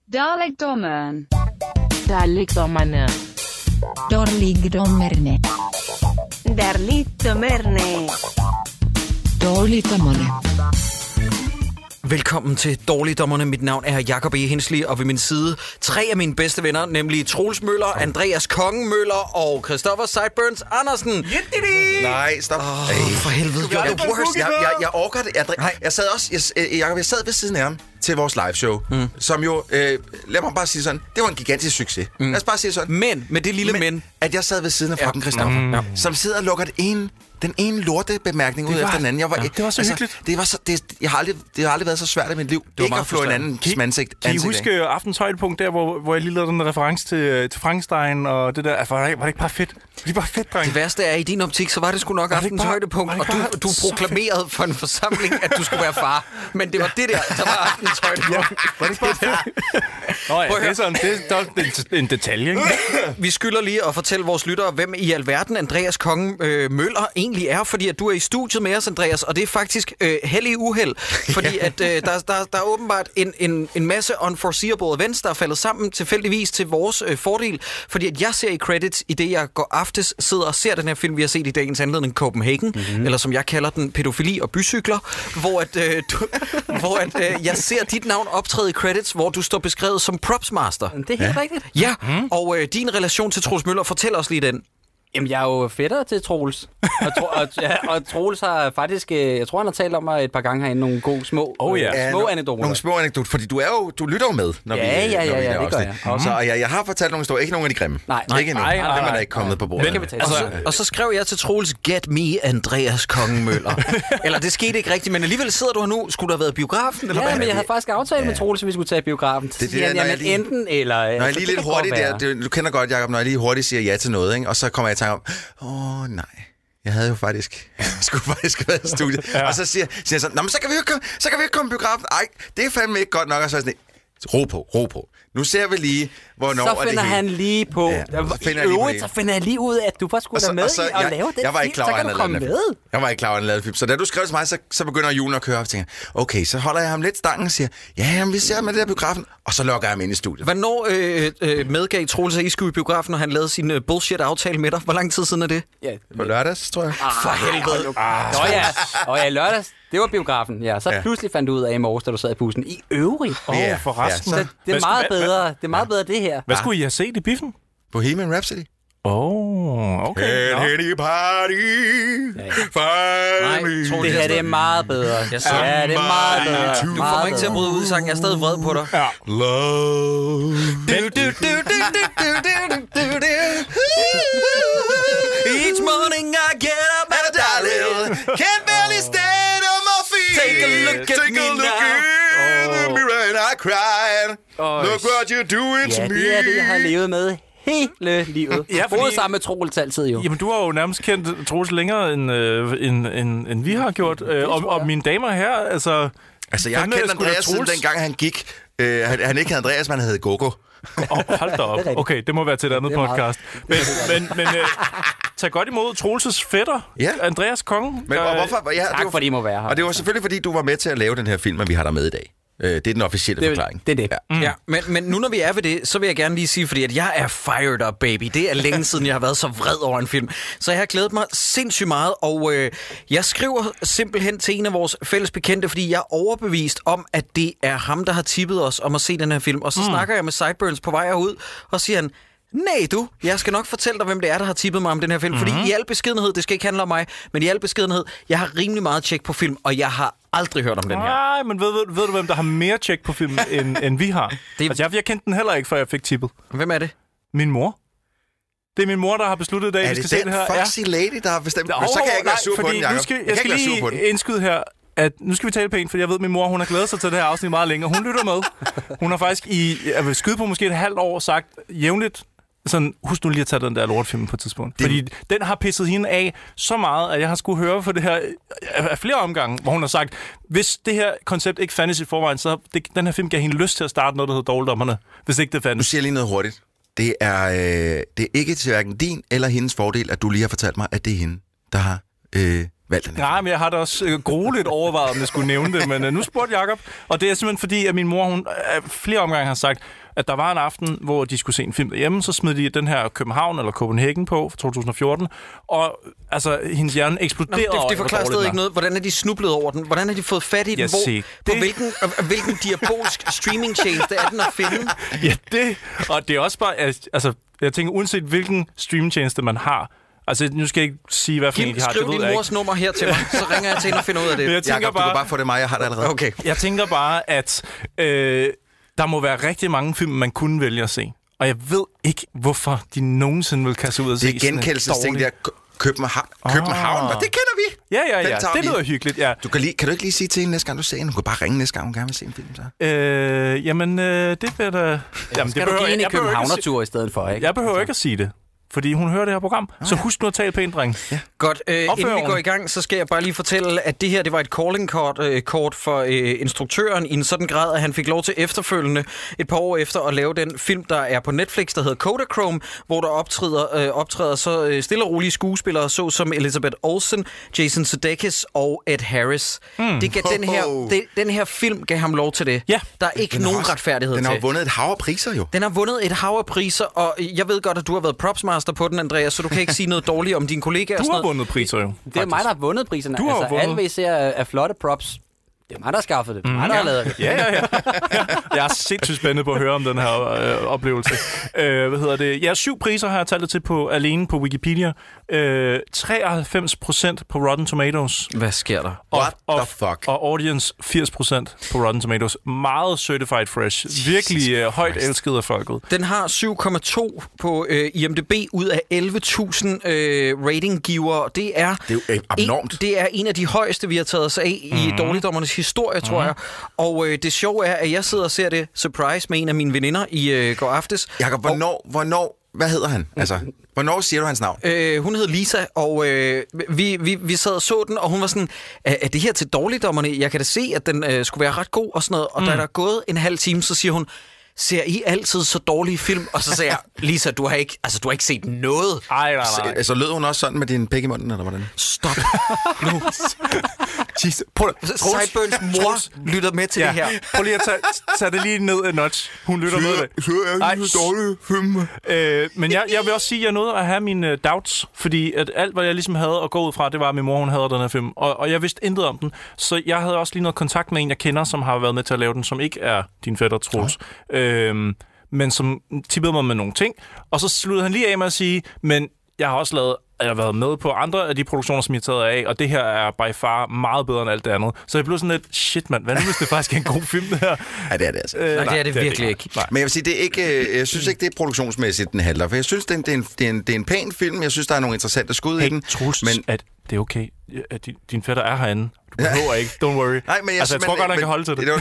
Dalekdommeren. Dalekdommerne. Dårligdommerne. Dalekdommerne. Dårligdommerne. Velkommen til Dårligdommerne. Mit navn er Jakob E. Hensley, og ved min side 3 af mine bedste venner, nemlig Troels Møller, Andreas Kongen Møller og Christopher Sideburns Andersen. Nej, stop. For helvede. Jeg orker det. Jeg sad ved siden af ham til vores liveshow, som jo, lad mig bare sige sådan, det var en gigantisk succes. Lad os bare sige sådan. Men, med det lille men. At jeg sad ved siden af fucking Christopher, som sidder og lukker den ene lorte bemærkning ud efter den anden. Det var så hyggeligt. Det har aldrig været så svært i mit liv. Ikke at få en anden ansigt. Kan I huske aftens højdepunkt der, hvor jeg lige lavede den reference til Frankenstein og det der? Var det ikke bare fedt? Det var fedt, dreng. Det værste er, i din optik, så var det sgu nok aftens højdepunkt, og du proklamerede for en forsamling, at du skulle være far. Men det var det der var aftens højdepunkt. Var det ikke bare fedt? Nå ja, det er sådan, det er en detalje, ikke? Vi skylder lige at fortælle vores lyttere, hvem i alverden Andreas Kongen Møller egentlig er, fordi at du er i studiet med os, Andreas, og det er faktisk hellig uheld, fordi at der er åbenbart en masse unforeseeable events, der er faldet sammen tilfældigvis til vores fordel, fordi at jeg ser i credits, i det jeg går aftes sidder og ser den her film, vi har set i dagens anledning, Copenhagen, eller som jeg kalder den, pædofili og bycykler, hvor jeg ser dit navn optræde i credits, hvor du står beskrevet som propsmaster. Det er helt rigtigt. Ja, og din relation til Troels Møller, fortæl os lige den. Jamen, jeg er jo fætter til Troels. Og Troels har faktisk, jeg tror, han har talt om mig et par gange herinde, nogle gode små anekdoter. Nogle små anekdoter, fordi du lytter jo med, når vi det gør jeg. Så jeg har fortalt nogle historier, ikke nogen af de grimme. Nej. Ikke endnu. Dem er der ikke kommet på bordet. Og så skrev jeg til Troels, get me Andreas Kongen Møller. Eller det skete ikke rigtigt, men alligevel sidder du her nu. Skulle du have været i biografen? Eller men jeg havde faktisk aftalt med Troels, at vi skulle tage i biografen. Enten eller... Når jeg lige lidt hurtigt du kender godt, Jacob, når jeg lige hurtigt siger ja til noget, ikke? Og så kommer jeg nej. Jeg havde jo faktisk... Jeg skulle faktisk have været i studiet. Og så siger jeg sådan, men så kan vi jo ikke komme i biografen. Ej, det er fandme ikke godt nok. Og så er sådan, ro på. Nu ser vi lige, hvornår... Så finder han lige på... Så finder jeg lige ud af, at du bare skulle være med i at lave den film, så kan du komme med. Jeg var ikke klar over, at han lavede film. Så da du skrev til mig, så begynder julen at køre op og tænker, okay, så holder jeg ham lidt stangen og siger, jamen, vi ser med det der biografen, og så logger jeg ham ind i studiet. Hvornår medgav Troels, at I skulle i biografen, når han lavede sin bullshit-aftale med dig? Hvor lang tid siden er det? Ja, på lørdags, tror jeg. For helvede. Lørdags. Det var biografen, ja. Så pludselig fandt du ud af i morges, da du sad i bussen. I øvrigt. Forresten. Så det er meget bedre. Det er meget bedre, det her. Hvad skulle I have set i biffen? Bohemian Rhapsody. Okay. Party. Det her, det er meget bedre. Ja, det er meget bedre. Du får mig ikke til at bryde ud i sangen. Jeg er stadig vred på dig. Ja. Love. Each morning I get up and darling, can't barely stand on my feet. Take a look at me in the mirror and I cried. Look what you're doing to me. Ja, det er det, jeg har levet med hele livet. Både sammen med Troels altid jo. Jamen, du har jo nærmest kendt Troels længere, end vi har gjort. Og mine damer her, altså... Altså, jeg har kendt Andreas siden dengang han gik. Han ikke hed Andreas, men han hed Gogo. Hold da op. Okay, det må være til et andet podcast. Men tag godt imod Troels' fætter, Andreas Kongen. Men hvorfor? Tak, fordi I må være her. Og det var selvfølgelig, fordi du var med til at lave den her film, at vi har dig med i dag. Det er den officielle forklaring. Det er det. Ja, men nu når vi er ved det, så vil jeg gerne lige sige, fordi at jeg er fired up, baby. Det er længe siden, jeg har været så vred over en film. Så jeg har glædet mig sindssygt meget, og jeg skriver simpelthen til en af vores fælles bekendte, fordi jeg er overbevist om, at det er ham, der har tippet os om at se den her film. Og så snakker jeg med Sideburns på vej herud, og siger han, nej du, jeg skal nok fortælle dig, hvem det er, der har tippet mig om den her film. Fordi i al beskedenhed, det skal ikke handle om mig, men i al beskedenhed, jeg har rimelig meget tjek på film, og jeg har aldrig hørt om den her. Nej, men ved du, hvem der har mere tjek på film, end vi har? Altså, jeg kendte den heller ikke, før jeg fik tippet. Hvem er det? Min mor. Det er min mor, der har besluttet i dag, vi skal se det her. Er det den foxy lady, der har bestemt? Så kan jeg ikke være sur på den, Jacob. Jeg skal lige indskyde her, at nu skal vi tale pænt, for jeg ved, at min mor, hun har glædet sig til det her afsnit meget længere. Hun lytter med. Hun har faktisk jeg vil skyde på måske et halvt år sagt jævnligt, sådan, husk nu lige at tage den der lortfilm på et tidspunkt. Fordi den har pisset hende af så meget, at jeg har skulle høre for det her af flere omgange, hvor hun har sagt, hvis det her koncept ikke fandtes i forvejen, så den her film gav hende lyst til at starte noget, der hedder Dårligdommerne, hvis ikke det fandtes. Nu siger jeg lige noget hurtigt. Det er ikke til hverken din eller hendes fordel, at du lige har fortalt mig, at det er hende, der har valgt den her. Nej, men jeg har da også grueligt overvejet, om jeg skulle nævne det, men nu spurgte Jacob, og det er simpelthen fordi, at min mor, hun flere omgange har sagt, at der var en aften, hvor de skulle se en film derhjemme, så smed de den her København eller Copenhagen på fra 2014, og altså, hendes hjerne eksploderede. Det forklarer stadig ikke noget. Hvordan er de snublet over den? Hvordan har de fået fat i den? På hvilken diabolsk streamingtjeneste er den at finde? Ja, og det er også bare, altså, jeg tænker, uanset hvilken streamingtjeneste man har, altså, nu skal jeg ikke sige, hvad for en de har. Skriv din mors nummer her til mig, så ringer jeg til hende og finder ud af det. Jacob, du kan bare få det mig, jeg har det allerede. Okay. Jeg tænker bare, at der må være rigtig mange film, man kunne vælge at se. Og jeg ved ikke, hvorfor de nogensinde vil kaste ud og se. Det er genkendelsesting der. København, det kender vi! Ja, det lyder hyggeligt, ja. Kan du ikke lige sige til hende næste gang, du ser hende? Hun kan bare ringe næste gang, hun gerne vil se en film, så. Det bliver da... Jamen, skal du give hende en københavnertur i stedet for, ikke? Jeg behøver ikke at sige det. Fordi hun hører det her program. Så husk nu at tale pænt, dreng. Ja. Godt. Inden vi går i gang, så skal jeg bare lige fortælle, at det her det var et calling-kort for instruktøren i en sådan grad, at han fik lov til efterfølgende et par år efter at lave den film, der er på Netflix, der hedder Kodachrome, hvor der optræder så stille og rolige skuespillere, så som Elizabeth Olsen, Jason Sudeikis og Ed Harris. Det gav den her film gav ham lov til det. Ja. Der er ikke nogen retfærdighed til. Den har vundet et hav af priser, jo. Den har vundet et hav af priser, og jeg ved godt, at du har været propsmaster på den, Andreas, så du kan ikke sige noget dårligt om dine kollegaer. Du har vundet priser, jo. Det er mig, der har vundet priserne. Du har vundet. Alle vi ser er flotte props. Det er mig, der har skaffet det. Det er mig, der har lavet det. Ja. Jeg er sindssygt spændet på at høre om den her oplevelse. 7 priser har jeg talt til alene på Wikipedia. 93% på Rotten Tomatoes. Hvad sker der? What the fuck? Og audience 80% på Rotten Tomatoes. Meget certified fresh. Virkelig højt elsket af folket. Den har 7,2 på IMDb ud af 11.000 ratinggivere. Det er jo abnormt. Det er en af de højeste, vi har taget os af i Dårligdommernes historie, tror jeg. Og det sjove er, at jeg sidder og ser det surprise med en af mine veninder i går aftes. Jakob, hvornår hvad hedder han? Altså, hvornår siger du hans navn? Hun hed Lisa, og vi sad og så den, og hun var sådan, er det her til Dårligdommerne? Jeg kan da se, at den skulle være ret god og sådan noget. Og da der er gået en halv time, så siger hun, ser I altid så dårlige film? Og så sagde jeg, Lisa, du har ikke set noget. Nej. Så lød hun også sådan med din pæk i munden, eller hvordan? Stop nu. Sideburns mor lytter med til det her. Prøv lige at tage det lige ned en notch. Hun lytter med det. Så er det så dårlige film. Men jeg vil også sige, at jeg nåede at have mine doubts, fordi at alt, hvad jeg ligesom havde at gå ud fra, det var, at min mor, hun havde den her film. Og jeg vidste intet om den. Så jeg havde også lige noget kontakt med en, jeg kender, som har været med til at lave den, som ikke er din fætter, Troels. Men som tippede mig med nogle ting. Og så sluttede han lige af med at sige, men jeg har også været med på andre af de produktioner, som jeg har taget af, og det her er by far meget bedre end alt det andet. Så jeg blev sådan lidt, shit mand, hvad nu hvis det faktisk er en god film, det her? Ja, det er det altså. Nej, det er det virkelig ikke. Nej. Men jeg vil sige, det er ikke, jeg synes ikke, det er produktionsmæssigt, den handler. For jeg synes, det er en pæn film. Jeg synes, der er nogle interessante skud i den. Troels, men at det er okay. At din fætter er herinde. Du behøver ikke. Don't worry. Nej, men jeg tror godt, han kan holde til det.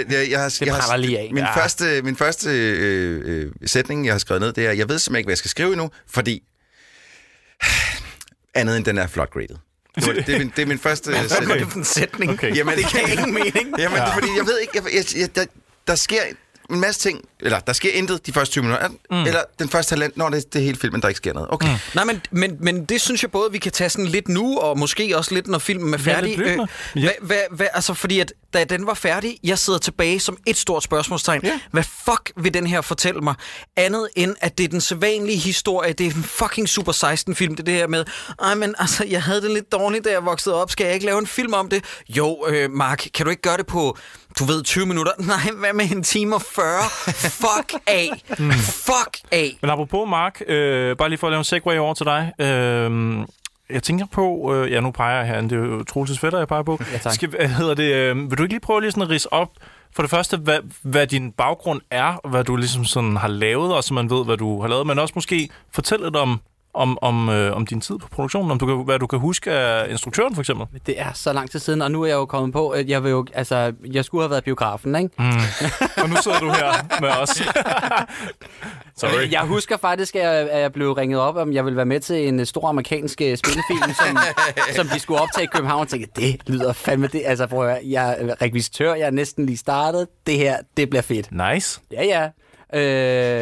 Min første sætning, jeg har skrevet ned, det er, jeg ved simpelthen ikke, hvad jeg skal skrive endnu, fordi andet end den er flot graded. Det er min første sætning. Hvad er det for en sætning? Okay. Jamen, det kan ingen mening. Jamen, det er fordi, jeg ved ikke, der sker en masse ting, eller der sker intet de første 20 minutter, eller den første talent, når det er hele filmen, der ikke sker noget. Okay. Nej, men det synes jeg både, vi kan tage sådan lidt nu, og måske også lidt, når filmen er færdig. Altså, fordi at, da den var færdig, jeg sidder tilbage som et stort spørgsmålstegn. Yeah. Hvad fuck vil den her fortælle mig? Andet end, at det er den sædvanlige historie, det er en fucking Super 16-film, det her med, men altså, jeg havde det lidt dårligt, da jeg voksede op, skal jeg ikke lave en film om det? Jo, Mark, kan du ikke gøre det på, 20 minutter? Nej, hvad med en time og 40? Fuck af! Fuck af! Men apropos Mark, bare lige for at lave en segue over til dig. Jeg tænker på, nu peger jeg her, det er jo Troels' fætter, jeg peger på. Ja, vil du ikke lige prøve lige sådan at ridse op, for det første, hvad din baggrund er, hvad du ligesom sådan har lavet, og så man ved, hvad du har lavet, men også måske fortælle lidt om din tid på produktionen, hvad du kan huske af instruktøren, for eksempel. Det er så lang tid siden, og nu er jeg jo kommet på, at jeg skulle have været biografen, ikke? Og nu sidder du her med os. Sorry. Jeg husker faktisk, at jeg blev ringet op, om jeg ville være med til en stor amerikansk spillefilm, som de skulle optage i København, og tænkte, det lyder fandme det. Altså, prøv at høre, jeg er rekvisitør, jeg er næsten lige startet. Det her, det bliver fedt. Nice. Ja.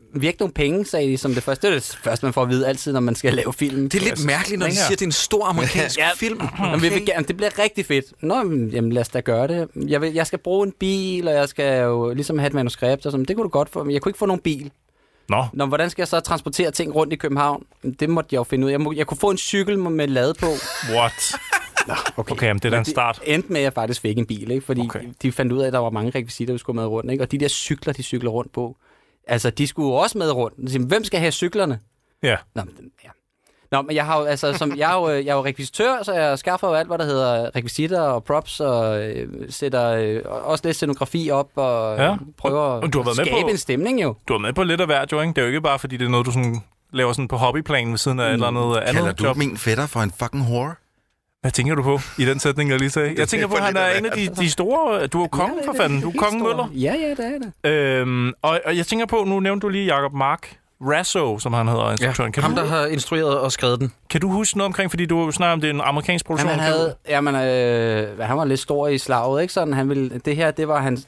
virkelig nogle penge, sagde de som det første. Det er det første, man får at vide altid, når man skal lave film. Det er lidt mærkeligt, når de siger, at det er en stor amerikansk film. Okay. Det bliver rigtig fedt. Nå, jamen lad os da gøre det. Jeg skal bruge en bil, og jeg skal jo ligesom have et manuskript, og sådan. Det kunne du godt få, men jeg kunne ikke få nogen bil. Nå, hvordan skal jeg så transportere ting rundt i København? Det måtte jeg jo finde ud af. Jeg kunne få en cykel med lade på. What? Nå, okay, men det er da en start. Det endte med, at jeg faktisk fik en bil, ikke? Fordi de fandt ud af, at der var mange rekvisitter, vi skulle med rundt. Ikke? Og de der cykler, de cykler rundt på, altså, de skulle jo også med rundt. Hvem skal have cyklerne? Ja. Nå, men jeg har jo, altså, jeg er jo rekvisitør, så jeg skaffer jo alt, hvad der hedder rekvisitter og props, og sætter også lidt scenografi op, og prøver at skabe en stemning, jo. Du er med på lidt af hvert, jo, ikke? Det er jo ikke bare, fordi det er noget, du sådan laver sådan på hobbyplan ved siden af et eller andet Kalder du job. min fætter for en fucking whore? Hvad tænker du på i den sætning, jeg lige sagde? Jeg tænker på, at han er en af de store... Du er jo kongen, for fanden. Du er kongen Møller. Ja, det er det. Og jeg tænker på, nu nævnte du lige Jacob Mark Rasso, som han hedder, instruktøren. Ja, ham, der har instrueret og skrevet den. Kan du huske noget omkring, fordi du snakker om, det er en amerikansk produktion? Han var lidt stor i slaget, ikke? Sådan, han ville, det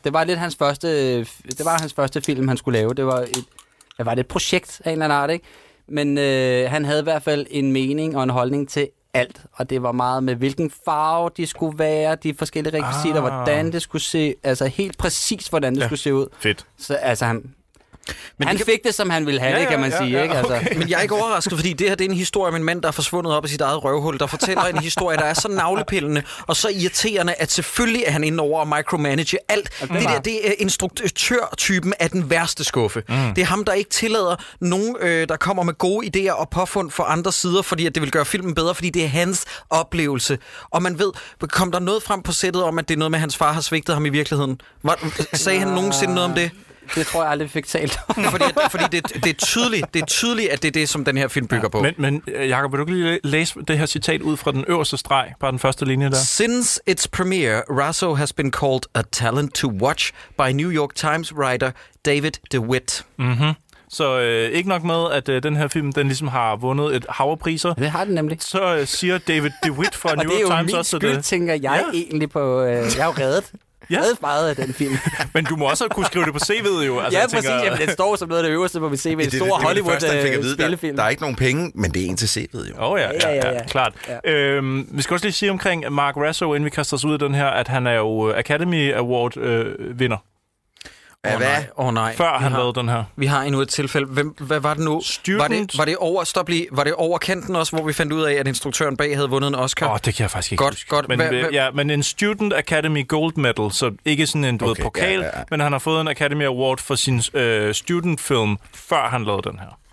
var hans første film, han skulle lave. Det var et projekt af en eller anden art, ikke? Men han havde i hvert fald en mening og en holdning til alt, og det var meget med, hvilken farve de skulle være, de forskellige rekvisitter, hvordan det skulle se, altså helt præcis, hvordan det skulle se ud. Fedt. Så altså han fik det, som han ville have det, kan man sige. Ikke? Altså. Men jeg er ikke overrasket, fordi det her det er en historie om en mand, der er forsvundet op i sit eget røvhul, der fortæller en historie, der er så navlepillende og så irriterende, at selvfølgelig er han inde over at micromanage alt. Det er instruktørtypen af den værste skuffe. Det er ham, der ikke tillader nogen, der kommer med gode idéer og påfund for andre sider, fordi at det vil gøre filmen bedre, fordi det er hans oplevelse. Og man ved, kom der noget frem på sættet om, at det er noget med, at hans far har svigtet ham i virkeligheden? Sagde han nogensinde noget om det? Det tror jeg aldrig, vi fik talt om. fordi det er tydeligt, at det er det, som den her film bygger på. Men Jacob, vil du lige læse det her citat ud fra den øverste streg, bare den første linje der? Since its premiere, Rasso has been called a talent to watch by New York Times writer David DeWitt. Mhm. Så ikke nok med, at den her film, den ligesom har vundet et hav af priser. Det har den nemlig. Så siger David DeWitt fra New York Times også, og det er jo min skyld, tænker jeg egentlig på. Jeg er jo reddet. Jeg havde meget af den film. Men du må også kunne skrive det på CV'et jo. Altså, ja, præcis. Jamen, den står som noget af det øverste på mit CV. En stor Hollywood-spillefilm. Der er ikke nogen penge, men det er en til CV'et jo. Ja, klart. Ja. Vi skal også lige sige omkring Mark Rasso, inden vi kaster os ud af den her, at han er jo Academy Award-vinder. Nej. Før han lavede den her. Vi har endnu et tilfælde. Hvad var det nu? Student. Var det over kanten også, hvor vi fandt ud af, at instruktøren bag havde vundet en Oscar? Det kan jeg faktisk ikke huske. Godt. Men en Student Academy Gold Medal, så ikke sådan en pokal, men han har fået en Academy Award for sin student film, før han lavede den her.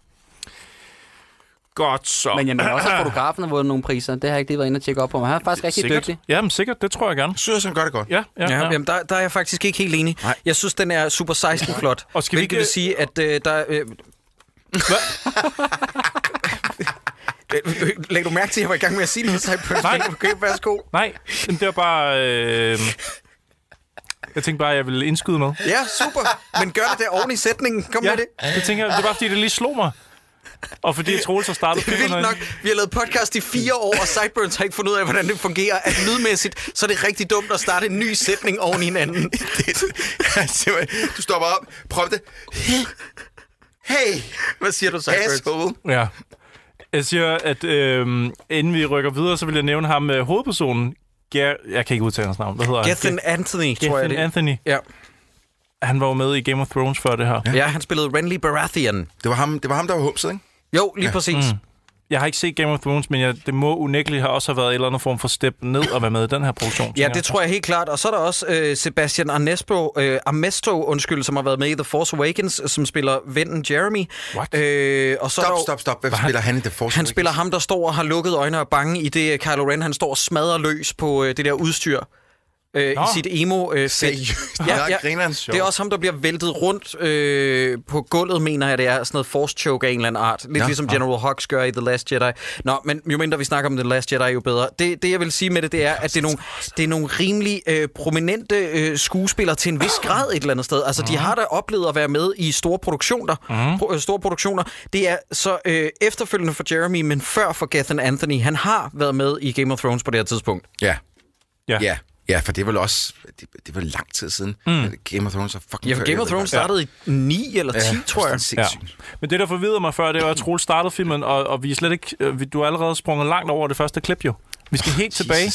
Godt så. Men jamen, også fotografen har vundet nogle priser. Det har jeg ikke lige været inde og tjekke op på, men han er faktisk rigtig dygtig. Jamen sikkert, det tror jeg gerne. Synes han gør det godt. Ja. Jamen, der er jeg faktisk ikke helt enig. Nej. Jeg synes, den er Super 16 flot. Og skal hvilket vil sige, at der... Læg du mærke til, at jeg var i gang med at sige noget, Cyburns? Nej. Okay, værsgo. Nej, det var bare... Jeg tænkte bare, at jeg ville indskyde noget. Ja, super. Men gør det der oven i sætningen. Kom med det. Det tænker jeg, det var fordi, det lige slog mig. Og fordi Troels har startet det er vildt nok. Vi har lavet podcast i 4 år, og Sideburns har ikke fundet ud af, hvordan det fungerer. At lydmæssigt, så er det rigtig dumt at starte en ny sætning oven i hinanden. Du stopper op. Prøv det. Hey. Hvad siger du, Sideburns? Ja. Jeg siger, at inden vi rykker videre, så vil jeg nævne ham med hovedpersonen. Jeg kan ikke udtale hans navn. Hvad hedder han? Gethin Anthony, tror jeg det. Anthony. Ja. Han var jo med i Game of Thrones før det her. Ja, han spillede Renly Baratheon. Det var ham, der var humset, ikke? Jo, lige præcis. Jeg har ikke set Game of Thrones, men det må unægteligt have også været en eller anden form for step ned og være med i den her produktion. Ja, det tror jeg helt klart. Og så er der også Sebastian Armesto, som har været med i The Force Awakens, som spiller vennen Jeremy. Og så Stop. Hvad spiller han i The Force Awakens? Han spiller ham, der står og har lukket øjne og bange i det Kylo Ren. Han står og smadrer løs på det der udstyr. I sit emo-fedt. Det er også ham, der bliver væltet rundt på gulvet, mener jeg, det er sådan noget force choke af en eller anden art. Lidt ligesom General Hux gør i The Last Jedi. Nå, men jo mindre vi snakker om The Last Jedi, jo bedre. Det jeg vil sige med det er, at det er nogle rimelig prominente skuespillere til en vis grad et eller andet sted. Altså, de har da oplevet at være med i store produktioner. Det er så efterfølgende for Jeremy, men før for Gethin Anthony. Han har været med i Game of Thrones på det her tidspunkt. Ja. Ja, for det er vel også... Det var lang tid siden. Game of Thrones er fucking... Ja, Game of Thrones startede i 9 eller 10, tror jeg. Ja. Men det, der forvirrede mig før, det var, at Troels startede filmen, og vi er slet ikke... Du er allerede sprunget langt over det første klip, jo. Vi skal helt tilbage.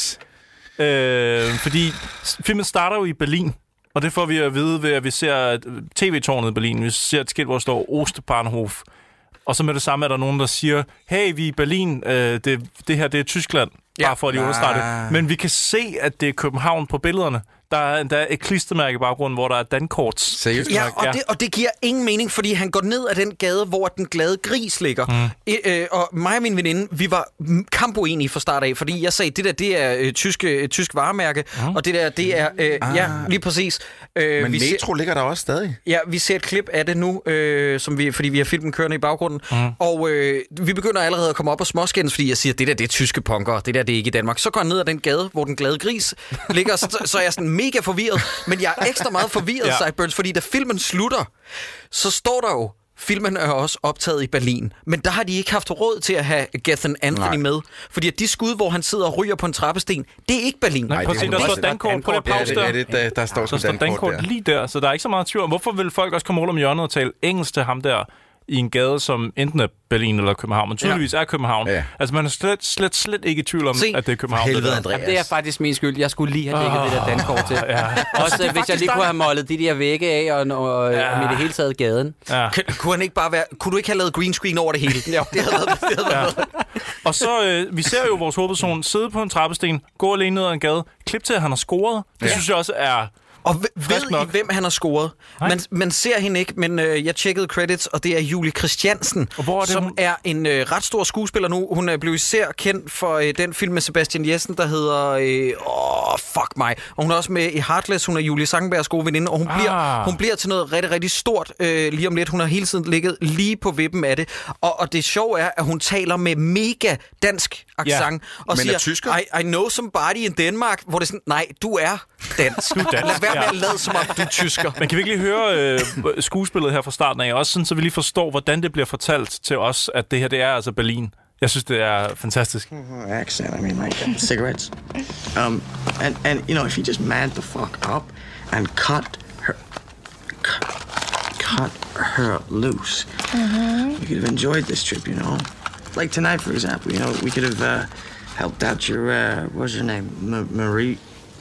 Fordi filmen starter jo i Berlin, og det får vi at vide ved, at vi ser tv-tårnet i Berlin. Vi ser et skilt, hvor der står Ostbahnhof. Og så med det samme er der nogen, der siger, hey, vi er i Berlin, det her det er Tyskland, bare for at de understreger det. Men vi kan se, at det er København på billederne. Der er et klistermærke i baggrunden, hvor der er Dankorts. Seriøst? Ja, og det giver ingen mening, fordi han går ned ad den gade, hvor den glade gris ligger. Og mig og min veninde, vi var kampuenige fra start af, fordi jeg sagde, det er et tysk varemærke, og det der, det er... ja, lige præcis. Men Metro ligger der også stadig. Ja, vi ser et klip af det nu, fordi vi har filmen kørende i baggrunden. Og vi begynder allerede at komme op og småskændes, fordi jeg siger, det er tyske punkere, det er ikke i Danmark. Så går jeg ned ad den gade, hvor den glade gris ligger, så er jeg sådan mega forvirret. Men jeg er ekstra meget forvirret, Sideburns, fordi da filmen slutter, så står der jo, filmen er også optaget i Berlin. Men der har de ikke haft råd til at have Gethin Anthony med. Fordi at de skud, hvor han sidder og ryger på en trappesten, det er ikke Berlin. Nej, prøv at se, der står Dankort på det pause der. Der står Dankort lige der, så der er ikke så meget tvivl. Hvorfor vil folk også komme rundt om hjørnet og tale engelsk til ham der i en gade, som enten er Berlin eller København, men tydeligvis er København. Ja. Altså, man er slet ikke i tvivl om, at det er København. Helvede, Andreas. Det er faktisk min skyld. Jeg skulle lige have dækket det der Dankort til. Også hvis jeg lige kunne have målet de der vægge af, og med det hele taget gaden. Ja. Kunne du ikke have lavet green screen over det hele? Ja, det havde været. Og så, vi ser jo vores hovedperson sidde på en trappesten, gå alene ned ad en gade, klip til, at han har scoret. Det synes jeg også er... Og ved I, hvem han har scoret? Man ser hende ikke, men jeg tjekkede credits, og det er Julie Christiansen, som er en ret stor skuespiller nu. Hun er blevet især kendt for den film med Sebastian Jessen, der hedder... fuck mig. Og hun er også med i Heartless. Hun er Julie Sangenbergs gode veninde, og hun bliver til noget rigtig, rigtig stort lige om lidt. Hun har hele tiden ligget lige på vippen af det. Og det sjove er, at hun taler med mega dansk accent. Og men siger, I know somebody in Denmark, hvor det er sådan, nej, du er dansk. Lad være med at lade som om du er tysker. Men kan vi ikke lige høre skuespillet her fra starten af, også sådan, så vi lige forstår, hvordan det bliver fortalt til os, at det her, det er altså Berlin. Jeg synes, det er fantastisk. Accent, I mean, like cigarettes. And you know, if you just manned the fuck up and cut her loose, we could have enjoyed this trip, you know. Like tonight, for example, you know, we could have helped out your, what's your name, Marie,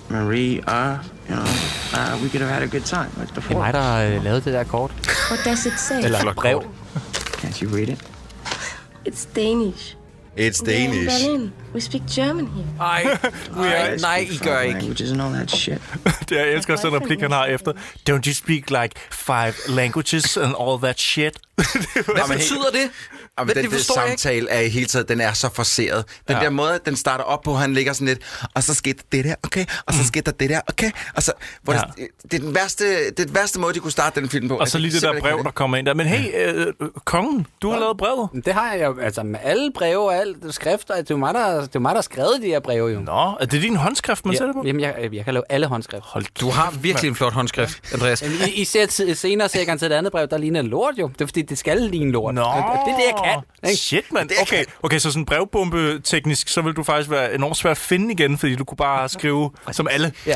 you know, we could have had a good time like before. Det er mig, der har lavet det der kort. What does it say? Eller brev. Can't you read it? It's Danish. It's Danish. We're in Berlin. We speak German here. Nej, I gør ikke. Languages and all that shit. Det jeg elsker sådan en replik, han har efter. Don't you speak like 5 languages and all that shit? Hvad betyder det? Jamen, den samtale er i hele tiden, den er så forceret. Den der måde, den starter op på, han ligger sådan lidt, og så skete det der, okay, og så skete der det der, okay. Og så, det er den værste måde, de kunne starte den film på. Og så lige det der brev, der kommer ind der. Men hey, kongen, du har lavet brevet. Det har jeg jo, altså med alle breve og alt skrifter. Det er jo mig, der har skrevet de her breve jo. Nå, er det din håndskrift, man sætter på? Jamen, jeg kan lave alle håndskrift. Du har virkelig en flot håndskrift, Andreas. I ser senere sikkert til et andet brev, der ligner lort jo. Det er fordi, det skal ligne lort. Nå, det er det, jeg kan. Ikke? Shit, mand. Okay, så sådan brevbombe teknisk, så vil du faktisk være enormt svær at finde igen, fordi du kunne bare skrive som alle. Ja.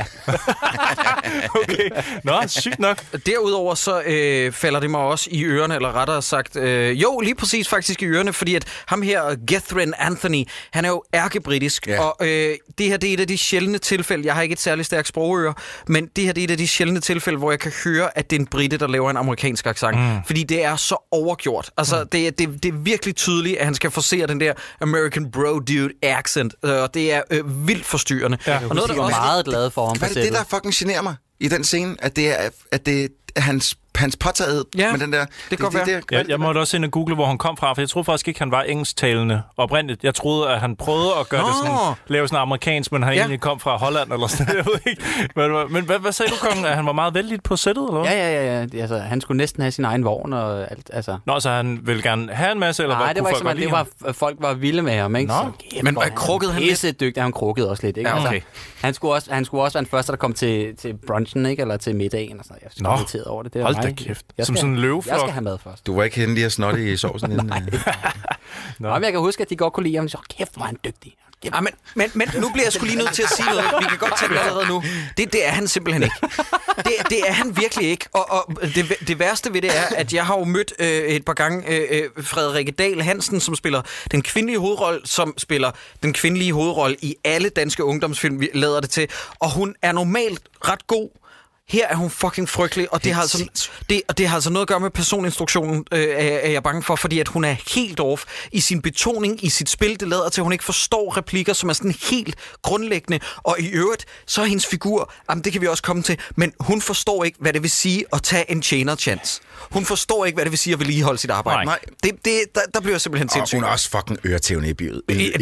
Okay. Nå, sygt nok. Derudover så falder det mig også i ørerne, eller rettere sagt, jo, lige præcis faktisk i ørerne, fordi at ham her, Gethin Anthony, han er jo ærkebritisk, og det her, det er et af de sjældne tilfælde, jeg har ikke et særligt stærkt sprogøre, men det her, det er et af de sjældne tilfælde, hvor jeg kan høre, at det er en brite, der laver en amerikansk accent, fordi det er så overgjort. Altså, det er virkelig tydeligt, at han skal forsere den der American bro dude accent, og det er vildt forstyrrende. Ja. Og noget, der er meget glad for ham. Hvad er det, der fucking generer mig i den scene, at det er hans påtaget med den der... Det kan være. Jeg måtte også ind og google, hvor han kom fra, for jeg troede faktisk ikke, han var engelsktalende oprindeligt. Jeg troede, at han prøvede at gøre det sådan, lave sådan amerikansk, men han egentlig kom fra Holland eller sådan noget. Jeg ved ikke. Men hvad sagde du, kongen? At han var meget vældig på sættet, eller hvad? Ja. Altså, han skulle næsten have sin egen vogn og alt. Altså. Nå, så han ville gerne have en masse, eller nej, det var ikke sådan, det var folk var vilde med ham, ikke? Så, men krukkede han lidt? Dygtig, han krukkede også lidt, ikke? Ja, okay. Altså, han skulle også være den første, der kom til brunchen, ikke? Eller til middagen og sådan noget. Jeg er irriteret over det. Hold da kæft. Som sådan en løveflok. Jeg skal have mad først. Du var ikke henne lige at snotte i sovsen inden? Nej. Men jeg kan huske, at de godt kunne lide ham. Så kæft, hvor er han dygtig. Ja, men nu bliver jeg sgu lige nødt til at sige noget. Vi kan godt tage det allerede nu. Det er han simpelthen ikke. Det er han virkelig ikke. Og det værste ved det er, at jeg har jo mødt et par gange Frederikke Dahl Hansen, som spiller den kvindelige hovedrolle, som spiller den kvindelige hovedrolle i alle danske ungdomsfilm, vi lader det til. Og hun er normalt ret god. Her er hun fucking frygtelig, og det har altså noget at gøre med personinstruktionen, er jeg bange for, fordi at hun er helt off i sin betoning, i sit spil. Det lader til, at hun ikke forstår replikker, som er sådan helt grundlæggende. Og i øvrigt, så er hendes figur, jamen det kan vi også komme til, men hun forstår ikke, hvad det vil sige at tage en tjener-chance. Hun forstår ikke, hvad det vil sige at vedligeholde sit arbejde. Nej. Der bliver jeg simpelthen sindssygt. Og hun er også fucking øretævende i byen.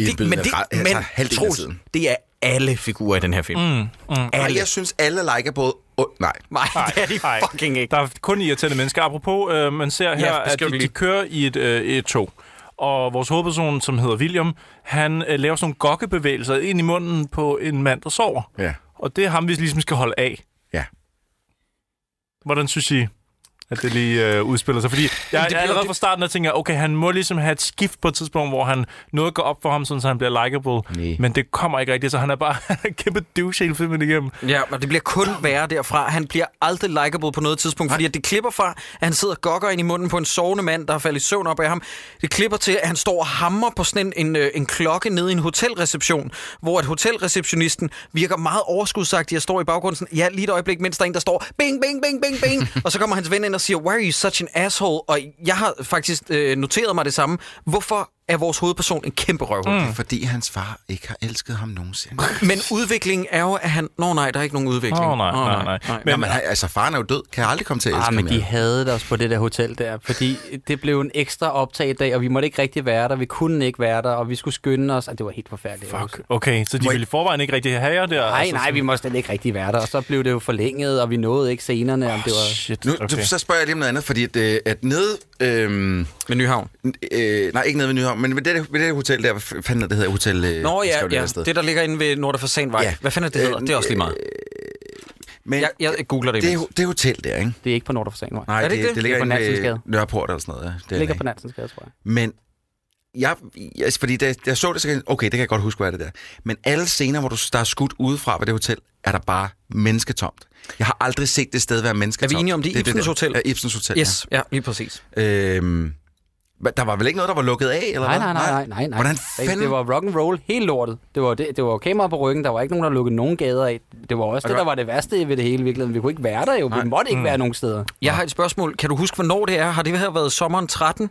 Men Troels, det er alle figurer i den her film. Alle. Jeg synes, alle er likeable. Nej, det er de fucking ikke. Der er kun irriterende mennesker. Apropos, man ser her, at de kører i et tog. Og vores hovedperson, som hedder William, han laver sådan nogle gokkebevægelser ind i munden på en mand, der sover. Ja. Og det er ham, vi ligesom skal holde af. Ja. Hvordan synes I, at det lige udspiller sig? Fordi jeg allerede fra starten der tænker, okay, han må ligesom have et skift på et tidspunkt, hvor han noget går op for ham, sådan, så han bliver likeable. Nee. Men det kommer ikke rigtigt, så han er bare en kæmpe douche hele filmen igennem. Ja, og det bliver kun værre derfra. Han bliver aldrig likeable på noget tidspunkt, fordi at det klipper fra, at han sidder og gokker ind i munden på en sovende mand, der er faldet i søvn op af ham. Det klipper til, at han står og hammer på sådan en klokke nede i en hotelreception, hvor at hotelreceptionisten virker meget overskudsagtig og står i baggrunden sådan, ja, lige et øjeblik, mens der er en, der står bing, bing, bing, bing, bing, og så kommer hans ven ind og siger, why are you such an asshole? Og jeg har faktisk noteret mig det samme. Hvorfor er vores hovedperson en kæmpe røvhul? Fordi hans far ikke har elsket ham nogensinde. Men udviklingen er jo, at han... nej, der er ikke nogen udvikling. Nej. Men altså, faren er jo død. Kan jeg aldrig komme til at elske ham? Men de havde det også på det der hotel der, fordi det blev en ekstra optagedag, og vi måtte ikke rigtig være der. Vi kunne ikke være der, og vi skulle skynde os, og det var helt forfærdeligt. Fuck, okay, så de ville i forvejen ikke rigtig have jer der? Nej, vi måtte ikke rigtig være der, og så blev det jo forlænget, og vi nåede ikke scenerne. Om det var... Shit, okay. Så spørger jeg lige om noget andet, fordi at nede... Ved Nyhavn? Nej, ikke nede ved Nyhavn, men ved det hotel der, hvad fanden er det hedder? Hotel... Nå ja, det der ligger inde ved Nordre Fasanvej. Ja. Hvad fanden er det hedder? Det er også lige meget. Men jeg googler det. Det hotel der, ikke? Det er ikke på Nordre Fasanvej. Nej, er det ikke det ligger inde ved Nørreport eller sådan noget. Det ligger på Nansensgade, tror jeg. Men fordi da jeg så det, så okay, det kan jeg godt huske, hvad det der. Men alle scener, hvor der er skudt udefra ved det hotel, er der bare mennesketomt. Jeg har aldrig set det sted være mennesketomt. Er vi enige om det? Ibsens Hotel? Ja, Ibsens Hotel. Yes, ja, lige præcis. Der var vel ikke noget, der var lukket af, eller hvad? Nej. Hvordan fanden? Det var rock and roll helt lortet. Det var kamera på ryggen, der var ikke nogen, der lukkede nogen gader af. Det var også det, der var det værste ved det hele virkelig. Vi kunne ikke være der jo. Vi måtte ikke være nogen steder. Jeg har et spørgsmål. Kan du huske, hvornår det er? Har det her været sommeren 13?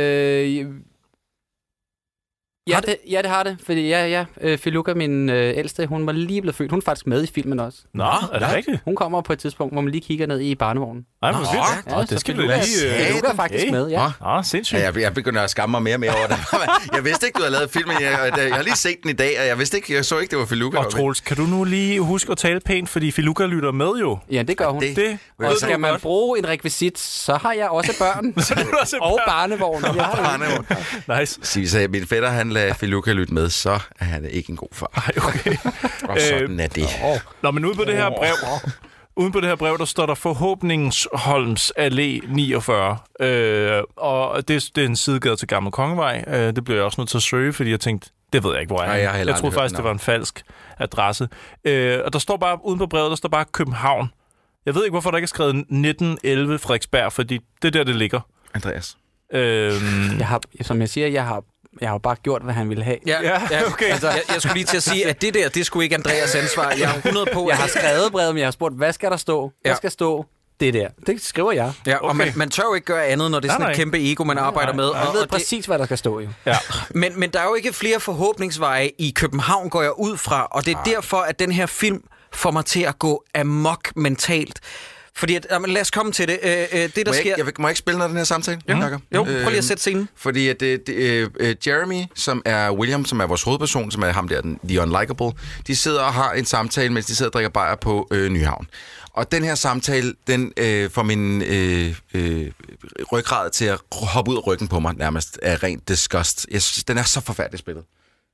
Ja, det har det. Fordi Filuka, min ældste, hun var lige blevet født. Hun er faktisk med i filmen også. Nå, er det rigtigt? Hun kommer på et tidspunkt, hvor man lige kigger ned i barnevognen. Nej, hvor fedt. Ja, det skal du lige... Filuka er faktisk med, ja. Sindssygt. Ja, jeg begynder at skamme mig mere og mere over det. Jeg vidste ikke, du havde lavet filmen. Jeg har lige set den i dag, og jeg så ikke, det var Filuka. Og Troels, kan du nu lige huske at tale pænt, fordi Filuka lytter med jo? Ja, det gør hun. Og skal man bruge en rekvisit, så har jeg også børn. Og barnevogn. Nice. Så min fætter, han lader Filuka lytte med, så er han ikke en god far. Ej, okay. Og sådan er det. Nå, men ude på det her brev... Uden på det her brev, der står der Forhåbningsholms Allé 49. Og det er en sidegade til Gamle Kongevej. Det blev jeg også nødt til at søge, fordi jeg tænkte, det ved jeg ikke, hvor jeg er. Jeg troede faktisk, det var en falsk adresse. Og der står bare, uden på brevet, der står bare København. Jeg ved ikke, hvorfor der ikke er skrevet 1911 Frederiksberg, fordi det der, det ligger. Andreas. Som jeg siger, jeg har jo bare gjort, hvad han ville have. Ja, okay. Altså, jeg skulle lige til at sige, at det der, det skulle ikke Andreas ansvar. Jeg har 100 på. Jeg har skrevet brevet, men jeg har spurgt, hvad skal der stå? Hvad skal stå? Det der. Det skriver jeg. Ja, og man tør jo ikke gøre andet, når det er sådan et kæmpe ego, man arbejder med. Jeg ved præcis, hvad der skal stå, jo. Ja. Men der er jo ikke flere forhåbningsveje i København, går jeg ud fra. Og det er derfor, at den her film får mig til at gå amok mentalt. Fordi lad os komme til det. Det der sker... Må jeg ikke spille noget af den her samtale? Jo, prøv lige at sætte scenen. Fordi at Jeremy, som er William, som er vores hovedperson, som er ham der, The Unlikable, de sidder og har en samtale, mens de sidder og drikker bajer på Nyhavn. Og den her samtale, den får min ryggrad til at hoppe ud af ryggen på mig nærmest af rent disgust. Jeg synes, den er så forfærdeligt spillet.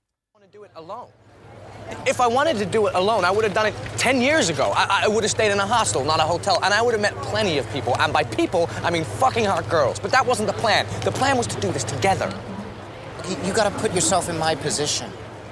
If I wanted to do it alone, I would have done it 10 years ago. I would have stayed in a hostel, not a hotel, and I would have met plenty of people. And by people, I mean fucking hot girls. But that wasn't the plan. The plan was to do this together. You gotta put yourself in my position.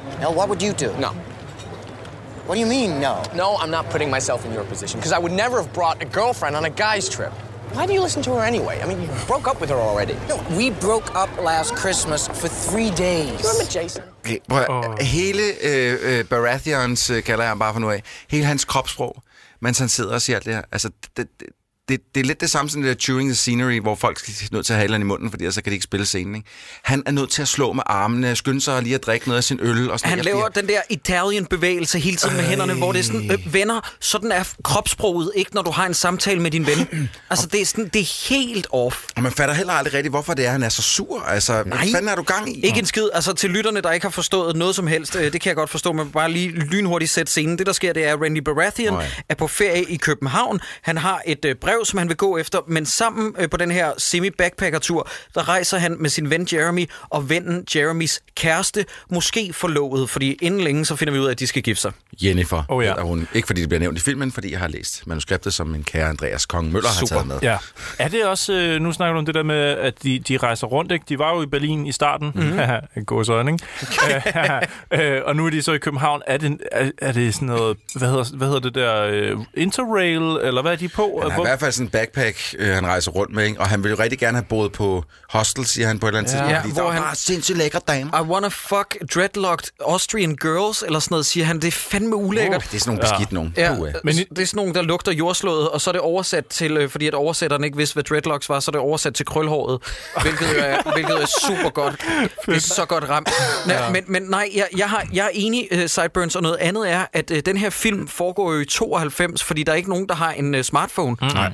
Hell, what would you do? No. What do you mean, no? No, I'm not putting myself in your position, because I would never have brought a girlfriend on a guy's trip. Why do you listen to her anyway? I mean, you broke up with her already. No, we broke up last Christmas for 3 days. You remember Jason? Okay, hele Baratheons, kalder jeg ham bare for nu af, hele hans kropssprog, mens han sidder og siger alt det her, altså, det er lidt det samme som det der chewing the scenery, hvor folk skal nødt til at have halerne i munden, fordi så kan de ikke spille scenen, ikke? Han er nødt til at slå med armene, skynde sig lige at drikke noget af sin øl. Og sådan han laver den der Italian-bevægelse hele tiden med hænderne, hvor det er sådan, venner, sådan er kropssproget ikke, når du har en samtale med din ven. Altså, det er helt off. Og man fatter heller aldrig rigtigt, hvorfor det er, han er så sur. Altså, hvad fanden er du gang i? Ikke en skid. Altså, til lytterne, der ikke har forstået noget som helst, det kan jeg godt forstå, men bare lige lynhurtigt sætte scenen. Det, der sker, det er, at Randy Baratheon er på ferie i København. Han har et brev, som han vil gå efter, men sammen på den her semi-backpacker-tur, der rejser han med sin ven Jeremy og vennen Jeremys kæreste, måske forlovet, fordi inden længe, så finder vi ud af, at de skal gifte sig. Jennifer, ja. Hun, ikke fordi det bliver nævnt i filmen, fordi jeg har læst manuskriptet, som min kære Andreas Kong Møller har taget med. Ja. Er det også, nu snakker du om det der med, at de rejser rundt, ikke? De var jo i Berlin i starten. En god sådan, ikke? Og nu er de så i København. Er det sådan noget, hvad hedder det der, Interrail, eller hvad er de på? Han har i hvert fald sådan en backpack, han rejser rundt med, ikke? Og han vil jo rigtig gerne have boet på hostel, siger han på et eller andet tidspunkt, fordi der var bare sindssygt lækre damer. I wanna fuck dreadlocked Austrian girls, eller sådan noget, siger han. Det er fandme ulækkert. Det er sådan nogle beskidt nogen. Ja, men det er sådan nogle, der lugter jordslået, og så er det oversat til, fordi at oversætteren ikke vidste, hvad dreadlocks var, så er det oversat til krølhåret, hvilket er super godt. Det er så godt ramt. Men nej, jeg er enig, Sideburns, og noget andet er, at den her film foregår jo i 92, fordi der er ikke nogen, der har en smartphone. Nej.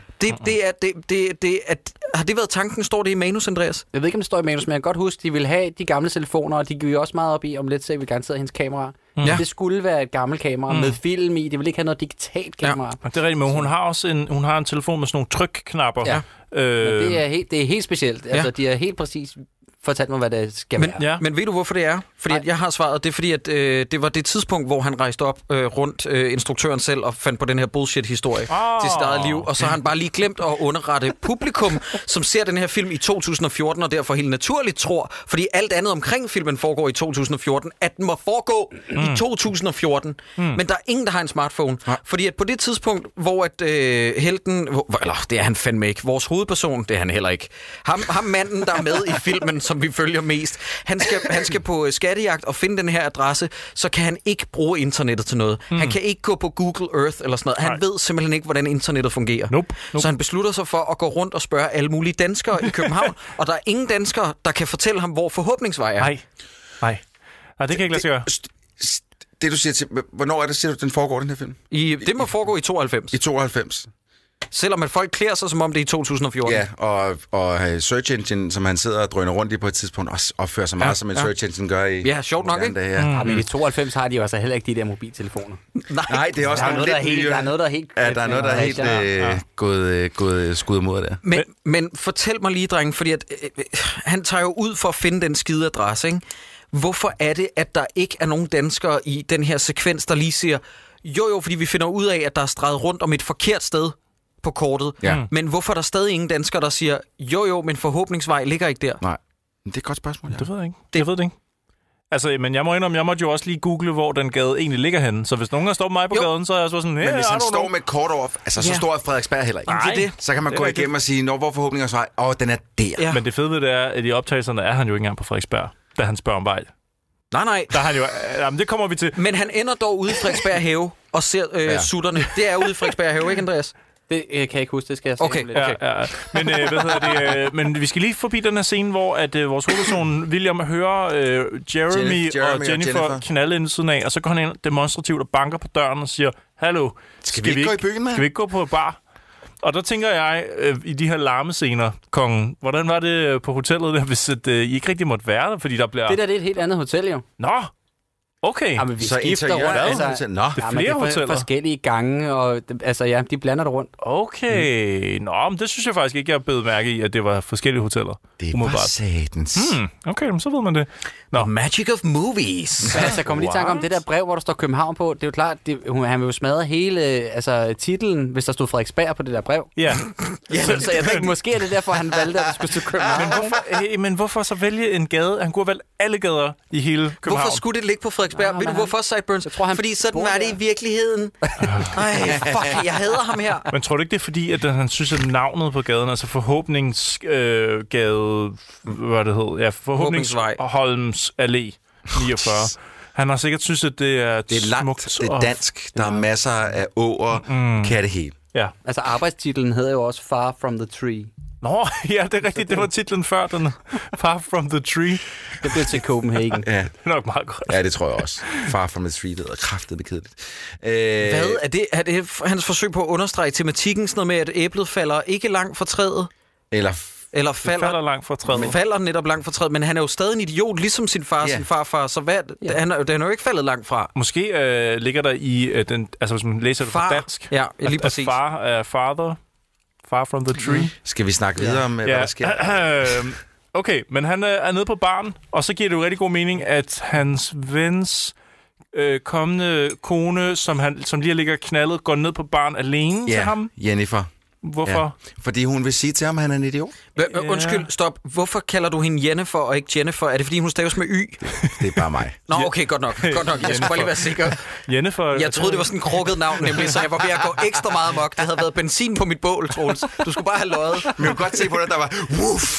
Har det været tanken? Står det i manus, Andreas? Jeg ved ikke, om det står i manus, men jeg kan godt huske, de ville have de gamle telefoner, og de gik jo også meget op i, om lidt så vi garanteret hendes kamera. Ja. Det skulle være et gammelt kamera med film i. Det ville ikke have noget digitalt kamera. Ja, det er rigtigt, men hun har også en telefon med sådan nogle trykknapper. Ja. Det er helt specielt. Altså, de er helt præcis fortalt mig, hvad det skal være. Ja. Men ved du, hvorfor det er? Fordi at jeg har svaret. Det er fordi, at det var det tidspunkt, hvor han rejste op rundt, instruktøren selv, og fandt på den her bullshit-historie til sit eget liv. Og så har han bare lige glemt at underrette publikum, som ser den her film i 2014, og derfor helt naturligt tror, fordi alt andet omkring filmen foregår i 2014, at den må foregå i 2014. Men der er ingen, der har en smartphone. Fordi at på det tidspunkt, hvor at helten, eller det er han fandme ikke, vores hovedperson, det er han heller ikke. Ham manden, der er med i filmen, som vi følger mest. Han skal på skattejagt og finde den her adresse, så kan han ikke bruge internettet til noget. Han kan ikke gå på Google Earth eller sådan noget. Han ved simpelthen ikke, hvordan internettet fungerer. Nope. Så han beslutter sig for at gå rundt og spørge alle mulige danskere i København, og der er ingen danskere, der kan fortælle ham, hvor Forhåbningsvej er. Nej, det kan jeg ikke lade sig gøre. Det du siger til, hvornår er det, siger du, den foregår, den her film? Det må foregå i 92. I 92. Selvom at folk klæder sig, som om det er i 2014. Ja, og Search Engine, som han sidder og drøner rundt i på et tidspunkt, også opfører sig meget, som en Search Engine gør i... Ja, sjovt nok, ikke? Ja, men i 92 har de jo altså heller ikke de der mobiltelefoner. Nej, det er også noget, der er noget, der er helt... Ja, der er noget, der er helt gået skud mod det. Men fortæl mig lige, drenge, fordi at, han tager jo ud for at finde den skide adresse, ikke? Hvorfor er det, at der ikke er nogen danskere i den her sekvens, der lige siger, jo, fordi vi finder ud af, at der er streget rundt om et forkert sted på kortet. Ja. Men hvorfor er der stadig ingen danskere, der siger, jo, men Forhåbningsvej ligger ikke der? Nej, det er et godt spørgsmål. Ja. Det ved jeg ikke. Jeg ved det ikke. Altså, men jeg må indrømme, jeg måtte jo også lige google, hvor den gade egentlig ligger henne. Så hvis nogen har stoppet mig på gaden, så er jeg så sådan... Men hvis han står med kort over... Altså, så står Frederiksberg heller ikke. Nej, det. Så kan man gå igennem og sige, hvor Forhåbningsvej... den er der. Ja. Men det fede ved det er, at i optagelserne er han jo ikke engang på Frederiksberg, da han spørger om vej. Nej. Der han jo, jamen, det kommer vi til. Men han ender dog ude i Frederiksberg Have og ser sutterne. Det er ude i Frederiksberg Have, ikke Andreas? Det kan jeg ikke huske, det skal jeg sige lidt. Okay. Ja. Men, men vi skal lige forbi den her scene, hvor at, vores hovedperson William hører Jeremy og Jennifer knalde ind siden af, og så går han ind demonstrativt og banker på døren og siger, hallo, skal vi ikke gå i byen med? Skal vi ikke gå på bar? Og der tænker jeg, i de her larmescener, kongen, hvordan var det på hotellet der, hvis I ikke rigtig måtte være der, fordi der bliver... Det er et helt andet hotel, jo. Nå! Okay. Ja, men vi skifter rundt. Altså, det er flere hoteller. Forskellige gange, og de blander det rundt. Okay. Nå, men det synes jeg faktisk ikke, jeg bed mærke i, at det var forskellige hoteller. Det var satans. Okay, så ved man det. Nå. Magic of movies. Altså, kommer lige i tanke om det der brev, hvor der står København på. Det er jo klart, han vil jo smadre hele titlen, hvis der stod Frederiksberg på det der brev. Ja. Så jeg tænker, måske er det derfor, han valgte, at det skulle stå København. Men hvorfor så vælge en gade? Han kunne vælge alle gader i hele København. Hvorfor skulle det ligge på Frederiksberg Frederiksberg. Ved du hvorfor sideburns? Jeg tror, fordi sådan var det i virkeligheden. Ej, fuck, jeg hader ham her. Men tror du ikke, det er fordi, at han synes, at navnet på gaden, altså Forhåbningsgade, hvad det hedder? Ja, Forhåbningsholms Allé 49. Han har sikkert synes, at det er langt, smukt, det er dansk, der er masser af åer, kan det hele. Ja. Altså arbejdstitlen hedder jo også Far From The Tree. Nå, ja, det er rigtigt. Det var titlen før, den Far From The Tree. Det blev til Copenhagen. Ja. Det er nok meget godt. Ja, det tror jeg også. Far From The Tree, det er kraftedeme kedeligt. Hvad? Er det hans forsøg på at understrege tematikken, sådan noget med, at æblet falder ikke langt fra træet? Eller falder langt fra træet. Falder netop langt fra træet, men han er jo stadig en idiot, ligesom sin far og sin farfar, så han er jo ikke faldet langt fra. Måske ligger der i den, altså hvis man læser det på dansk, ja, lige præcis. Far er father, Far From The Tree. Skal vi snakke videre om, hvad der sker? Okay, men han er nede på baren, og så giver det jo rigtig god mening, at hans kommende kone, som lige ligger knaldet, går ned på baren alene til ham. Jennifer. Hvorfor? Ja, fordi hun vil sige til ham, at han er en idiot. Undskyld, stop. Hvorfor kalder du hende Jennifer og ikke Jennifer? Er det, fordi hun staves med Y? Det er bare mig. Nå, okay, godt nok. Jeg skulle bare lige være sikker. Jennifer. Jeg troede, det var sådan en krukket navn, nemlig, så jeg var ved at gå ekstra meget amok. Det havde været benzin på mit bål, Troels. Du skulle bare have løjet. Men jeg kunne godt se på det, der var woof.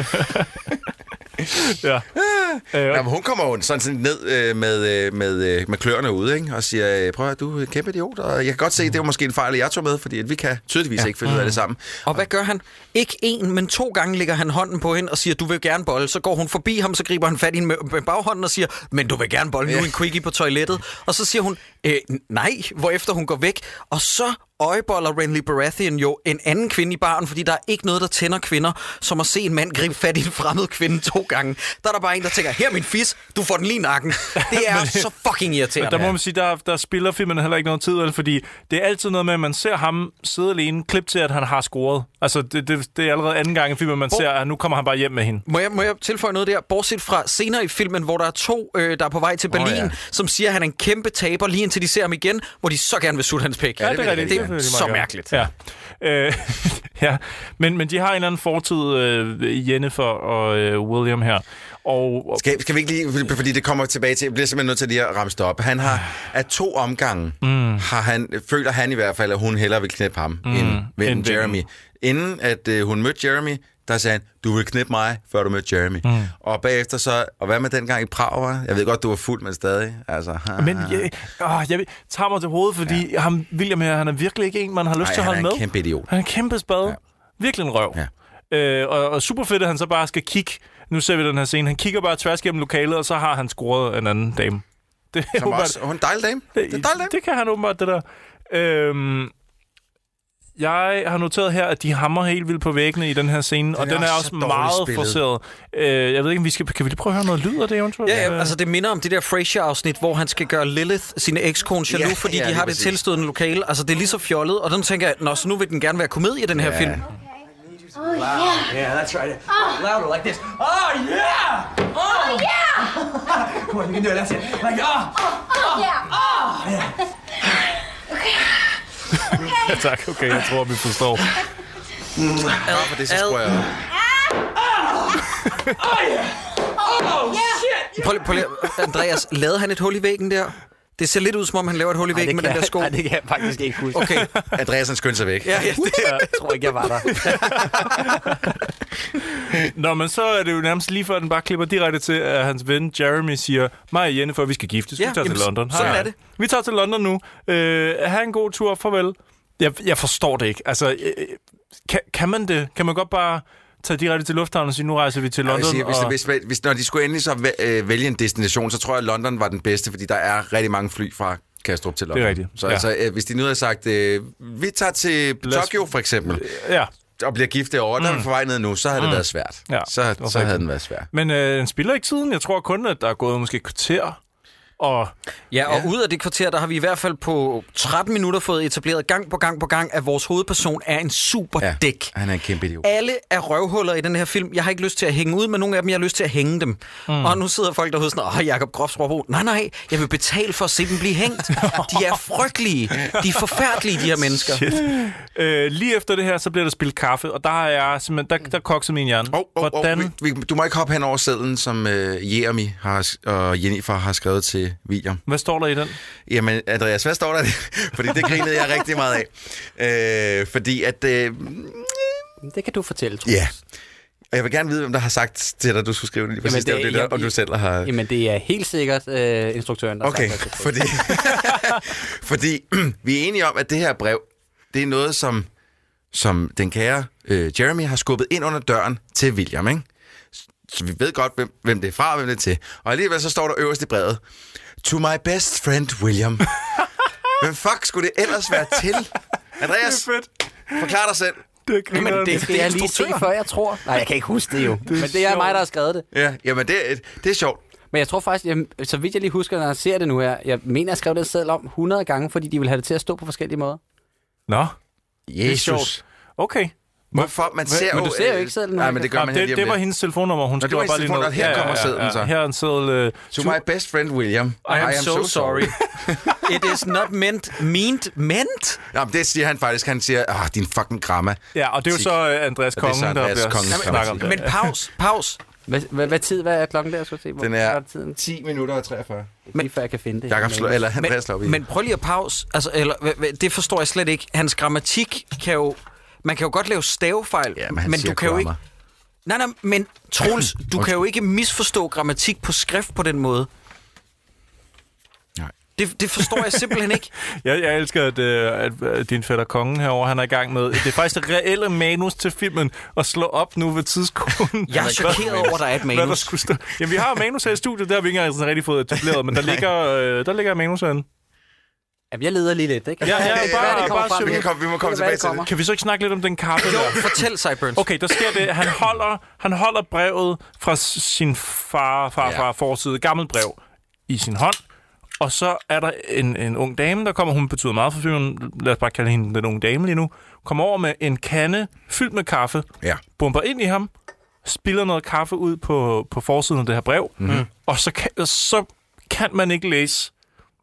Ja. Jamen, hun kommer jo sådan ned med kløerne ude, ikke? Og siger, prøv at du er en kæmpe idiot. Og jeg kan godt se, det var måske en fejl, jeg tog med, fordi at vi kan tydeligvis ikke finde ud af det sammen. Og hvad gør han? Ikke en, men 2 gange lægger han hånden på hende og siger, du vil gerne bolle. Så går hun forbi ham, så griber han fat i hende med baghånden og siger, men du vil gerne bolle nu en quickie på toilettet. Og så siger hun, nej, hvorefter hun går væk. Og så øjeboller Renly Baratheon jo en anden kvinde i baren, fordi der er ikke noget, der tænder kvinder, som at se en mand gribe fat i en fremmed kvinde 2 gange. Der er der bare en, der tænker, her min fis, du får den lige i nakken. Det er så fucking irriterende. Der må man sige, der spiller filmen heller ikke noget tid, fordi det er altid noget med, at man ser ham sidde alene, klip til, at han har scoret. Altså, det er allerede anden gang i filmen, man ser, at nu kommer han bare hjem med hende. Må jeg tilføje noget der? Bortset fra senere i filmen, hvor der er 2, der er på vej til Berlin, som siger, at han er en kæmpe taber, lige indtil de ser ham igen, hvor de så gerne vil sutte hans pæk. Ja, det er så mærkeligt. Ja. Ja. Men de har en eller anden fortid, Jennifer og William her. Og skal vi ikke lige, fordi det kommer tilbage til, jeg bliver simpelthen nødt til lige at ramse op. Han har af 2 omgange, føler han i hvert fald, at hun hellere vil knippe ham end Jeremy. Inden at hun mødte Jeremy, der sagde han, du vil knippe mig, før du mødte Jeremy. Og bagefter så, og hvad med dengang i Prag, var? Jeg ved godt, du var fuld, men stadig. Altså, men jeg tager mig til hovedet, fordi William her, han er virkelig ikke en, man har lyst til at holde med. Han er en kæmpe idiot. Han er en kæmpe spade. Ja. Virkelig en røv. Ja. Og super fedt, at han så bare skal kigge. Nu ser vi den her scene. Han kigger bare tværs gennem lokalet, og så har han scoret en anden dame. Det er også en dejlig dame. Det kan han åbenbart, det der. Jeg har noteret her, at de hammer helt vildt på væggene i den her scene, og den er også meget forceret. Jeg ved ikke, kan vi lige prøve at høre noget lyd af det eventuelt? Ja, altså det minder om det der Frasier-afsnit, hvor han skal gøre Lilith, sine ekskone, jaloux, fordi de har det tilstødende lokale. Altså det er lige så fjollet, og den tænker jeg, så nu vil den gerne være komedie, den her film. Oh, yeah, that's right. Louder, like this. Oh, yeah! Oh, yeah! Come on, you can do it. That's it. Like, yeah. Oh, yeah. Okay. Tak, okay, jeg tror, vi forstår. For det, så skruer jeg. Oh, shit! Prøv lige, Andreas, lavede han et hul i væggen der? Det ser lidt ud, som om han laver et hul i væggen med den der sko. Nej, det kan jeg faktisk ikke huske. Okay. Andreas, han skyndte sig væk. Ja, jeg tror ikke, jeg var der. Nå, men så er det jo nærmest lige før, den bare klipper direkte til, at hans ven Jeremy siger, mig og Jennifer, vi skal giftes. Vi tager til London. Sådan er det. Vi tager til London nu. Ha' en god tur. Farvel. Jeg forstår det ikke. Altså, kan man det? Kan man godt bare tage direkte til lufthavnen og sige, nu rejser vi til London? Hvis når de skulle endelig så vælge en destination, så tror jeg, at London var den bedste, fordi der er rigtig mange fly fra Kastrup til London. Det er rigtigt. Så altså, hvis de nu havde sagt, vi tager til Tokyo for eksempel, og bliver gift derovre, der er vi på vej ned nu, så havde det været svært. Ja, så havde den været svær. Men den spiller ikke tiden. Jeg tror kun, at der er gået måske et kvarter. Og ud af det kvarter, der har vi i hvert fald på 13 minutter fået etableret gang på gang, at vores hovedperson er en super dæk. Han er en kæmpe idiot. Alle er røvhuller i den her film. Jeg har ikke lyst til at hænge ud med nogle af dem, jeg har lyst til at hænge dem. Og nu sidder folk derude sådan, Jacob Groffs råber, nej, jeg vil betale for at se dem blive hængt. De er frygtelige. De er forfærdelige, de her mennesker. Lige efter det her, så bliver der spillet kaffe, og der er simpelthen, der kokser min hjerne. Du må ikke hoppe hen over sedlen, som Jeremy og Jennifer har skrevet til William. Hvad står der i den? Jamen, Andreas, hvad står der? Fordi det grinede jeg rigtig meget af. Fordi at... Det kan du fortælle, Troels. Ja. Og jeg vil gerne vide, hvem der har sagt til dig, du skulle skrive det. Præcis, det der, og du selv har... Jamen, det er helt sikkert instruktøren, der har sagt det. Fordi vi er enige om, at det her brev, det er noget, som den kære Jeremy har skubbet ind under døren til William, ikke? Så vi ved godt, hvem det er fra og hvem det er til. Og alligevel så står der øverst i brevet, To my best friend, William. Hvem fuck skulle det ellers være til? Andreas, forklar dig selv. Det skal jeg lige se, før jeg tror. Nej, jeg kan ikke huske det jo. Men det er mig, der har skrevet det. Ja, jamen det er sjovt. Men jeg tror faktisk, så vidt jeg lige husker, når jeg ser det nu her, jeg mener, jeg skrev den seddel om 100 gange, fordi de vil have det til at stå på forskellige måder. Nå. Jesus. Okay. Hvorfor? Man ser men du ser jo ikke sedlen. Nej, men det gør man her lige om det var hendes telefonnummer. Hun skriver bare lige noget. Her kommer sedlen så. Her er en seddel. To my best friend, William. I am so sorry. It is not meant. Jamen, det siger han faktisk. Han siger, din fucking gramma. Ja, og det er jo så Andreas Kongen, der bliver snakket om det. Men pause. Hvad er klokken der? Den er 10 minutter og 43. Men før jeg kan finde det. Jakob slår, eller Andreas slår men prøv lige at pause. Altså, det forstår jeg slet ikke. Hans grammatik kan jo... Man kan jo godt lave stavefejl, ja, men du kan jo ikke... Nej, men Troels, du kan jo ikke misforstå grammatik på skrift på den måde. Nej. Det forstår jeg simpelthen ikke. Jeg elsker, at din fætter Kongen herovre, han er i gang med... Det er faktisk det reelle manus til filmen at slå op nu ved tidskoden. Jeg er chokeret over, at der er et manus. Jamen, vi har manus her i studiet, der har vi ikke engang rigtig fået etableret, men der ligger manus herinde. Jamen, jeg leder lige lidt, ikke? Vi må komme tilbage til det. Kan vi så ikke snakke lidt om den kaffe? Jo, fortæl, Sideburns. Okay, der sker det. Han holder brevet fra sin farfar forside, gammelt brev, i sin hånd. Og så er der en ung dame, der kommer. Hun betyder meget for filmen. Lad os bare kalde hende den unge dame lige nu. Kommer over med en kande fyldt med kaffe. Ja. Bomber ind i ham. Spiller noget kaffe ud på forsiden af det her brev. Mm-hmm. Og så kan man ikke læse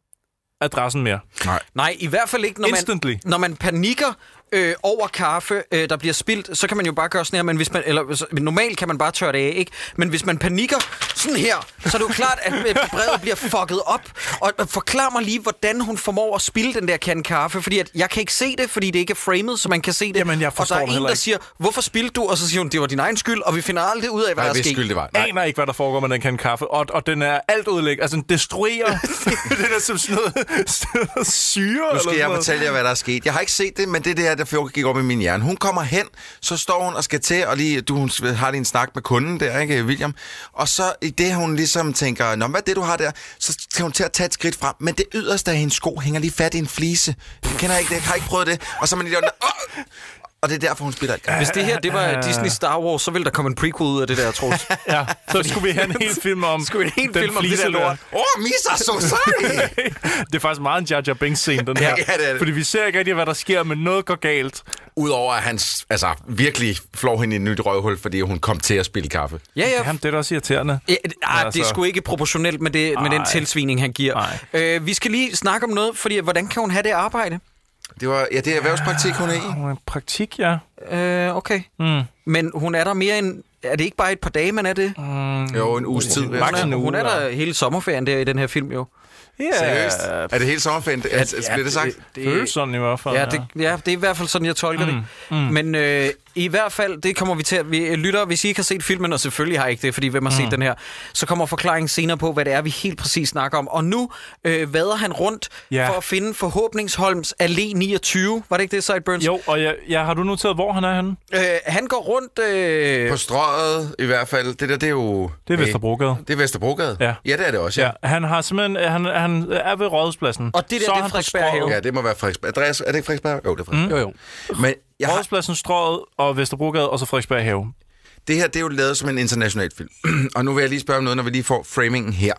adressen mere. Nej, i hvert fald ikke, når man panikker over kaffe, der bliver spildt, så kan man jo bare gøre sådan her, men hvis man, normalt kan man bare tørre det af, ikke? Men hvis man panikker sådan her, så er det jo klart, at brevet bliver fucket op. Og forklar mig lige, hvordan hun formår at spilde den der kande kaffe, fordi at jeg kan ikke se det, fordi det ikke er framed, så man kan se det. Jamen, jeg og der er en, der siger, hvorfor spildte du? Og så siger hun, det var din egen skyld, og vi finder aldrig ud af, hvad der er sket. Jeg aner ikke, hvad der foregår med den kande kaffe, og den er alt udlæg, altså den destruerer. Den er som sådan noget syre. Nu skal jeg fortælle jer, hvad der er sket. Jeg har ikke set det, men det der gik op i min hjerne. Hun kommer hen, så står hun og skal til, og hun har lige en snak med kunden der, ikke, William? Og så i det, hun ligesom tænker, nå, hvad er det, du har der? Så skal hun til at tage et skridt frem, men det yderste af hendes sko hænger lige fat i en flise. Jeg kender ikke det, jeg har ikke prøvet det. Og så er man lige og det er derfor, hun spiller alt. Hvis det her, det var Disney Star Wars, så ville der komme en prequel ud af det der, Troels. Ja, så skulle vi have en hel film om det der lort. Misa, so sorry! Det er faktisk meget en Jar Jar Binks-scene, den her. Ja, det. Fordi vi ser ikke rigtig, hvad der sker, men noget går galt. Udover at han virkelig flår hende i et nyt røvhul, fordi hun kom til at spille kaffe. Ja. Jamen, det er da også irriterende. Ja, det er sgu ikke proportionelt med den tilsvining, han giver. Vi skal lige snakke om noget, fordi hvordan kan hun have det arbejde? Det er erhvervspraktik, hun er i. Hun er praktik, ja. Okay. Men hun er der mere end... Er det ikke bare et par dage, man er det? Jo, en uges tid. Hun er der hele sommerferien der i den her film, jo. Ja. Seriøst? Er det hele sommerferien? Bliver det sagt? Det føles sådan i hvert fald. Ja, det er i hvert fald sådan, jeg tolker det. Men i hvert fald, det kommer vi til at... Vi lytter, hvis I ikke har set filmen, og selvfølgelig har I ikke det, fordi hvem har set den her, så kommer forklaringen senere på, hvad det er, vi helt præcis snakker om. Og nu vader han rundt for at finde Forhåbningsholms Allé 29. Var det ikke det, Sideburns? Jo, og har du noteret, hvor han er henne? Han går rundt... På Strøget i hvert fald. Det er jo... Det er Vesterbrogade. Det er Vesterbrogade? Ja, det er det også, ja. Han har simpelthen... Han er ved Rådhuspladsen. Og det der, det er Frederiksberg Have. Ja, det må være Frederiksberg. Andreas, er det ikke Frederiksberg? Jo, det er Frederiksberg. Jo. Men Rådhuspladsen, Strøget og Vesterbrogade, og så Frederiksberg Have. Det her, det er jo lavet som en international film. Og nu vil jeg lige spørge om noget, når vi lige får framingen her.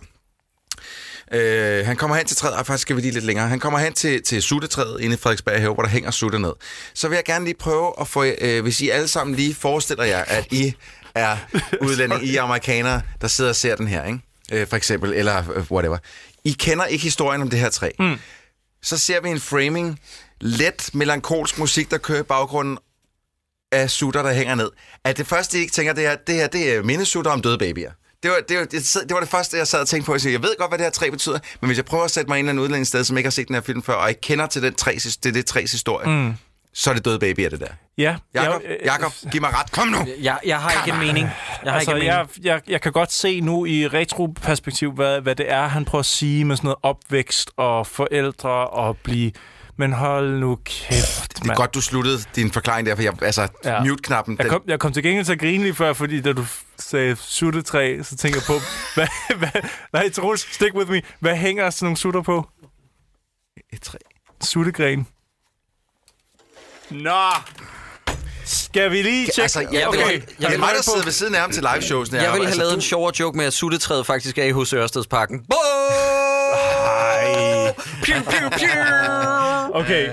Han kommer hen til træet, og faktisk skal vi lige lidt længere. Han kommer hen til suttetræet inde i Frederiksberg Have, hvor der hænger sutter ned. Så vil jeg gerne lige prøve at få, hvis I alle sammen lige forestiller jer, at I er udlændinge, I er amerikanere, der sidder og ser den her, ikke? For eksempel, eller whatever. I kender ikke historien om det her træ. Så ser vi en framing, let melankolsk musik, der kører i baggrunden af sutter, der hænger ned. At det første, I ikke tænker, det er mindesutter om døde babyer. Det var det første, jeg sad og tænkte på. Jeg ved godt, hvad det her træ betyder, men hvis jeg prøver at sætte mig i en eller anden udlændingssted, som ikke har set den her film før, og ikke kender til det træs historie, så er det døde baby af det der. Ja. Jakob, giv mig ret. Kom nu! Jeg har ikke en mening. Jeg kan godt se nu i retroperspektiv, hvad det er, han prøver at sige med sådan noget opvækst og forældre og blive... Men hold nu kæft, Det er godt, du sluttede din forklaring der, for mute-knappen... Jeg kom til gengæld til at grine lige før, fordi da du sagde suttetræ, så tænker jeg på... Nej, Troels, stick with me. Hvad hænger sådan nogle sutter på? Et træ. Suttegren. Nå! Skal vi lige tjekke? Altså, jeg vil mig, der sidder ved siden af ham til liveshows. Jeg ville have lavet en sjovere joke med, at suttetræet faktisk er i hos Ørstedsparken. Okay.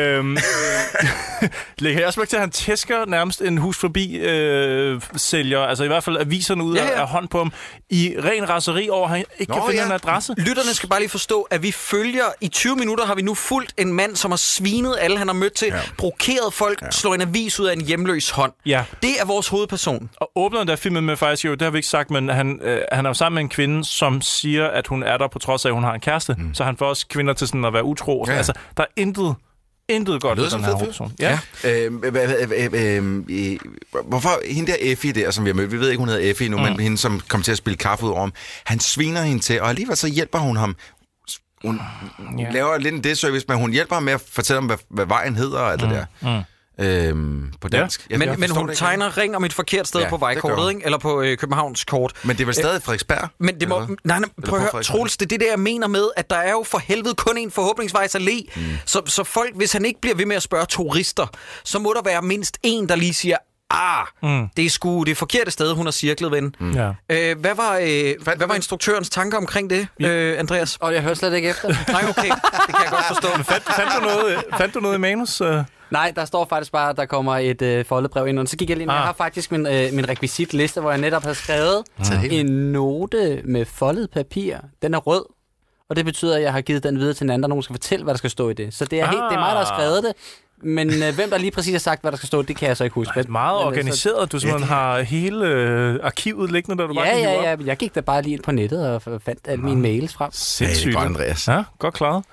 Lægger jeg også mærke til, at han tæsker nærmest en hus forbi sælger, altså i hvert fald aviserne ud af hånd på ham, i ren raseri over, at han ikke kan finde en adresse. Lytterne skal bare lige forstå, at vi følger, i 20 minutter har vi nu fulgt en mand, som har svinet alle, han har mødt til, provokeret folk, slår en avis ud af en hjemløs hånd. Ja. Det er vores hovedperson. Og åbner der filmen med faktisk jo, det har vi ikke sagt, men han er jo sammen med en kvinde, som siger, at hun er der på trods af, at hun har en kæreste. Så han får også kvinder til sådan at være utro. Ja. Altså, der er intet godt ved den her hovedperson. Ja. Hvorfor hende der Effie der, som vi har mødt, vi ved ikke, hun hedder Effie nu, men hende, som kom til at spille kaffe ud over ham, han sviner hende til, og alligevel så hjælper hun ham. Hun laver lidt en disservice, men hun hjælper ham med at fortælle ham, hvad vejen hedder og alt det der. På dansk. Ja. Men hun tegner ring om et forkert sted på vejkortet, ikke? Eller på Københavns kort. Men det er vel stadig Frederiksberg? Men det må... Nej, prøv at høre, Troels, det er det, jeg mener med, at der er jo for helvede kun en forhåbningsvejs allé. Så folk, hvis han ikke bliver ved med at spørge turister, så må der være mindst en, der lige siger, det er sgu det forkerte sted, hun har cirklet, ven. Hvad var instruktørens tanker omkring det, Andreas? Jeg hører slet ikke efter. Nej, okay. Det kan jeg godt forstå. Fandt du noget i manus? Nej, der står faktisk bare, at der kommer et foldet brev ind, og så gik jeg lige ind. Jeg har faktisk min rekvisitliste, hvor jeg netop har skrevet en note med foldet papir. Den er rød, og det betyder, at jeg har givet den videre til en anden, der nogen skal fortælle, hvad der skal stå i det. Så det er, det er mig, der har skrevet det. Men hvem der lige præcis har sagt, hvad der skal stå, det kan jeg så ikke huske. Det er meget organiseret. Du simpelthen har hele arkivet liggende, der du bare kan hive op. Ja. Jeg gik da bare lige ind på nettet og fandt alle mine mails frem. Sindssygt. Godt, Andreas. Ja, godt klaret.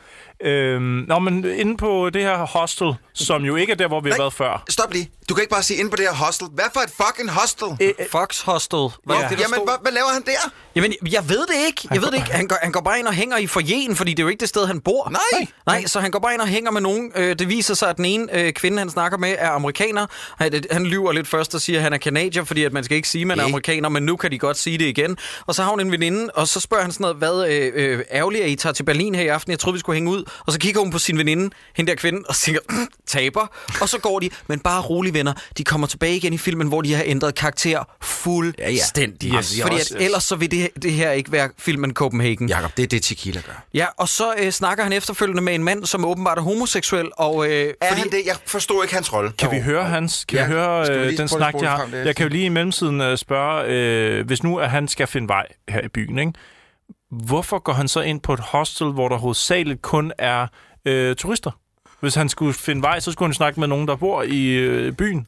Men inde på det her hostel, som jo ikke er der, hvor vi har været før. Stop lige. Du kan ikke bare sige inde på det her hostel. Hvad for et fucking hostel? Fox Hostel. Hvad laver han der? Jamen, jeg ved det ikke. Han går bare ind og hænger i foyeren, fordi det er jo ikke det sted, han bor. Nej, så han går bare ind og hænger med nogen. Det viser sig, at den ene kvinde, han snakker med, er amerikaner. Han lyver lidt først og siger, at han er canadier, fordi at man skal ikke sige, at man er amerikaner, men nu kan de godt sige det igen. Og så har hun en veninde, og så spørger han sådan noget, hvad ærgerligt, at I tager til Berlin her i aften. Jeg troede, vi skulle hænge ud. Og så kigger hun på sin veninde, hende der kvinde, og tænker, taber. Og så går de, men bare rolig venner. De kommer tilbage igen i filmen, hvor de har ændret karakter fuldstændig. Yes. Fordi at ellers så vil det her ikke være filmen Copenhagen. Jakob, det er det, Tequila gør. Ja, og så snakker han efterfølgende med en mand, som åbenbart er homoseksuel. Og, han det? Jeg forstår ikke hans rolle. Kan vi høre hans? Kan vi høre den snak, jeg har? Jeg kan jo lige i mellemtiden spørge, hvis nu at han skal finde vej her i byen, ikke? Hvorfor går han så ind på et hostel, hvor der hovedsageligt kun er turister? Hvis han skulle finde vej, så skulle han snakke med nogen, der bor i byen.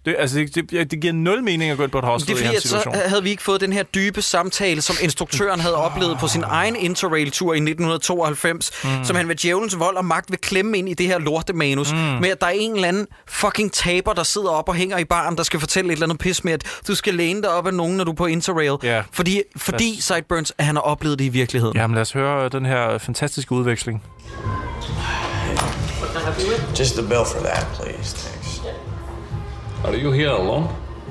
Det giver 0 mening at gå ind på et hostel i hans situation. Så havde vi ikke fået den her dybe samtale, som instruktøren havde oplevet på sin egen Interrail-tur i 1992, som han ved djævelens vold og magt vil klemme ind i det her lortemanus, med at der er en eller anden fucking taber, der sidder op og hænger i baren, der skal fortælle et eller andet pis med, at du skal læne dig op af nogen, når du er på Interrail. Yeah. Fordi Sideburns, at han har oplevet det i virkeligheden. Jamen lad os høre den her fantastiske udveksling. Just the bill for that, please. Thanks. Are you here alone?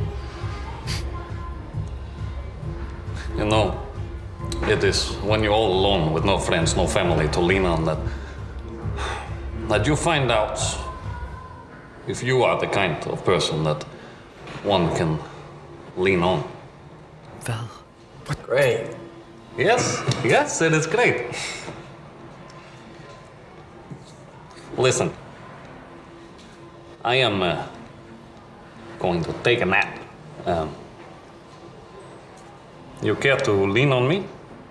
You know, it is when you're all alone with no friends, no family to lean on that you find out if you are the kind of person that one can lean on. Hvad? Great. Yes, it is great. Listen, I am going to take a nap. You care to lean on me?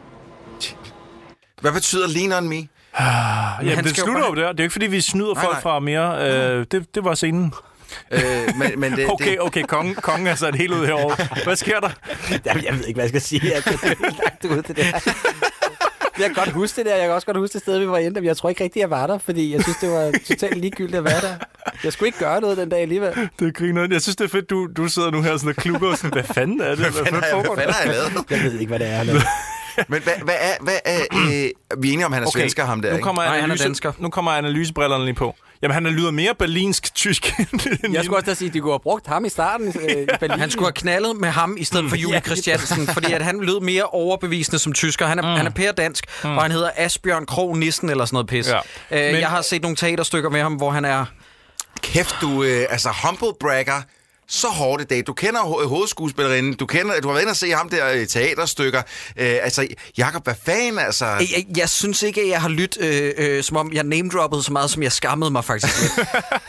Hvad betyder lean on me? Jamen, det slutter jo der. Det er jo ikke, fordi vi snyder folk fra mere. Det var scenen. Men Okay, kongen er sat helt ud herovre. Hvad sker der? Jamen, jeg ved ikke, hvad jeg skal sige. Jeg er helt langt ud til det her. Jeg kan godt huske det der. Jeg kan også godt huske det sted, vi var inde. Men jeg tror ikke rigtig, jeg var der, fordi jeg synes, det var totalt ligegyldigt at være der. Jeg skulle ikke gøre noget den dag alligevel. Det griner. Jeg synes, det er fedt, du sidder nu her sådan og klubber og sådan, hvad fanden er det? Hvad fanden har jeg lavet? Jeg ved ikke, hvad det er. Men hvad er vi er enige om, han er svensker, ham der, ikke? Han er dansker. Nu kommer analysebrillerne lige på. Jamen, han lyder mere berlinsk-tysk. Jeg skulle også da sige, at de kunne have brugt ham i starten i Berlin. Han skulle have knaldet med ham i stedet for Julie Christiansen, fordi at han lød mere overbevisende som tysker. Han er pæredansk, og han hedder Asbjørn Krog Nissen eller sådan noget pis. Ja. Jeg har set nogle teaterstykker med ham, hvor han er... Kæft, du humble bragger. Så hårdt i dag. Du kender hovedskuespillerinden. Du har været inde og se ham der i teaterstykker. Jakob, hvad fanden, altså? Jeg synes ikke, at jeg har lyttet, som om jeg name-droppede så meget, som jeg skammede mig faktisk lidt.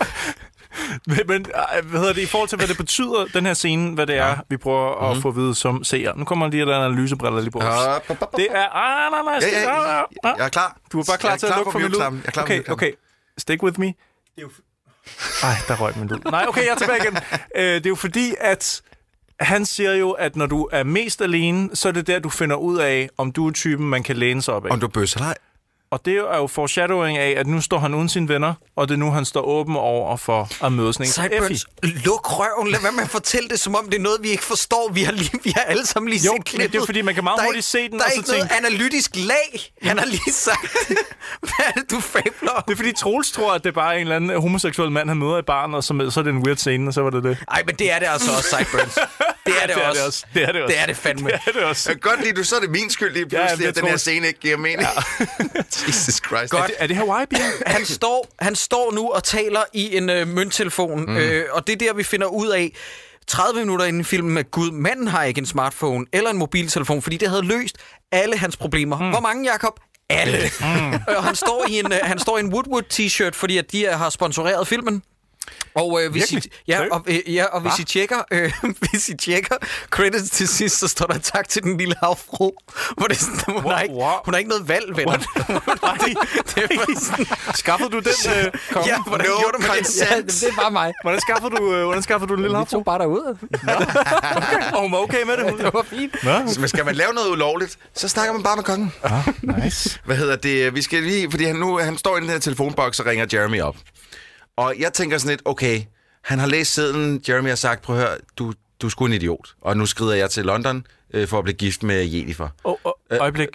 Men hvad hedder det, i forhold til, hvad det betyder, den her scene, hvad det er, vi prøver at få at vide som seer. Nu kommer lige der analysebriller lige på os. Det er... Nej. Jeg er klar. Du er bare klar til at lukke for min lyd? Okay. Stick with me. Det er jo... Ej, der røg min lyd. Nej, okay, jeg er tilbage igen. Det er jo fordi, at han siger jo, at når du er mest alene, så er det der, du finder ud af, om du er typen, man kan læne sig op af. Om du bøsser dig. Og det er jo foreshadowing af, at nu står han uden sine venner, og det er nu, han står åben over for at møde sådan en Sideburns, luk røven. Lad være med at fortælle det, som om det er noget, vi ikke forstår. Vi har alle sammen lige set klippet. Det er fordi, man kan meget hurtigt se den. Der er ikke noget analytisk lag. Han har lige sagt, hvad er det, du fabler? Det er fordi, Troels tror, at det er bare en eller anden homoseksuel mand, han møder i baren, og så er det en weird scene, og så var det det. Ej, men det er det altså også, Sideburns. Det er det også. Det er det også. Det er det fandme. Det er det også. Jeg kan godt lide, så er det min skyld lige pludselig, at den her scene ikke giver mening. Ja. Jesus Christ. Godt. Er det Hawaii-bier? Han står nu og taler i en mønttelefon, og det er der, vi finder ud af 30 minutter inden filmen, at Gud, manden har ikke en smartphone eller en mobiltelefon, fordi det havde løst alle hans problemer. Hvor mange, Jakob? Alle. Og han står i en Woodward t-shirt, fordi at de har sponsoreret filmen. Og hvis I tjekker credits til sidst, så står der tak til den lille havfru. Hvor det sådan, hun har ikke noget valg, venner. Skaffede du den? Ja, hvordan gjorde du med det? Ja, det er bare mig. Hvordan skaffede du den lille havfru? Vi tog bare derud. Og hun var okay med det? Det var fint. Men skal man lave noget ulovligt, så snakker man bare med kongen. Nice. Hvad hedder det? Vi skal lige, fordi han står i den her telefonboks og ringer Jeremy op. Og jeg tænker sådan lidt, okay, han har læst sedlen, Jeremy har sagt, prøv at høre, du er sgu en idiot. Og nu skrider jeg til London for at blive gift med Jennifer. Øjeblik.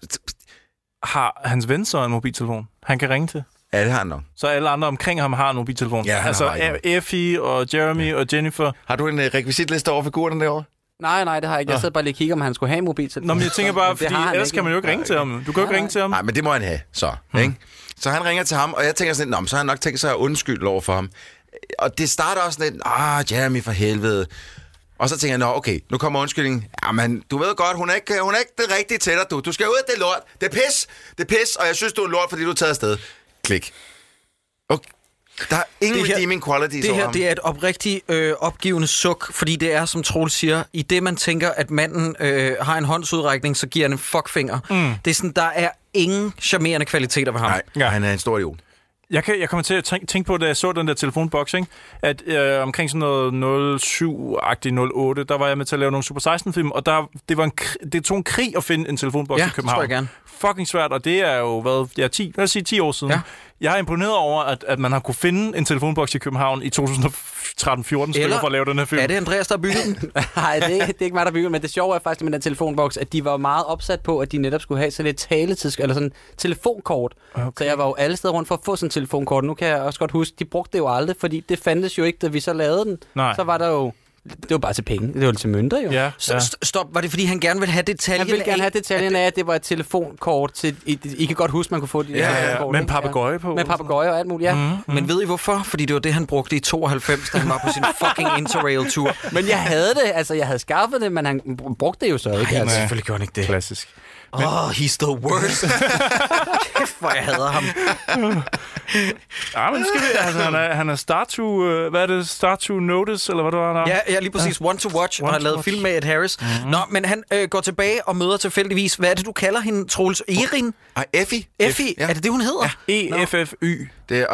Har hans ven så en mobiltelefon, han kan ringe til? Ja, det har han nok. Så alle andre omkring ham har en mobiltelefon? Ja, Effie og Jeremy og Jennifer. Har du en rekvisitliste over figurerne derovre? Nej, det har jeg ikke. Jeg sad bare lige og kigger, om han skulle have en mobiltelefon. Nå, men jeg tænker bare, fordi ellers kan man jo ikke ringe til ham. Du kan jo ikke ringe til ham. Nej, men det må han have, så. Ikke? Så han ringer til ham, og jeg tænker sådan lidt, så har han nok tænkt sig at undskylde over for ham. Og det starter også sådan lidt, Jeremy for helvede. Og så tænker jeg, okay, nu kommer undskyldningen. Jamen, du ved godt, hun er ikke det rigtige til dig, du. Du skal ud af det lort. Det er pis, og jeg synes, du er lort, fordi du er taget afsted. Klik. Okay. Der er ingen redeeming qualities over ham. Det er et oprigtigt opgivende suk, fordi det er, som Troels siger, i det man tænker, at manden har en håndsudrækning, så giver han en fuckfinger. Det er sådan, der er ingen charmerende kvaliteter ved ham. Nej, han er en stor idiot. Jeg kommer til at tænke på, da jeg så den der telefonboks, ikke? At omkring sådan noget 07-agtigt 08, der var jeg med til at lave nogle Super 16-film, og det tog en krig at finde en telefonboks i København. Ja, tror jeg gerne. Fucking svært, og det er jo, 10 år siden. Ja. Jeg er imponeret over, at man har kunne finde en telefonboks i København i 2013-14 stykker for at lave den her film. Er det Andreas, der har bygget den? Nej, det er ikke mig, der bygget den, men det sjove er faktisk med den telefonboks, at de var meget opsat på, at de netop skulle have sådan et taletidsk, eller sådan telefonkort. Okay. Så jeg var jo alle steder rundt for at få sådan et telefonkort. Nu kan jeg også godt huske, de brugte det jo aldrig, fordi det fandtes jo ikke, da vi så lavede den. Nej. Så var der jo... Det var bare til penge. Det var til mønter, jo. Ja. Stop. Var det, fordi han gerne ville have detaljen? Han ville gerne have detaljen af, at det var et telefonkort til... I kan godt huske, man kunne få det telefonkort. Med en papegøje på. Med papegøje og alt muligt, ja. Men ved I hvorfor? Fordi det var det, han brugte i 92, da han var på sin fucking Interrail-tur. Men jeg havde det. Altså, jeg havde skaffet det, men han brugte det jo så ikke. Nej, selvfølgelig gjorde han ikke det. Klassisk. He's the worst. Kæft, hvor jeg hader ham. Ja, men skal vi... Altså, han er start to... hvad er det? Start to notice, eller hvad det var? Ja, Ja, lige præcis. One to Watch, og har lavet film med Ed Harris. Nå, men han går tilbage og møder tilfældigvis, hvad er det, du kalder hende, Troels? Erin? Effie. Effie, er det hun hedder? Ja. EFFY.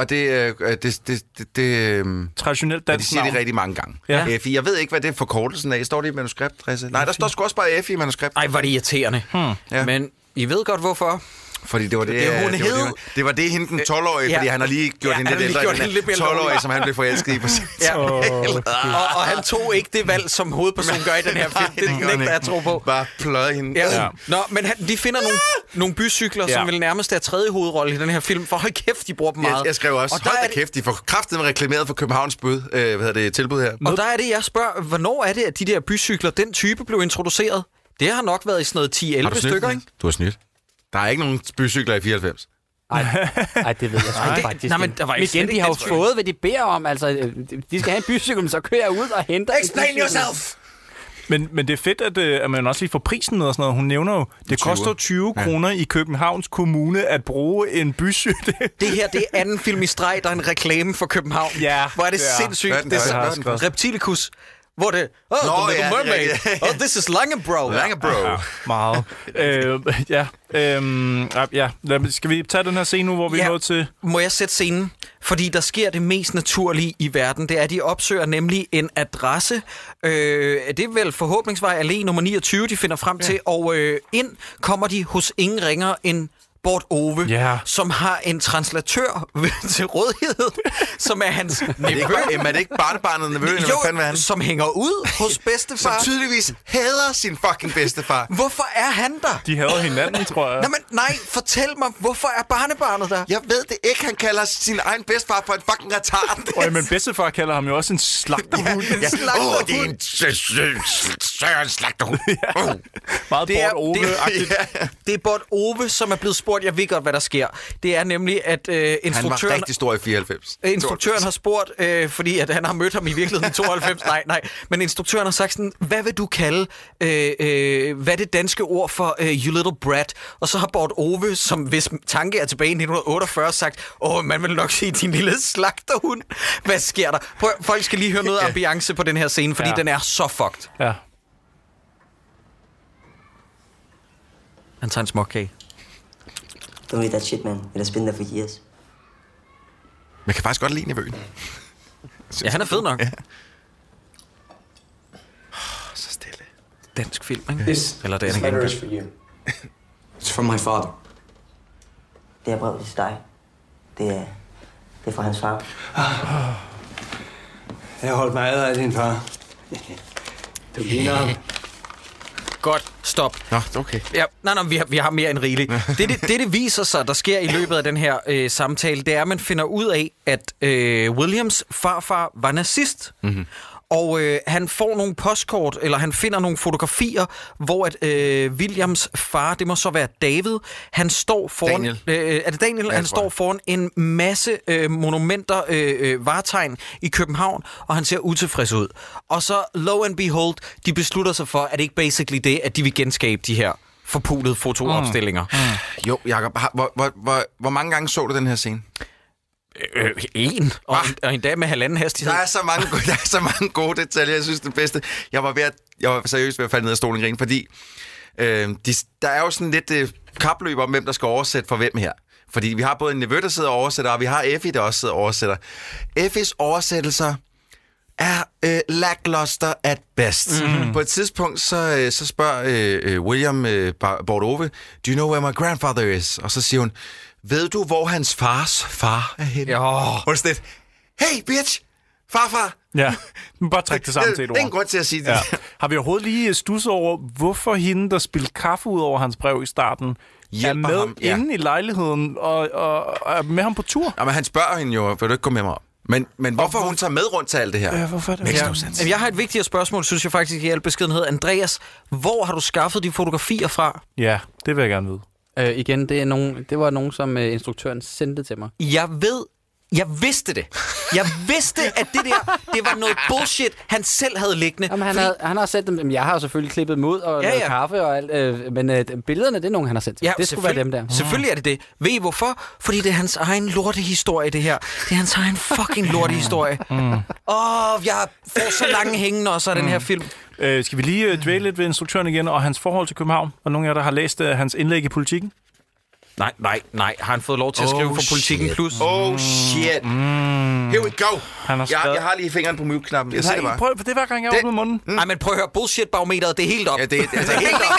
Traditionelt dansk de siger det rigtig mange gange. Ja. Effie. Jeg ved ikke, hvad det er forkortelsen af. Står det i manuskript, Risse? Nej, der står sgu også bare Effie i manuskript. Ej, var det irriterende. Ja. Men I ved godt, hvorfor. Fordi det var det hende den 12-årige, fordi han har lige gjort hende lidt ældre, den 12-årige, som han blev forelsket i på sin og han tog ikke det valg, som hovedpersonen gør i den her film. Det nægter jeg tro på. Bare pløje hende. Ja. Nå, men de finder nogle bysykler, som vil nærmest er tredje hovedrolle i den her film. For hold kæft, de bruger dem meget. Jeg skrev også, hold da kæft, de får kraftigt reklameret for Københavns tilbud her. Og der er det, jeg spørger, hvornår er det, at de der bysykler, den type, blev introduceret? Det har nok været i sådan noget 10-11 stykker, ikke? Du har snydt. Der er ikke nogen bysykler i 94. Ej, det ved jeg faktisk. Nej, men der var ikke igen, de har jo fået, hvad de beder om. Altså, de skal have en bycykel, så kører jeg ud og henter Explain yourself! Men det er fedt, at man også lige får prisen med og sådan noget. Hun nævner jo, det koster 20 kroner i Københavns Kommune at bruge en bycykel. Det her, det er anden film i streg, der er en reklame for København. Ja, hvor er det sindssygt. Det er Reptilicus. Hvor det... The Little Mermaid. This is Langebro. Langebro. Meget. Skal vi tage den her scene nu, hvor vi er nået til... Må jeg sætte scenen? Fordi der sker det mest naturlige i verden. Det er, at de opsøger nemlig en adresse. Det er vel forhåbningsvej Allé nummer 29, de finder frem til. Og ind kommer de hos ingen ringer end Bård Ove, som har en translatør til rådighed, som er hans nevø. Er det ikke barnebarnet nevø, eller hvad fanden er han? Som hænger ud hos bedstefar. Som tydeligvis hader sin fucking bedstefar. Hvorfor er han der? De hader hinanden, tror jeg. Nej, fortæl mig, hvorfor er barnebarnet der? Jeg ved det ikke. Han kalder sin egen bedstefar for en fucking retard. Men bedstefar kalder ham jo også en slagterhund. Det er en slagterhund. Meget Bård Ove-agtigt. Det er Bård Ove, som er blevet spurgt. Jeg ved godt, hvad der sker. Det er nemlig, at instruktøren... Han var rigtig stor i 94. Instruktøren har spurgt, fordi at han har mødt ham i virkeligheden i 92. Nej. Men instruktøren har sagt sådan, hvad vil du kalde, hvad er det danske ord for you little brat? Og så har Bård Ove, som hvis tanke er tilbage i 1948, sagt, man vil nok sige din lille slagterhund. Hvad sker der? Folk skal lige høre noget ambiance på den her scene, fordi den er så fucked. Ja. Han tager en småkage. Don't eat that shit, man. It has been there for years. Man kan faktisk godt lide nevøen. Ja, han er fed nok. Ja. Så stille. Dansk film, ikke? This letter is for you. It's from my father. Det er brevet til dig. Det er fra hans far. Jeg holdt mig ad af din far. Du ligner ham. Godt, stop. Nå, okay. Ja, nej, vi har mere end rigeligt. Det viser sig, der sker i løbet af den her samtale, det er, at man finder ud af, at Williams farfar var nazist. Mm-hmm. Og han får nogle postkort, eller han finder nogle fotografier, hvor at Williams far, det må så være David, han står foran... Daniel. Er det Daniel? Han står foran en masse monumenter, vartegn i København, og han ser utilfreds ud. Og så, lo and behold, de beslutter sig for, at det ikke basically det, at de vil genskabe de her forpulede fotoopstillinger. Jo, Jacob, hvor mange gange så du den her scene? En. Og endda med halvanden hastighed. Der er så mange gode detaljer. Jeg synes, det bedste... Jeg var seriøst ved at falde ned af stolen grin, fordi der er jo sådan lidt kapløb om, hvem der skal oversætte for hvem her. Fordi vi har både en nevø, der sidder og oversætter, og vi har Effie, der også sidder og oversætter. Effies oversættelser er lackluster at best. Mm. På et tidspunkt, så spørger William Bård Ove, do you know where my grandfather is? Og så siger hun, ved du, hvor hans fars far er henne? Og det er hey, bitch! Farfar! Ja, bare træk det sammen til et ord. Det er en grund til at sige det. Ja. Har vi overhovedet lige stusset over, hvorfor hende, der spildte kaffe ud over hans brev i starten, hjælper er med ham, inde i lejligheden og er med ham på tur? Ja, men han spørger hende jo, vil du ikke komme med mig? Men hvorfor hun tager med rundt til alt det her? Ja, hvorfor det? Jeg har et vigtigere spørgsmål, synes jeg faktisk i al beskedenhed. Andreas, hvor har du skaffet de fotografier fra? Ja, det vil jeg gerne vide. Igen, det var nogen, som instruktøren sendte til mig. Jeg ved, Jeg vidste det. Jeg vidste, at det var noget bullshit, han selv havde liggende. Jamen, han har sendt dem. Jeg har jo selvfølgelig klippet dem ud og lavet kaffe og alt. Men billederne, det er nogen, han har sendt til. Det skulle være dem der. Selvfølgelig er det det. Ved I hvorfor? Fordi det er hans egen lortehistorie, det her. Det er hans egen fucking lortehistorie. Jeg får så lange hængende også af den her film. Skal vi lige dvæle lidt ved instruktøren igen og hans forhold til København? Og nogle af jer, der har læst hans indlæg i Politikken? Nej. Har han fået lov til at skrive for Politikken Plus? Shit. Here we go. Jeg har lige fingeren på mute-knappen. Jeg siger det bare. Prøv, for det er hver gang, jeg åbner munden. Nej, men prøv at høre. Bullshit-barometeret, det er helt op. Ja, det er helt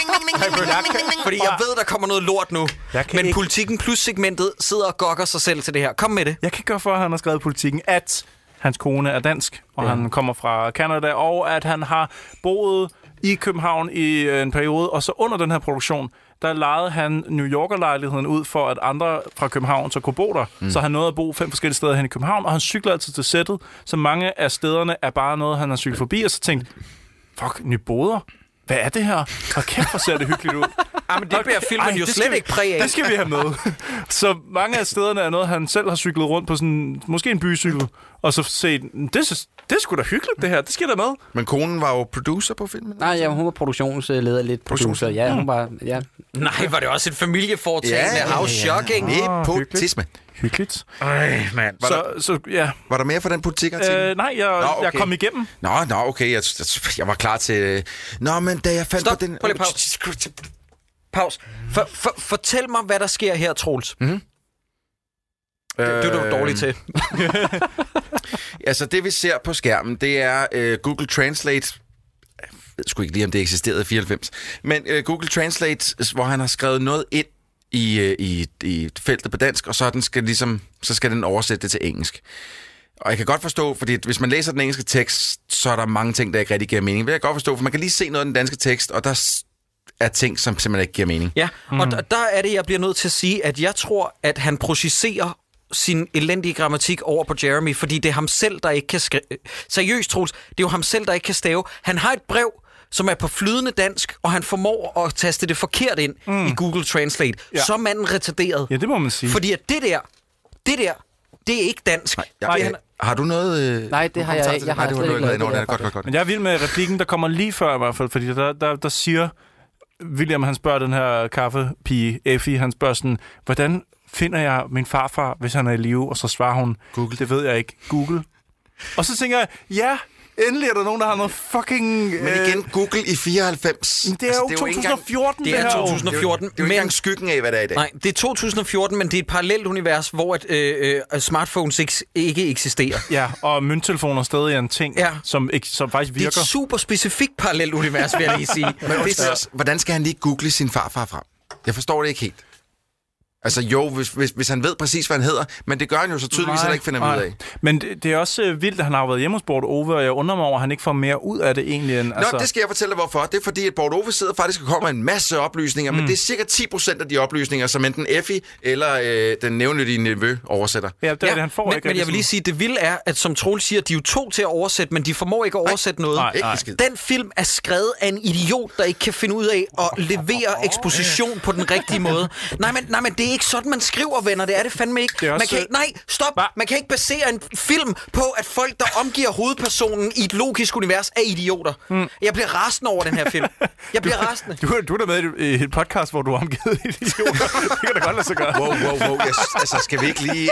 op. Fordi jeg ved, der kommer noget lort nu. Men Politikken Plus-segmentet sidder og gokker sig selv til det her. Kom med det. Jeg kan gøre for, at han har skrevet Politikken, at hans kone er dansk, og han kommer fra Canada, og at han har boet i København i en periode, og så under den her produktion, der lejede han New Yorker-lejligheden ud for, at andre fra København så kunne bo der. Så han nåede at bo 5 forskellige steder hen i København, og han cykler altid til sættet, så mange af stederne er bare noget, han har cyklet forbi, og så tænkte, fuck, Nyboder? Hvad er det her? Og kæft, hvor ser det hyggeligt ud. Men det bliver filmen jo slet ikke præg af. Det skal vi have med. Så mange af stederne er noget, han selv har cyklet rundt på sådan, måske en bycykel, og så set, det er sgu da hyggeligt, det her. Det skal der med. Men konen var jo producer på filmen? Nej, hun var produktionsleder, lidt producer. Ja, hun var... Ja. Nej, var det også et familieforetagende? How shocking. Nepotisme. Hyggeligt. Man. Ja. Var der mere for den politikartikel? Nej, jeg kom igennem. Nå, okay. Jeg var klar til... Nå, men da jeg fandt på den... Pause. Fortæl mig, hvad der sker her, Troels. Det er du dårlig til. Altså, det vi ser på skærmen, det er Google Translate. Jeg ved sgu ikke lige, om det eksisterede i 94. Men Google Translate, hvor han har skrevet noget ind i feltet på dansk, og så skal den oversætte det til engelsk. Og jeg kan godt forstå, fordi hvis man læser den engelske tekst, så er der mange ting, der ikke rigtig giver mening. Det kan jeg godt forstå, for man kan lige se noget af den danske tekst, og der er ting, som simpelthen ikke giver mening. Ja, og der er det, jeg bliver nødt til at sige, at jeg tror, at han projicerer sin elendige grammatik over på Jeremy, fordi det er ham selv, der ikke kan skrive. Seriøst, Troels, det er jo ham selv, der ikke kan stave. Han har et brev, som er på flydende dansk, og han formår at taste det forkert ind i Google Translate. Ja. Så er manden retarderet. Ja, det må man sige. Fordi at det der, det er ikke dansk. Har du noget... Nej, det har jeg ikke. Jeg har slet ikke noget. Godt. Men jeg er vild med replikken, der kommer lige før i hvert fald, fordi der siger William, han spørger den her kaffepige, Effie, han spørger sådan, hvordan finder jeg min farfar, hvis han er i live? Og så svarer hun, Google. Det ved jeg ikke. Google. Og så tænker jeg, ja, endelig er der nogen, der har noget fucking... Men igen, Google i 94. Men det er jo 2014, det er 2014. Det er jo ikke engang skyggen af, hvad der er i dag. Nej, det er 2014, men det er et parallelt univers, hvor smartphones ikke eksisterer. Ja, og mønttelefoner stadig er en ting, som faktisk virker. Det er et super specifikt parallelt univers, vil jeg lige sige. Men hvordan skal han lige google sin farfar frem? Jeg forstår det ikke helt. Altså jo, hvis han ved præcis, hvad han hedder, men det gør han jo så tydeligvis, at han ikke finder ud af. Men det er også vildt, at han har været hjemme hos Bort Ove, og jeg undrer mig over, at han ikke får mere ud af det egentlig. End, Nå, det skal jeg fortælle dig, hvorfor. Det er fordi, at Bort Ove sidder faktisk og kommer med en masse oplysninger, men det er cirka 10% af de oplysninger, som enten Effie eller den nævnlige nevø oversætter. Ja, det er det, han får ikke. Men jeg vil lige sige, det vilde er, at som Troels siger, de er jo 2 til at oversætte, men de formår ikke at oversætte noget. Nej. Den film er skrevet af en idiot, der ikke kan finde ud af at levere eksposition på den rigtige måde. Nej, men det er ikke sådan, man skriver, venner. Det er det fandme ikke. Man kan ikke stop! Man kan ikke basere en film på, at folk, der omgiver hovedpersonen i et logisk univers, er idioter. Jeg bliver rasende over den her film. Jeg bliver rasende. Du er der med i et podcast, hvor du er omgivet idioter. Det kan da godt lade sig gøre. Wow. Altså, skal vi ikke lige...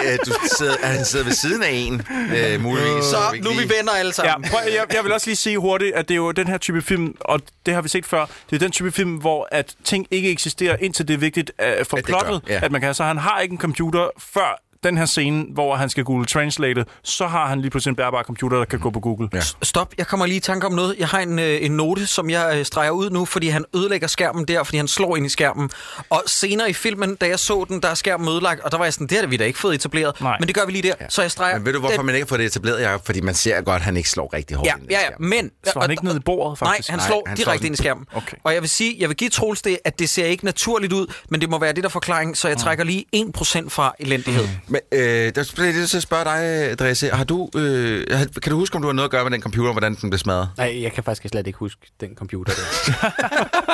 han sidder ved siden af en, muligvis. Så nu er vi venner alle sammen. Ja, jeg vil også lige sige hurtigt, at det er jo den her type film, og det har vi set før, det er den type film, hvor at ting ikke eksisterer, indtil det er vigtigt for plottet, at man kan. Så han har ikke en computer før den her scene, hvor han skal Google Translate, så har han lige pludselig en bærbar computer, der kan gå på Google. Ja. Stop, jeg kommer lige i tanke om noget. Jeg har en note, som jeg streger ud nu, fordi han ødelægger skærmen der, fordi han slår ind i skærmen. Og senere i filmen, da jeg så den, der er skærmen ødelagt, og der var jeg sådan, det har vi da ikke fået etableret. Nej. Men det gør vi lige der, så jeg streger... Men ved du, hvorfor man ikke har fået det etableret, Jacob? Fordi man ser godt, at han ikke slår rigtig hårdt ind i skærmen. Men... Slår han ikke ned i bordet, faktisk? Nej, han slår direkte ind i skærmen. Okay. Og jeg vil sige, jeg vil give Troels det, at det ser ikke naturligt ud, men det må være det der forklaring, så jeg trækker lige 1% fra elendighed. Men der bliver jeg til at spørge dig, Dresse. Kan du huske, om du har noget at gøre med den computer, hvordan den blev smadret? Nej, jeg kan faktisk slet ikke huske den computer der.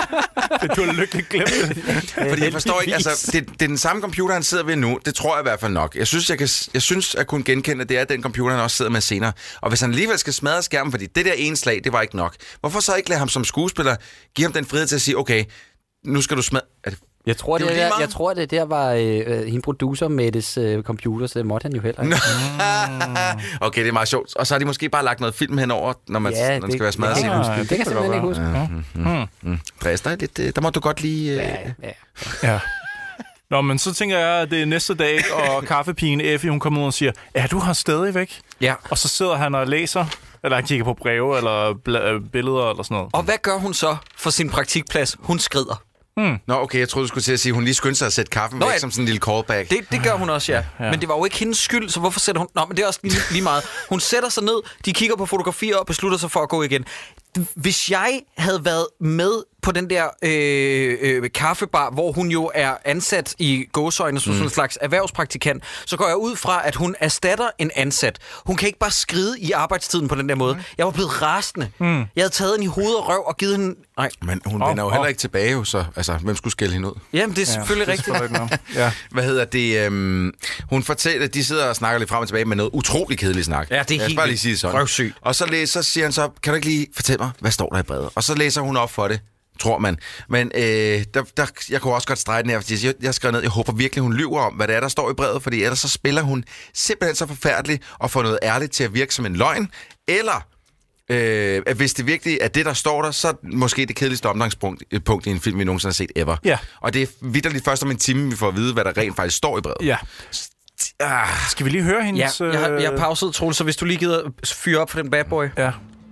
Du har lykkeligt glemt det. Fordi jeg forstår ikke, altså, det er den samme computer, han sidder ved nu. Det tror jeg i hvert fald nok. Jeg synes, at kunne genkende, at det er den computer, han også sidder med senere. Og hvis han alligevel skal smadre skærmen, fordi det der ene slag, det var ikke nok. Hvorfor så ikke lade ham som skuespiller give ham den frihed til at sige, okay, nu skal du smadre... Jeg tror, det der var hende producer Mettes computer, så det måtte han jo heller ikke. Okay, det er meget sjovt. Og så har de måske bare lagt noget film henover, når man skal være smadret. Det kan jeg simpelthen ikke huske. Andreas, der må du godt lige... Ja. Nå, men så tænker jeg, at det er næste dag, og kaffepigen Effie, hun kommer ud og siger, er du her stadigvæk? Ja. Og så sidder han og læser, eller han kigger på breve, eller billeder, eller sådan noget. Og hvad gør hun så for sin praktikplads? Hun skrider. Nå, okay, jeg troede, du skulle til at sige, at hun lige skyndte sig at sætte kaffen væk som sådan en lille callback. Det gør hun også, ja. Men det var jo ikke hendes skyld, så hvorfor sætter hun... Nå, men det er også lige meget. Hun sætter sig ned, de kigger på fotografier og beslutter sig for at gå igen. Hvis jeg havde været med på den der kaffebar, hvor hun jo er ansat i gåseøjne som sådan en slags erhvervspraktikant, så går jeg ud fra, at hun erstatter en ansat. Hun kan ikke bare skride i arbejdstiden på den der måde. Jeg var blevet rasende. Jeg havde taget hende i hoved og røv og givet hende... Nej. Men hun vender jo heller ikke tilbage, jo, så altså, hvem skulle skælde hende ud? Jamen, det er selvfølgelig rigtigt. Ja. Hvad hedder det? Hun fortæller, at de sidder og snakker lidt frem og tilbage med noget utroligt kedeligt snak. Ja, det er helt bare lige sige sådan. Røvsyg. Og så siger han så, kan du ikke lige fortælle mig, hvad står der i brevet? Og så læser hun op for det, tror man. Men jeg kunne også godt strege den her, fordi jeg skrev ned, jeg håber virkelig, hun lyver om, hvad det er, der står i brevet, fordi ellers så spiller hun simpelthen så forfærdeligt og får noget ærligt til at virke som en løgn. Eller, hvis det virkelig er det, der står der, så måske det kedeligste omdrejningspunkt i en film, vi nogensinde har set ever. Ja. Og det er vitterligt først om en time, vi får at vide, hvad der rent faktisk står i brevet. Ja. Skal vi lige høre hendes... Ja, jeg har pauset, Troels, så hvis du lige gider fyre op for den bad boy. Ja.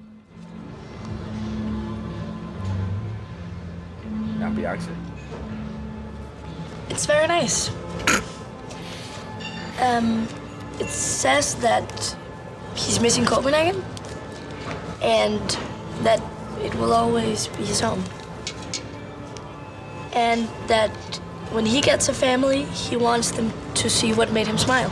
It's very nice. It says that he's missing Copenhagen, and that it will always be his home. And that when he gets a family, he wants them to see what made him smile.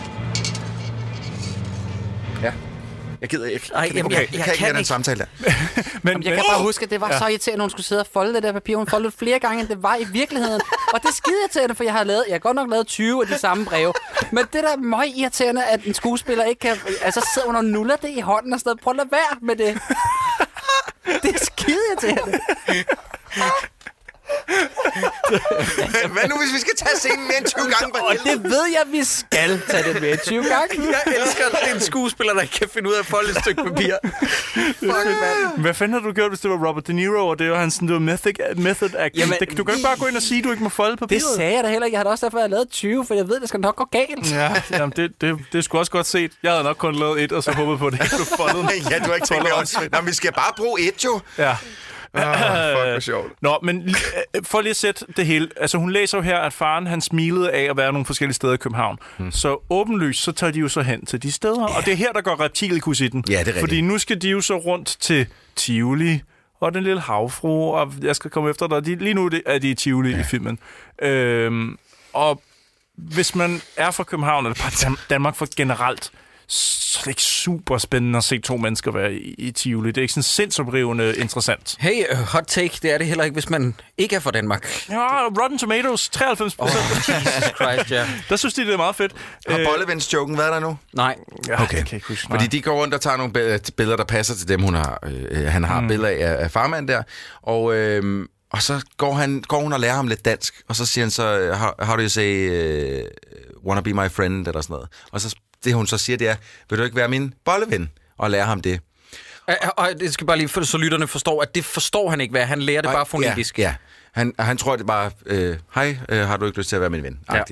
Ja. Jeg gider ikke. Jeg kan ikke den samtale der. Men jeg kan bare huske, at det var så irriterende, at hun skulle sidde og folde det der papir. Hun foldede flere gange, end det var i virkeligheden. Og det er skide irriterende, for jeg har godt nok lavet 20 af de samme breve. Men det der er meget irriterende, at en skuespiller ikke kan... Altså sidder hun og nuller det i hånden og sådan noget. Prøv at lade være med det. Det er skide irriterende. Hvad nu, hvis vi skal tage scenen mere end 20 gange? Og det ved jeg, vi skal tage det mere end 20 gange. Jeg elsker, at det er en skuespiller, der ikke kan finde ud af at folde et stykke papir. Hvad fanden har du gjort, hvis det var Robert De Niro, og det var hans method acting? Jamen, du kan ikke bare gå ind og sige, at du ikke må folde papiret. Det sagde jeg da heller ikke. Jeg har da også derfor, jeg lavet 20, for jeg ved, det skal nok gå galt. Ja, jamen, det er sgu også godt set. Jeg havde nok kun lavet et, og så håbet på det. Du foldede. Ja, du har ikke tænkt også. Nå, vi skal bare bruge et, jo. Ja. Fuck, hvor sjovt. Nå, men for lige at sætte det hele. Altså, hun læser jo her, at faren, han smilede af at være nogle forskellige steder i København. Så åbenlyst, så tager de jo så hen til de steder. Og det er her, der går reptilkus i den. Ja, det er rigtigt. Fordi nu skal de jo så rundt til Tivoli og den lille havfru, og jeg skal komme efter dig. Lige nu er de i Tivoli i filmen. Og hvis man er fra København, eller bare Danmark for generelt, så er det ikke super spændende at se to mennesker være i Tivoli. Det er ikke sådan sindsoprivende interessant. Hey, hot take, det er det heller ikke, hvis man ikke er fra Danmark. Ja, Rotten Tomatoes, 93%. Jesus Christ, ja. Der synes de, det er meget fedt. Har Bollevens-joken været der nu? Nej. Ja, okay. Det kan ikke huske. Fordi de går rundt og tager nogle billeder, der passer til dem, han har billeder af farmand der. Og så går hun og lærer ham lidt dansk, og så siger han så, how do you say, wanna be my friend, eller sådan noget. Og så det, hun så siger, det er, vil du ikke være min bolleven? Og lære ham det. Og det skal bare lige, så lytterne forstår, at det forstår han ikke, hvad han lærer det bare fonetisk. Ja. Han tror, det er bare, hej, har du ikke lyst til at være min ven? Ja.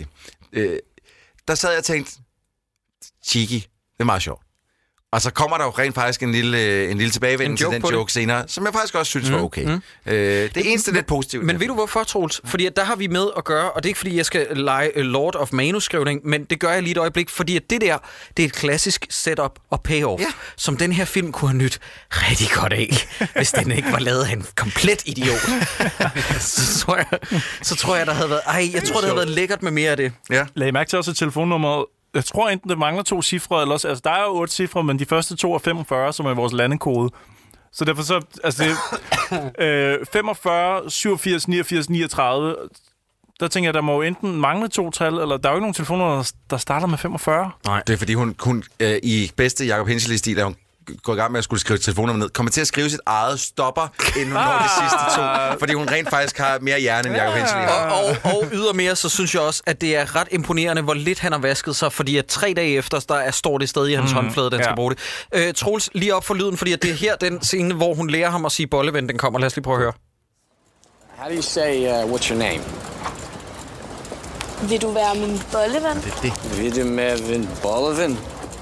Der sad jeg og tænkte, cheeky, det er meget sjovt. Og så kommer der jo rent faktisk en lille tilbagevending til den joke senere, som jeg faktisk også synes var okay. Det eneste lidt positivt. Men ved du hvorfor, Troels? Fordi at der har vi med at gøre, og det er ikke fordi, jeg skal lege Lord of manuskrivning, men det gør jeg lige et øjeblik, fordi at det er et klassisk setup og payoff, som den her film kunne have nyt rigtig godt af, hvis den ikke var lavet af en komplet idiot. så tror jeg, der havde været... jeg tror, det havde været lækkert med mere af det. Ja. Lag I mærke til også telefonnummeret. Jeg tror enten, det mangler 2 cifre, eller også... Altså, der er jo 8 cifre, men de første 2 er 45, som er vores landekode. Så derfor så... Altså, 45, 87, 89, 39... Der tænker jeg, der må jo enten mangle 2 tal, eller der er jo ikke nogen telefoner, der starter med 45. Nej. Det er fordi, hun i bedste Jacob Henschel-stil, da hun går i gang med at skulle skrive telefonnummer ned, kommer til at skrive sit eget stopper, inden hun når de sidste 2. Fordi hun rent faktisk har mere hjerne end Jacob Henschel. Og ydermere, så synes jeg også, at det er ret imponerende, hvor lidt han har vasket sig, fordi at 3 dage efter, står det stadig i hans håndflade, den skal bruge det. Troels, lige op for lyden, fordi at det er her den scene, hvor hun lærer ham at sige bolleven, den kommer. Lad os lige prøve at høre. How do you say, what's your name? Vil du være min bolleven? Vil du med min bolleven?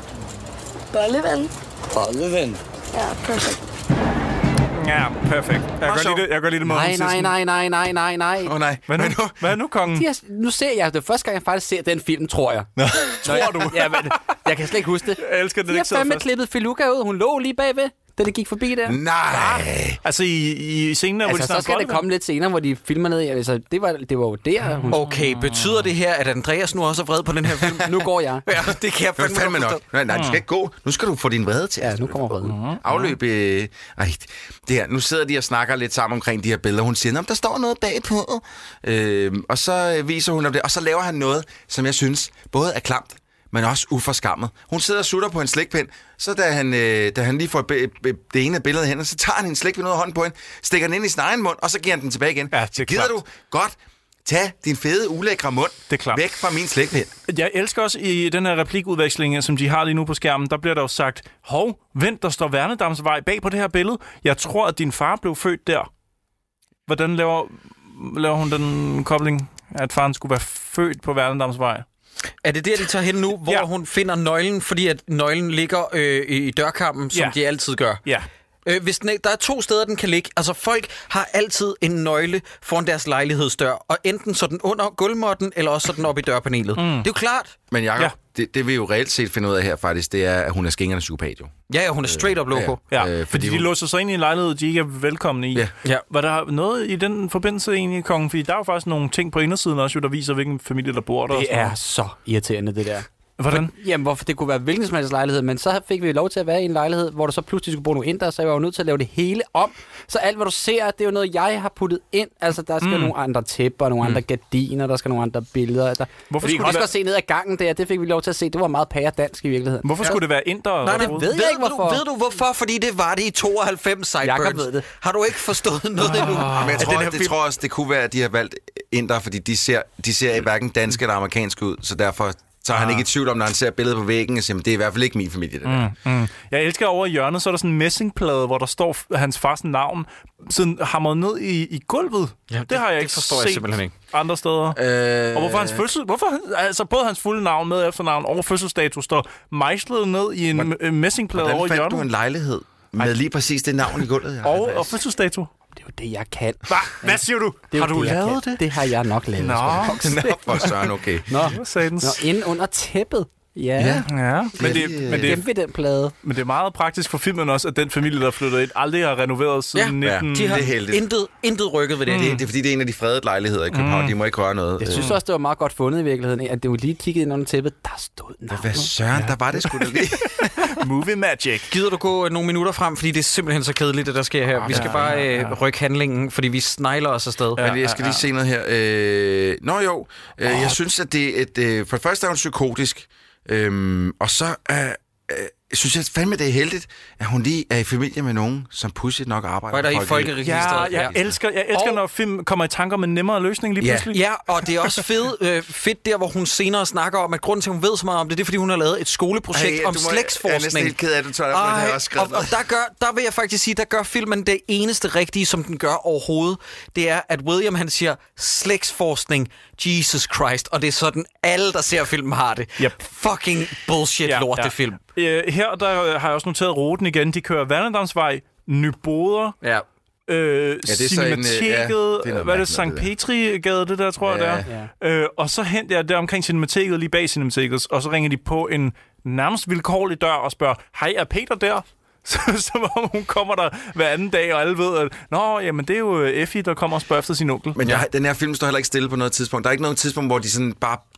Bolleven? Bolleven? Ja, perfekt. Ja, perfekt. Jeg gør lige det med Nej. Åh nej. Hvad er nu, kongen? Nu ser jeg, det er første gang, jeg faktisk ser den film, tror jeg. Tror du? Ja, men jeg kan slet ikke huske det. Jeg elsker det, de har fandme klippet Feluca ud. Hun lå lige bagved, da det gik forbi der. Nej! Altså i scenen, hvor de så skal det komme lidt senere, hvor de filmer ned. Altså, det var jo der. Hun... Okay, betyder det her, at Andreas nu også er vred på den her film? Nu går jeg. Ja, det kan jeg fandme nok. Nej, du skal ikke gå. Nu skal du få din vrede til. Ja, nu kommer vreden. Afløb. Det her. Nu sidder de og snakker lidt sammen omkring de her billeder. Hun siger, der står noget bagpå. Og så viser hun om det. Og så laver han noget, som jeg synes både er klamt, men også uforskammet. Hun sidder og sutter på en slikpind, så da han lige får det ene billede hen, så tager han en slikpind ud af hånden på hende, stikker den ind i sin egen mund, og så giver han den tilbage igen. Ja, så gider du godt tage din fede, ulækre mund væk fra min slikpind. Jeg elsker også i den her replikudveksling, som de har lige nu på skærmen, der bliver der jo sagt, hov, vent, der står Værnedamsvej bag på det her billede. Jeg tror, at din far blev født der. Hvordan laver hun den kobling, at faren skulle være født på Værnedamsvej? Er det der, de tager hen nu, hvor hun finder nøglen, fordi at nøglen ligger i dørkampen, som de altid gør? Ja. Hvis der er 2 steder, den kan ligge. Altså, folk har altid en nøgle foran deres lejlighedsdør, og enten så den under gulvmåtten, eller også så den op i dørpanelet. Det er jo klart. Men Jacob, det vi jo reelt set finder ud af her faktisk, det er, at hun er skingerne psykopat jo. Ja, hun er straight up loco. Ja, fordi de låser sig ind i en lejlighed, de ikke er velkomne i. Ja. Var der noget i den forbindelse egentlig, kongen? Fordi der er jo faktisk nogle ting på indersiden også, der viser, hvilken familie, der bor der. Det er så irriterende, det der. Hvordan? Jamen, hvorfor det kunne være hvilken som helst lejlighed, men så fik vi lov til at være i en lejlighed, hvor der så pludselig skulle bo nogle indre, så jeg var jo nødt til at lave det hele om. Så alt, hvad du ser, det er jo noget, jeg har puttet ind. Altså, der skal nogle andre tæpper, nogle andre gardiner, der skal nogle andre billeder. Hvorfor vi kan også godt se ned ad gangen der, det fik vi lov til at se. Det var meget pæredansk i virkeligheden. Hvorfor skulle det være indre? Nej, det ved jeg ikke, hvorfor. Ved du hvorfor? Fordi det var det i 92, Sideburns. Jakob ved det. Har du ikke forstået noget endnu? Men jeg tror også, det kunne være, at de har valgt indre, fordi de ser hverken danske eller amerikanske ud, så derfor... Så er han ikke i tvivl om, når han ser billedet på væggen, og siger, det er i hvert fald ikke min familie, det der. Jeg elsker over i hjørnet, så er der sådan en messingplade, hvor der står hans fars navn, sådan hamret ned i gulvet. Ja, det har jeg ikke forstår jeg simpelthen ikke. Andre steder. Og hvorfor hans altså både hans fulde navn med efternavn og fødselsdato står mejslet ned i en messingplade over i hjørnet. Hvordan fandt du en lejlighed med lige præcis det navn i gulvet? Og fødselsdato. Det er jo det, jeg kan. Hvad siger du? Har du lavet det? Det har jeg nok lavet. Nå, for søren, okay. Nå, inde under tæppet. Ja. Men det gemte vi den plade. Men det er meget praktisk for filmen også, at den familie, der flytter ind, aldrig har renoveret siden 19... De har intet rykket ved det. Det er fordi, det er en af de fredede lejligheder i København. De må ikke røre noget. Jeg synes også, det var meget godt fundet i virkeligheden, at det var lige kigget ind under tæppet. Der stod navnet. Hvad søren, der var det sgu da lige. Movie magic. Gider du gå nogle minutter frem, fordi det er simpelthen så kedeligt, det der sker her. Vi skal bare rykke handlingen, fordi vi snegler os afsted. Men jeg skal lige se noget her. Jeg synes, at det for det første er hun psykotisk. Og så synes jeg fandme, det er heldigt, at hun lige er i familie med nogen, som pudsigt nok arbejder i folkeregisteret. Jeg elsker, når film kommer i tanker med nemmere løsning lige pludselig. Ja, og det er også fedt der, hvor hun senere snakker om, at grunden til, at hun ved så meget om det, det er, fordi hun har lavet et skoleprojekt om slægtsforskning. Jeg er næsten helt ked af, at du tager op med det her også skrevet. Og der vil jeg faktisk sige, der gør filmen det eneste rigtige, som den gør overhovedet. Det er, at William, han siger, slægtsforskning, Jesus Christ, og det er sådan, alle, der ser filmen, har det. Yep. Fucking bullshit lorte film. Her der har jeg også noteret ruten igen. De kører Værnedamsvej, Nyboder, Cinemateket, hvad er det, Sankt Petri-gade, det der, tror jeg, det er. Og så henter jeg der omkring Cinemateket, lige bag Cinemateket, og så ringer de på en nærmest vilkårlig dør og spørger, hej, er Peter der? Som om hun kommer der hver anden dag, og alle ved, at jamen, det er jo Effie, der kommer og spørger efter sin onkel. Men den her film står heller ikke stille på noget tidspunkt. Der er ikke noget tidspunkt, hvor de sådan bare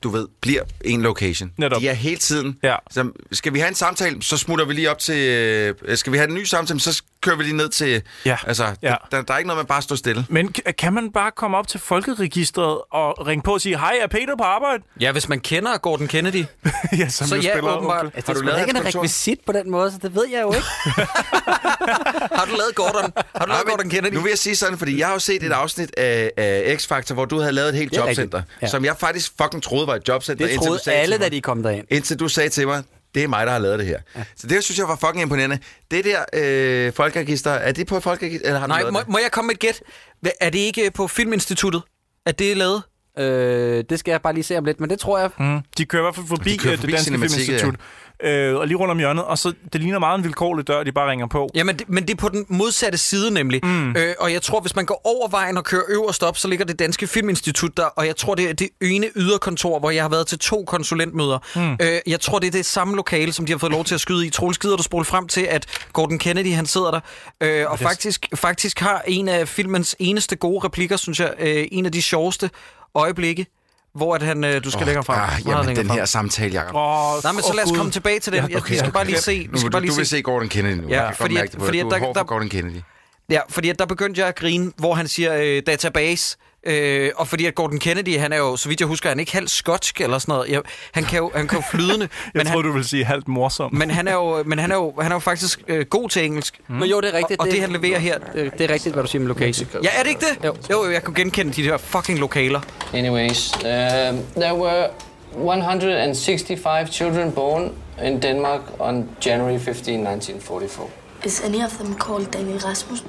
du ved, bliver en location. Netop. De er hele tiden. Ja. Så skal vi have en samtale, så smutter vi lige op til... skal vi have en ny samtale, så kører vi lige ned til... Ja. Altså, ja. Der er ikke noget med bare at stå stille. Men kan man bare komme op til folkeregistret og ringe på og sige, hej, er Peter på arbejde? Ja, hvis man kender Gordon Kennedy. Ja, så ja, åbenbart. Altså, har du lavet ikke en rekvisit på den måde, så det ved jeg jo ikke. Har du lavet Gordon Kennedy? Nu vil jeg sige sådan, fordi jeg har jo set et afsnit af X-Factor, hvor du havde lavet et helt jobcenter, som jeg faktisk fucking troede var et jobcenter. Det troede alle, da de kom derind. Indtil du sagde til mig, det er mig, der har lavet det her. Ja. Så det synes jeg var fucking imponerende. Det der folkeregister, er det på folkeregister? Eller har du lavet det? Må jeg komme med et gæt? Er det ikke på Filminstituttet, at det er lavet? Det skal jeg bare lige se om lidt, men det tror jeg. De kører i hvert fald forbi det Danske Filminstitut. Og lige rundt om hjørnet, og så det ligner meget en vilkårlig dør, de bare ringer på. Ja, men det er på den modsatte side nemlig. Og jeg tror, hvis man går over vejen og kører øverst op, så ligger det Danske Filminstitut der, og jeg tror, det er det ene yderkontor, hvor jeg har været til 2 konsulentmøder. Jeg tror, det er det samme lokale, som de har fået lov til at skyde i. Troels, gider du spole frem til, at Gordon Kennedy, han sidder der, og faktisk har en af filmens eneste gode replikker, synes jeg, en af de sjoveste øjeblikke, hvor at han, du skal længere frem. Jamen, den her samtale, Jacob. Nej, men så lad os komme tilbage til det. Vi skal bare lige se. Du vil se Gordon Kennedy nu. Ja, jeg kan godt mærke det på dig. Du er hård for Gordon Kennedy. Ja, fordi at der begyndte jeg at grine, hvor han siger database. Og fordi at Gordon Kennedy, han er jo, så vidt jeg husker, han er ikke halvt skotsk eller sådan noget. Han kan jo flydende. Jeg tror du vil sige halvt morsom. Men han er jo faktisk god til engelsk. Men jo, det er rigtigt. Og det han leverer her, det er rigtigt, hvad du siger med location. Ja, er det ikke det? Jo, jeg kunne genkende de der fucking lokaler. Anyways, there were 165 children born in Denmark on January 15, 1944. Is any of them called Daniel Rasmussen?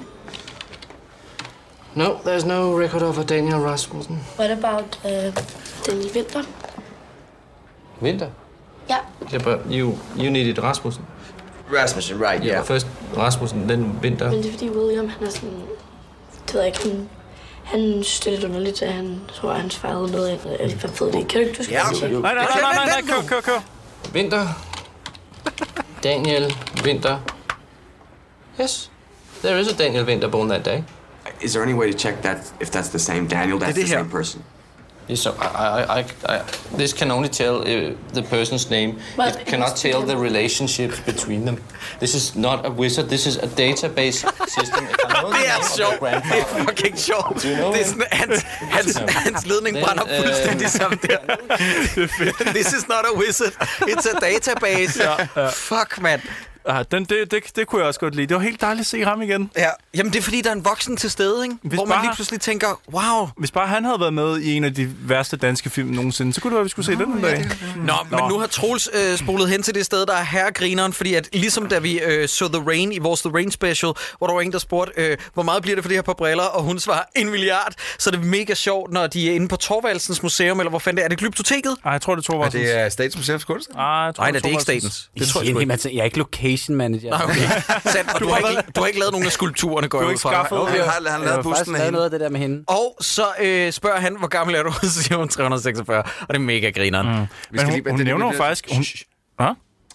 No, there's no record of a Daniel Rasmussen. What about Daniel Winter? Winter? Yeah. Yeah, but you needed Rasmussen. Rasmussen, right, yeah. First Rasmussen, then Winter. Men det er fordi William, han er sådan... Det ved jeg ikke, han synes det er lidt underligt, at han tror, at hans far havde noget ind. Jeg ved det ikke. Kan du ikke huske det? Nej, kør. Winter. Daniel Winter. Yes, there is a Daniel Winter born that day. Is there any way to check that if that's the same Daniel? That's the same person. Yes, so I this can only tell the person's name. But it cannot tell the relationships between them. This is not a wizard. This is a database system. Det er sjovt. Det er fucking sjovt. Det er sådan, hans ledning brænder fuldstændig sammen der. This is not a wizard. It's a database. Fuck, man. Det kunne jeg også godt lide. Det var helt dejligt at se ham igen. Ja, jamen det er fordi, der er en voksen til stede, ikke? Hvor man lige pludselig tænker, wow. Hvis bare han havde været med i en af de værste danske film nogensinde, så kunne det være, at vi skulle se den en dag. Nå, men nu har Troels spolet hen til det sted, der er herregrineren, fordi at ligesom da vi så The Rain i vores The Rain special, hvor der var en, der spurgte, hvor meget bliver det for det her par briller, og hun svarer 1 milliard, så det er mega sjovt, når de er inde på Thorvaldsens Museum, eller hvor fanden det er. Er det Glyptoteket? Nej, jeg tror, det er Thorvaldsens. Er det Statens Museums Kunst? Nej, det er ikke statens. Det tror jeg er ikke location manager. Nej, okay. Og du har ikke lavet nogen af skulpturerne, går jeg ud fra. Han har lavet busten med noget af det der med hende. Og så spørger han, hvor gammel er du? Så siger hun 346, og det er mega grineren. Men hun nævner jo faktisk... I'm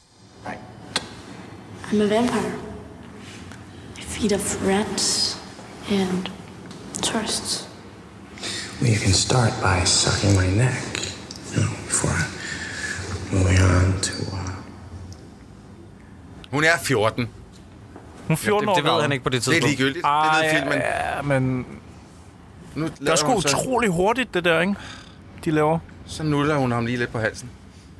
a vampire. I feed off rats and tourists. Well, you can start by sucking my neck, before moving on to... Hun er 14. Hun er 14 år. Det ved han ikke på det tidspunkt. Det er ligegyldigt. Det ved filmen. Ja, men... Der er sgu utrolig hurtigt, det der, ikke? De laver. Så nuller hun ham lige lidt på halsen.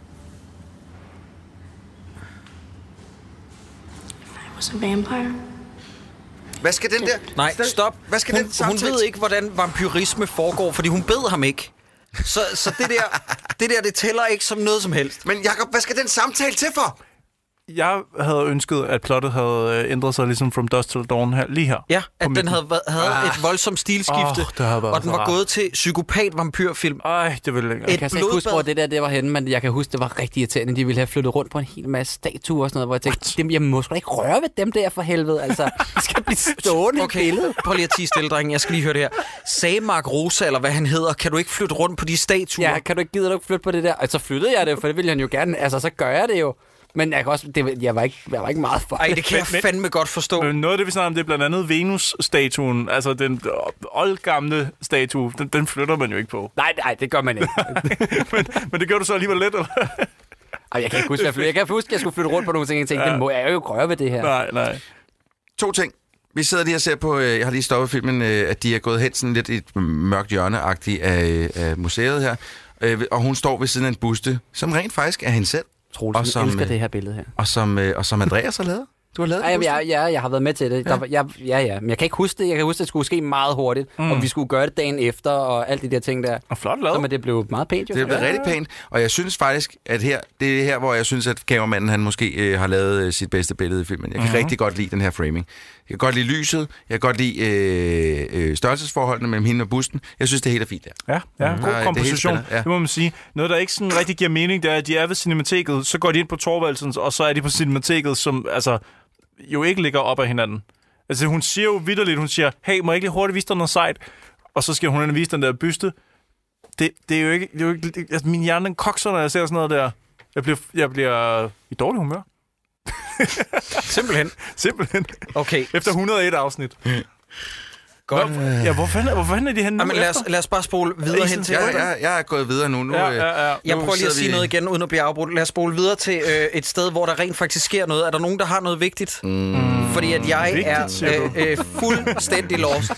I was a vampire. Hvad skal den der... Nej, stop. Hvad skal den hun ved ikke, hvordan vampyrisme foregår, fordi hun bed ham ikke. Så det tæller ikke som noget som helst. Men Jacob, hvad skal den samtale til for? Jeg havde ønsket, at plottet havde ændret sig ligesom From Dusk Till Dawn her, lige her. Ja, at den havde et voldsomt stilskifte, og den var gået til psykopat-vampyrfilm. Det ville ikke. Jeg kan ikke huske, hvor det var henne, men jeg kan huske, det var rigtig irriterende. De ville have flyttet rundt på en hel masse statuer og sådan noget, hvor jeg tænkte, jeg må sgu ikke røre ved dem der for helvede. Altså, de skal blive stående i billedet. Prøv lige at tige stille, drenge. Jeg skal lige høre det her. Sagde Mark Rosa, eller hvad han hedder, kan du ikke flytte rundt på de statuer? Ja, gider du ikke flytte på det der? Altså, flyttede jeg det, for det ville han jo gerne. Altså, så gør jeg det jo. Men jeg var ikke meget for. Ej, det kan jeg fandme godt forstå. Men noget af det, vi snakker om, det er blandt andet Venus-statuen. Altså den oldgamle statue, den flytter man jo ikke på. Nej, det gør man ikke. men det gør du så alligevel lidt, eller? Ej, jeg kan ikke huske, jeg skulle flytte rundt på nogle ting. Jeg tænkte, det må jeg jo ikke røre ved det her. Nej. 2 ting. Vi sidder lige og ser på, jeg har lige stoppet filmen, at de er gået hen sådan lidt i et mørkt hjørne-agtigt af museet her. Og hun står ved siden af en buste, som rent faktisk er hende selv. Troels, jeg elsker det her billede her. Og som Andreas har lavet. Du har lavet det? Jeg har været med til det. Ja. Men jeg kan ikke huske det. Jeg kan huske, at det skulle ske meget hurtigt. Og vi skulle gøre det dagen efter, og alt de der ting der. Og flot lavet. Så det blev meget pænt. Det blev rigtig pænt. Og jeg synes faktisk, at det er her, hvor jeg synes, at kameramanden han måske har lavet sit bedste billede i filmen. Jeg kan rigtig godt lide den her framing. Jeg kan godt lide lyset. Jeg kan godt lide størrelsesforholdene mellem hende og busten. Jeg synes, det er helt fint der. Ja, god komposition. Det må man sige. Noget, der ikke sådan rigtig giver mening, det er, at de er ved Cinemateket, så går de ind på Thorvaldsens, og så er de på Cinemateket, som jo ikke ligger op af hinanden. Altså, hun siger jo vitterligt, hun siger, hey, må jeg ikke lige hurtigt vise dig noget sejt? Og så skal hun vise den der byste. Det er jo ikke altså, min hjerne, den kokser, når jeg ser sådan noget der. Jeg bliver i dårlig humør. Simpelthen. Okay. Efter 101 afsnit. Godt. Ja, hvor fanden er de henne nu? Lad os bare spole videre hen til. Jeg er gået videre nu. Jeg prøver lige at sige noget igen, uden at blive afbrudt. Lad os spole videre til et sted, hvor der rent faktisk sker noget. Er der nogen, der har noget vigtigt? Fordi at jeg er fuldstændig lost.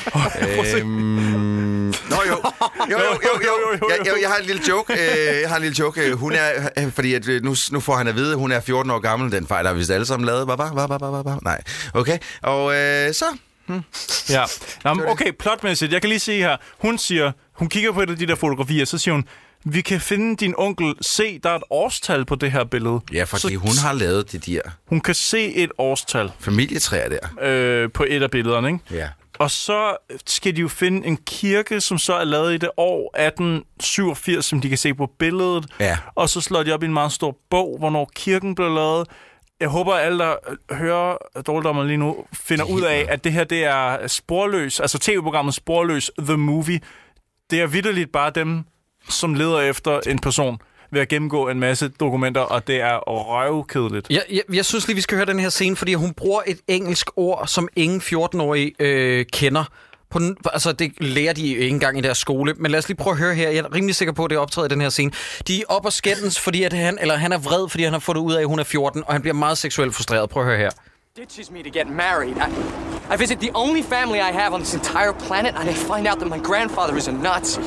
Jeg har en lille joke. Hun er, fordi at nu får han at vide, at hun er 14 år gammel. Den fejl har vi vist alle sammen lavet. Nej. Okay. Og så... Ja. Okay, plotmæssigt. Jeg kan lige se her. Hun kigger på et af de der fotografier, så siger hun, vi kan finde din onkel. Se, der er et årstal på det her billede. Ja, fordi hun har lavet det der. Hun kan se et årstal. Familietræer der. På et af billederne, ikke? Ja. Og så skal de jo finde en kirke, som så er lavet i det år 1887, som de kan se på billedet. Ja. Og så slår de op i en meget stor bog, hvornår kirken blev lavet. Jeg håber, at alle, der hører Dårligdommerne lige nu, finder ud af, at det her, det er Sporløs, altså tv-programmet Sporløs, The Movie. Det er vitterligt bare dem, som leder efter en person ved at gennemgå en masse dokumenter, og det er røvkedeligt. Jeg synes lige, vi skal høre den her scene, fordi hun bruger et engelsk ord, som ingen 14-årige kender. Altså, det lærer de ikke engang i deres skole. Men lad os lige prøve at høre her. Jeg er rimelig sikker på, at det er optaget i den her scene. De er op og skændens, fordi at han er vred, fordi han har fundet ud af, at hun er 14, og han bliver meget seksuelt frustreret. Prøv at høre her. Ditches me to get married. I visit the only family I have on this entire planet, and I find out that my grandfather is a Nazi.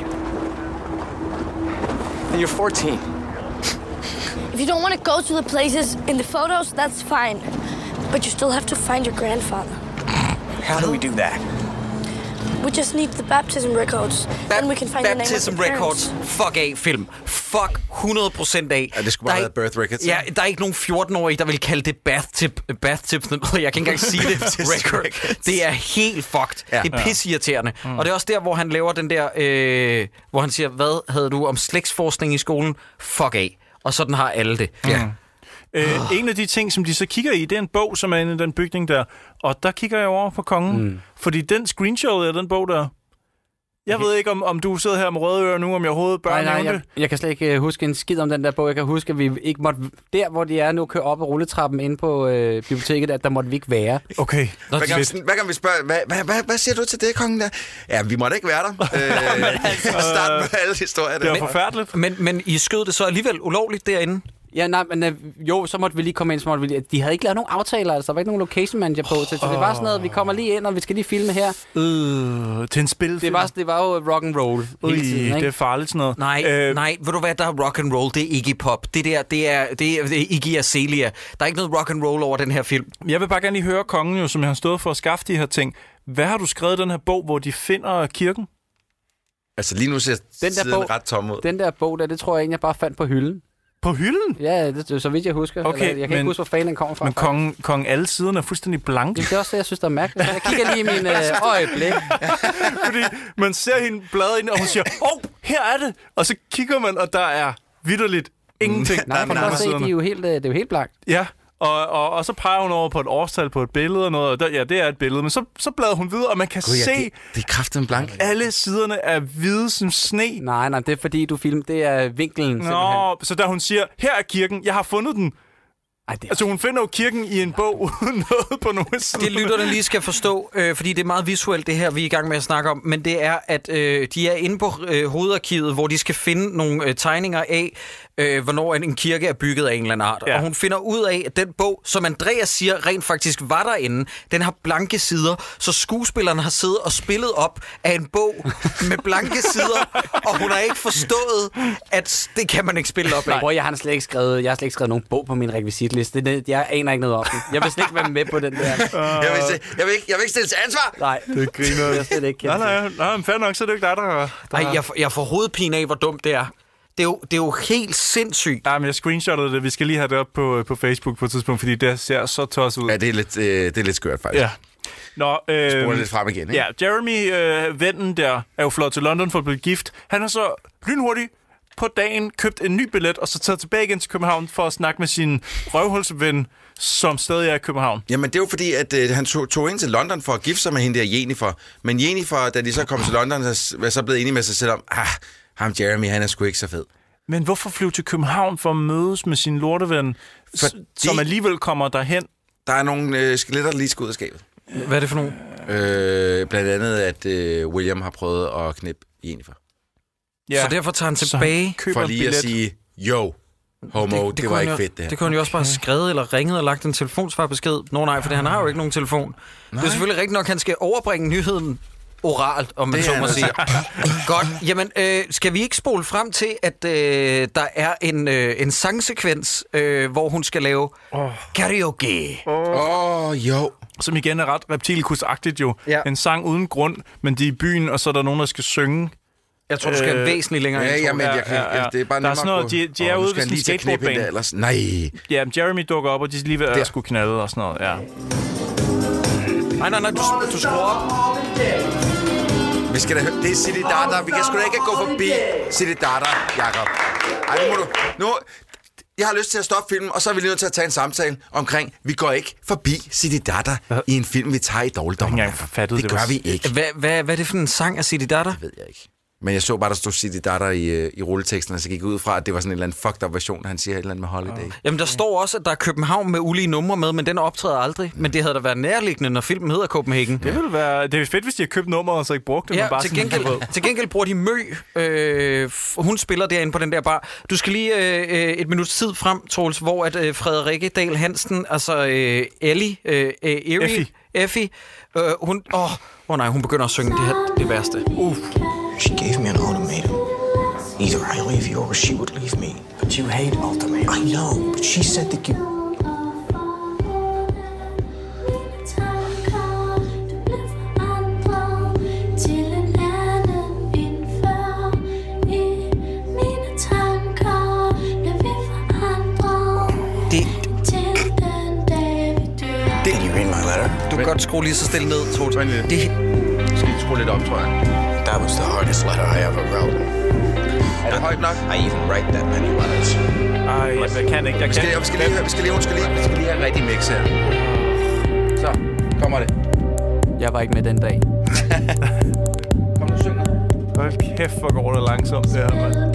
And you're 14. If you don't want to go to the places in the photos, that's fine. But you still have to find your grandfather. How do we do that? We just need the baptism records. Then we can find the name of the Baptism records. Fuck af, film. Fuck 100% af. Ja, det skulle bare være birth records. Ja, der er ikke nogen 14-årige, der vil kalde det bathtip. Jeg kan ikke engang sige det. Record. Det er helt fucked. Ja. Det er pisseirriterende. Og det er også der, hvor han laver den der, hvor han siger, hvad havde du om slægtsforskning i skolen? Fuck af. Og sådan har alle det. Ja. En af de ting, som de så kigger i, det er en bog, som er inde i den bygning der. Og der kigger jeg over på kongen. Fordi den screenshot af den bog der... Jeg ved ikke, om du sidder her med røde ører nu, om jeg overhovedet bør nævne det. Jeg kan slet ikke huske en skid om den der bog. Jeg kan huske, at vi ikke måtte... Der, hvor de er nu, køre op ad rulletrappen inde på biblioteket, at der måtte vi ikke være. Okay. Hvad kan vi spørge? Hvad siger du til det, kongen der? Ja, vi måtte ikke være der. Start med alle historier. Det var forfærdeligt. Men I skød det så alligevel ulovligt derinde? Ja, nej, men jo, så måtte vi lige komme ind, de havde ikke lavet nogen aftaler, altså der var ikke nogen location manager på, så det var sådan noget, vi kommer lige ind, og vi skal lige filme her. Til en spilfilm. Det var jo rock and roll hele tiden, ikke? Det er farligt sådan noget. Nej, ved du hvad, der er rock and roll, det er Iggy Pop. Det er Iggy Azalea. Der er ikke noget rock and roll over den her film. Jeg vil bare gerne lige høre kongen jo, som jeg har stået for at skaffe de her ting. Hvad har du skrevet i den her bog, hvor de finder kirken? Altså lige nu ser siden ret tom ud. Den der bog der, det tror jeg egentlig, jeg bare fandt på hylden. På hylden? Ja, det så vidt jeg husker. Okay, jeg kan ikke huske, hvor fanden den kommer fra. Men kongen alle siderne er fuldstændig blanke. Det er også det, jeg synes, der er mærkeligt. Jeg kigger lige i min øjeblik. Fordi man ser hende bladre ind, og hun siger, her er det! Og så kigger man, og der er vitterligt ingenting. Nej, for at se, det er jo helt blankt. Ja. Og så peger hun over på et årstal på et billede og noget, og det er et billede, men så bladrer hun videre, og man kan se... Det er kraften blank. Alle siderne er hvide som sne. Nej, det er fordi, du filmer, det er vinklen simpelthen. Så da hun siger, her er kirken, jeg har fundet den, Altså, hun finder jo kirken i en bog uden noget på nogen side. Det lytterne lige skal forstå, fordi det er meget visuelt, det her, vi er i gang med at snakke om, men det er, at de er inde på hovedarkivet, hvor de skal finde nogle tegninger af, hvornår en kirke er bygget af en eller anden art. Ja. Og hun finder ud af, at den bog, som Andreas siger, rent faktisk var derinde, den har blanke sider, så skuespilleren har siddet og spillet op af en bog med blanke sider, og hun har ikke forstået, at det kan man ikke spille op af. Jeg har slet ikke skrevet nogen bog på min rekvisitliste. Jeg aner ikke noget om den. Jeg vil slet ikke være med på den der. Jeg vil ikke stille til ansvar. Nej, det griner jeg slet ikke. Nej, men fair nok, så er det ikke dig, der... Ej, jeg får hovedpine af, hvor dumt det er. Det er jo helt sindssygt. Ja, men jeg screenshottede det. Vi skal lige have det op på Facebook på et tidspunkt, fordi det ser så tosset ud. Ja, det er lidt skørt, faktisk. Ja. Nå, spoler lidt frem igen, ikke? Ja, Jeremy, vennen der, er jo flot til London for at blive gift. Han har så lynhurtigt på dagen købt en ny billet, og så taget tilbage igen til København for at snakke med sin røvhulsven, som stadig er i København. Jamen, det er jo fordi, at han tog ind til London for at gifte sig med hende der Jennifer. Men Jennifer, da de så kom til London, var så blevet enige med sig selv om, ham Jeremy, han er sgu ikke så fed. Men hvorfor flyve til København for at mødes med sin lorteven, som alligevel kommer derhen? Der er nogle skeletter, der lige skal ud af skabet. Hvad er det for nogle? Blandt andet, at William har prøvet at knippe Jennifer. Ja. Så derfor tager han tilbage. For lige at sige, jo, homo, det var ikke fedt det her. Det kunne han jo også bare have skrevet eller ringet og lagt en telefonsvarbesked. Nej, for han har jo ikke nogen telefon. Nej. Det er selvfølgelig rigtigt nok, at han skal overbringe nyheden oralt, om man så må sige. Godt. Jamen, skal vi ikke spole frem til, at der er en sangsekvens, hvor hun skal lave karaoke? Jo. Som igen er ret reptilikus-agtigt jo. Ja. En sang uden grund, men de er i byen, og så er der nogen, der skal synge. Jeg tror, du skal en væsentligt længere intro. Ja, men det er bare der er sådan noget, de er ude ved sådan en skateboardbane. Nej. Ja, Jeremy dukker op, og de er lige ved at skulle knalde og sådan noget, ja. Nej, du skruer op. Vi skal da høre, det er Siddhartha. Vi kan sgu da ikke gå forbi Siddhartha, Jacob. Ej, nu jeg har lyst til at stoppe filmen, og så er vi lige nødt til at tage en samtale omkring, vi går ikke forbi Siddhartha i en film, vi tager i dårligdom. Det gør vi ikke. Hvad er det for en sang af Siddhartha? Det ved jeg ikke. Men jeg så bare, der stod Siddhartha i rulleteksten, og så gik ud fra, at det var sådan en eller anden fucked up version, han siger et eller andet med Holiday. Jamen, der står også, at der er København med ulige numre med, men den optræder aldrig. Men det havde da været nærliggende, når filmen hedder Copenhagen. Det ville være... Det er fedt, hvis de har købt nummeret, og så ikke brugt det. Ja, bare til gengæld bruger de Mø. Hun spiller derinde på den der bar. Du skal lige et minuts tid frem, Troels, hvor at Frederikke Dahl Hansen, altså Effie, hun... nej, hun begynder at synge det værste. She gave me an ultimatum. Either I leave you or she would leave me. But you hate ultimatums. I know, but she said that you... Did you read my letter? Du kan godt skrue lige så stille ned, Troels. Det skal lige skrue lidt op, tror jeg. That was the hardest letter I ever wrote. Er det højt nok? I even write that many letters. Ej, jeg kan ikke. Vi skal lige have rigtig mix her. Så, kommer det. Jeg var ikke med den dag. Kom nu, syng. Hold kæft, hvor går det langsomt, det her, mand.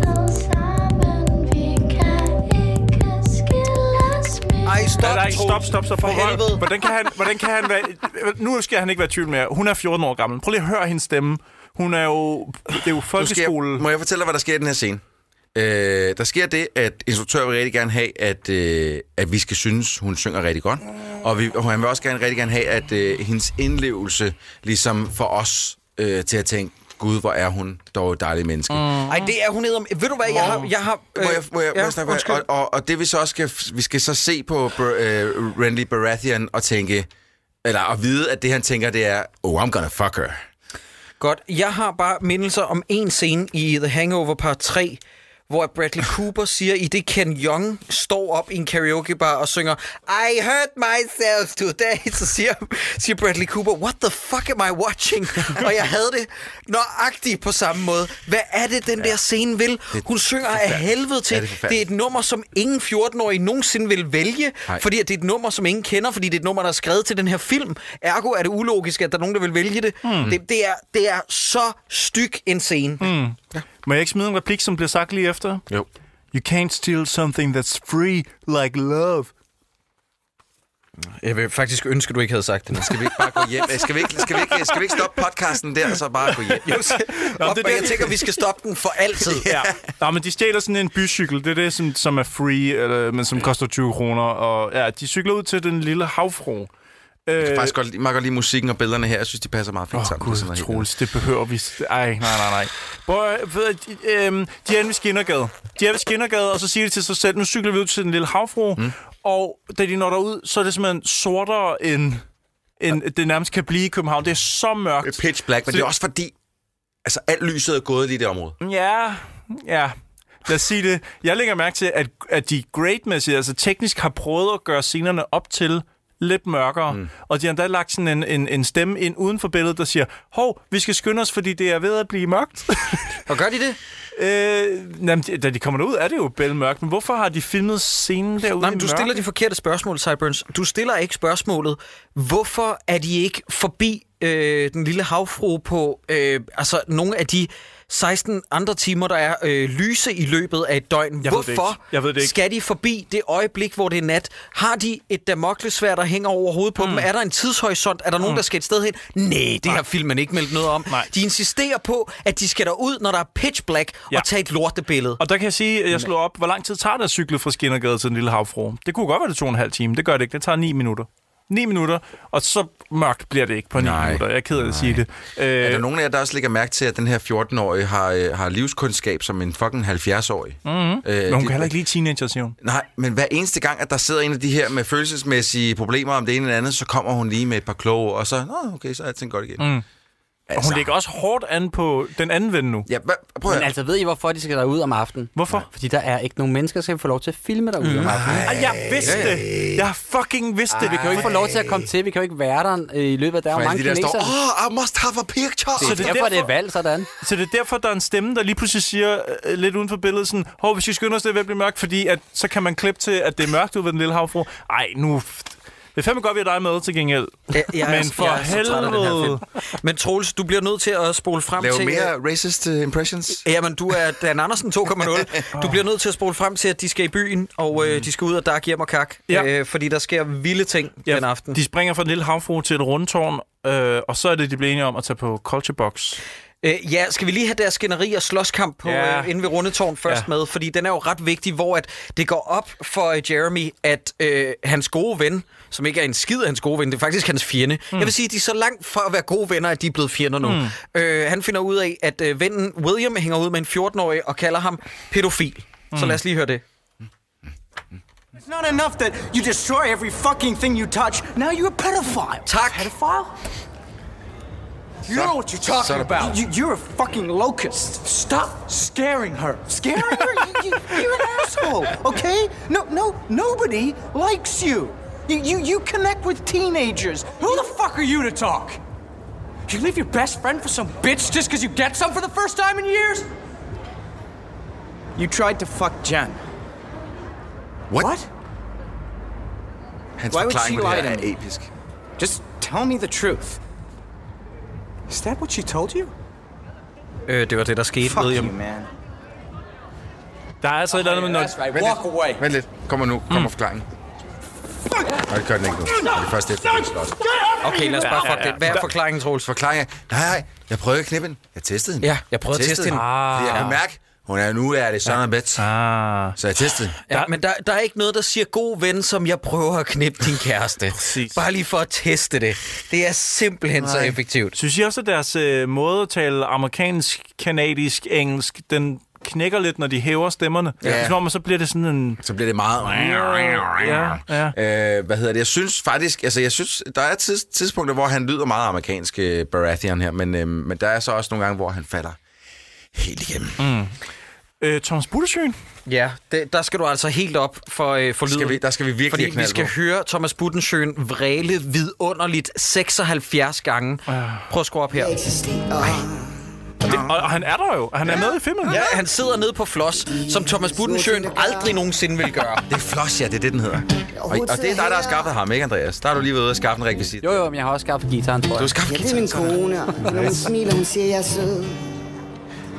Ej, stop. Hvordan kan han være... Nu skal han ikke være i tvivl mere. Hun er 14 år gammel. Prøv lige at høre hendes stemme. Hun er jo... Det er jo folkeskole... Må jeg fortælle dig, hvad der sker i den her scene? Der sker det, at instruktøren vil rigtig gerne have, at vi skal synes, hun synger rigtig godt. Og han vil også rigtig gerne have, at hendes indlevelse ligesom får os til at tænke, Gud, hvor er hun dog et dejligt menneske. Ej, det er hun ned om... Ved du hvad, jeg har... Må jeg snakke? Og det vi så også vi skal så se på Renly Baratheon og tænke... Eller at vide, at det han tænker, det er... Oh, I'm gonna fuck her. Godt. Jeg har bare mindelser om en scene i The Hangover Part 3, hvor Bradley Cooper siger, i det Ken Jeong står op i en karaokebar og synger I hurt myself today, så siger Bradley Cooper, what the fuck am I watching? Og jeg havde det nøjagtigt på samme måde. Hvad er det, den der scene vil? Hun synger af helvede til. Det er et nummer, som ingen 14-årige nogensinde vil vælge, fordi det er et nummer, som ingen kender, fordi det er et nummer, der er skrevet til den her film. Ergo er det ulogisk, at der er nogen, der vil vælge det. Det er så styg en scene. Ja. Må jeg ikke smide en replik, som bliver sagt lige efter? Jo. You can't steal something that's free like love. Jeg vil faktisk ønske, du ikke havde sagt det. Skal vi ikke bare gå hjem? Skal vi ikke stoppe podcasten der, og så bare gå hjem? Jeg tænker, vi skal stoppe den for altid. Ja. Nå, men de stjæler sådan en bycykel. Det er det, som er free, men som koster 20 kroner. Og ja, de cykler ud til den lille havfru. Jeg kan faktisk godt lide musikken og billederne her. Jeg synes, de passer meget fint sammen. Gud, Troels, det behøver vi... Nej. De er ved Skinnergade. Og så siger de til sig selv, nu cykler vi ud til den lille havfru. Og da de når derud, så er det simpelthen sortere end det nærmest kan blive i København. Det er så mørkt. Pitch black, men det er også fordi, altså alt lyset er gået lige i det område. Ja. Lad os sige det. Jeg lægger mærke til, at de grade-mæssigt, altså teknisk har prøvet at gøre scenerne op til lidt mørkere. Og de har endda lagt sådan en stemme ind uden for billedet, der siger, hov, vi skal skynde os, fordi det er ved at blive mørkt. Og gør de det? Da de kommer derud, er det jo bælmørkt. Men hvorfor har de filmet scenen derude? Nej, men du stiller de forkerte spørgsmål, Sideburns. Du stiller ikke spørgsmålet, hvorfor er de ikke forbi den lille havfru på altså nogle af de 16 andre timer, der er lyse i løbet af et døgn. Hvorfor skal de forbi det øjeblik, hvor det er nat? Har de et damoklesværd, der hænger over hovedet på dem? Er der en tidshorisont? Er der nogen, der skal et sted hen? Nej, det har filmen ikke meldt noget om. Nej. De insisterer på, at de skal derud, når der er pitch black, og tage et lortebillede. Og der kan jeg sige, at jeg slår op, hvor lang tid tager det at cykle fra Skinnergade til den lille havfru? Det kunne godt være det 2,5 timer. Det gør det ikke. Det tager 9 minutter. 9 minutter, og så mørkt bliver det ikke på 9 minutter. Jeg er ked af at sige det. Er der nogen af jer, der også lægger mærke til, at den her 14-årige har livskundskab som en fucking 70-årig? Men hun kan heller ikke lide teenager, siger hun. Nej, men hver eneste gang, at der sidder en af de her med følelsesmæssige problemer om det ene eller andet, så kommer hun lige med et par kloge, og så, okay, så er alting godt igen. Og hun lægger også hårdt an på den anden ven nu. Ja, prøv at... Men altså, ved I, hvorfor de skal derud om aftenen? Hvorfor? Fordi der er ikke nogen mennesker, der skal få lov til at filme derude om aftenen. Jeg vidste det! Jeg fucking vidste det! Vi kan jo ikke få lov til at komme til. Vi kan jo ikke være der i løbet af der er mange kinesere. I must have a picture! Det er derfor, det er valgt sådan. Så det er derfor, der er en stemme, der lige pludselig siger lidt uden for billedet sådan, vi skal skynde os, det er ved at blive mørkt, fordi at, så kan man klippe til, at det er mørkt ude ved den lille havfru. Ej, nu... Det er fandme godt, vi har dig med til gengæld. Men for helvede. Men Troels, du bliver nødt til at spole frem til... Lave mere racist impressions. Jamen, du er Dan Andersen 2,0. Du bliver nødt til at spole frem til, at de skal i byen, og de skal ud og dark hjem og kak. Fordi der sker vilde ting den aften. De springer fra den lille havfru til et rundtårn, og så er det, de bliver enige om at tage på Culture Box. Skal vi lige have deres skænderi og slåskamp på inde ved Rundetårn først med, fordi den er jo ret vigtig, hvor at det går op for Jeremy, at hans gode ven, som ikke er en skid af hans gode ven, det er faktisk hans fjende. Jeg vil sige, at de er så langt fra at være gode venner, at de er blevet fjender nu. Han finder ud af, at vennen William hænger ud med en 14-årig og kalder ham pædofil. Så lad os lige høre det. It's not enough that you destroy every fucking thing you touch. Now you're a pedophile. Tak. Pedophile? You know what you're talking about. You're a fucking locust. Stop scaring her. Scaring her? You're an asshole, okay? Nobody likes you. You connect with teenagers. Who the fuck are you to talk? You leave your best friend for some bitch just because you get some for the first time in years? You tried to fuck Jen. What? Why would she lie to me? Episk. Just tell me the truth. Is that what she told you? Det var det, der skete, William. Fuck you, man. Der er altså et eller andet med noget... Walk away. Vent lidt. Kommer forklaringen. Nej, det gør den ikke nu. Det er først efter, vi slås. Okay, lad os bare fuck det. Hvad er forklaringen, Troels? Forklaringen er, nej, jeg prøvede at knippe hende. Jeg testede hende. Ja, jeg prøvede at teste hende. Fordi jeg kan mærke, nu er det sådan en bet. Så jeg testede. Ja, men der er ikke noget, der siger god ven, som jeg prøver at knippe din kæreste. Bare lige for at teste det. Det er simpelthen så effektivt. Synes I også, at deres måde at tale amerikansk, kanadisk, engelsk, den knækker lidt, når de hæver stemmerne? Så bliver det sådan en... Så bliver det meget... Hvad hedder det? Jeg synes faktisk... Altså, der er tidspunkter, hvor han lyder meget amerikansk, Baratheon her, men der er så også nogle gange, hvor han falder helt igennem. Thomas Buttersøen? Ja, der skal du altså helt op for lyden. Der skal vi virkelig fordi vi skal høre Thomas Buttersøen vræle vidunderligt 76 gange. Prøv at skrue op her. Og han er der jo. Han er med i filmen. Ja, han sidder nede på Floss, som Thomas Buttersøen aldrig nogensinde vil gøre. Det er Floss, ja, det er det, den hedder. Og det er dig, der har skaffet ham, ikke, Andreas? Der har du lige været ude og skaffe en rekvisit. Jo, men jeg har også skaffet gitaren, tror jeg. Du har skaffet gitaren? Det er min kone, og når hun smiler, hun siger, jeg er sød.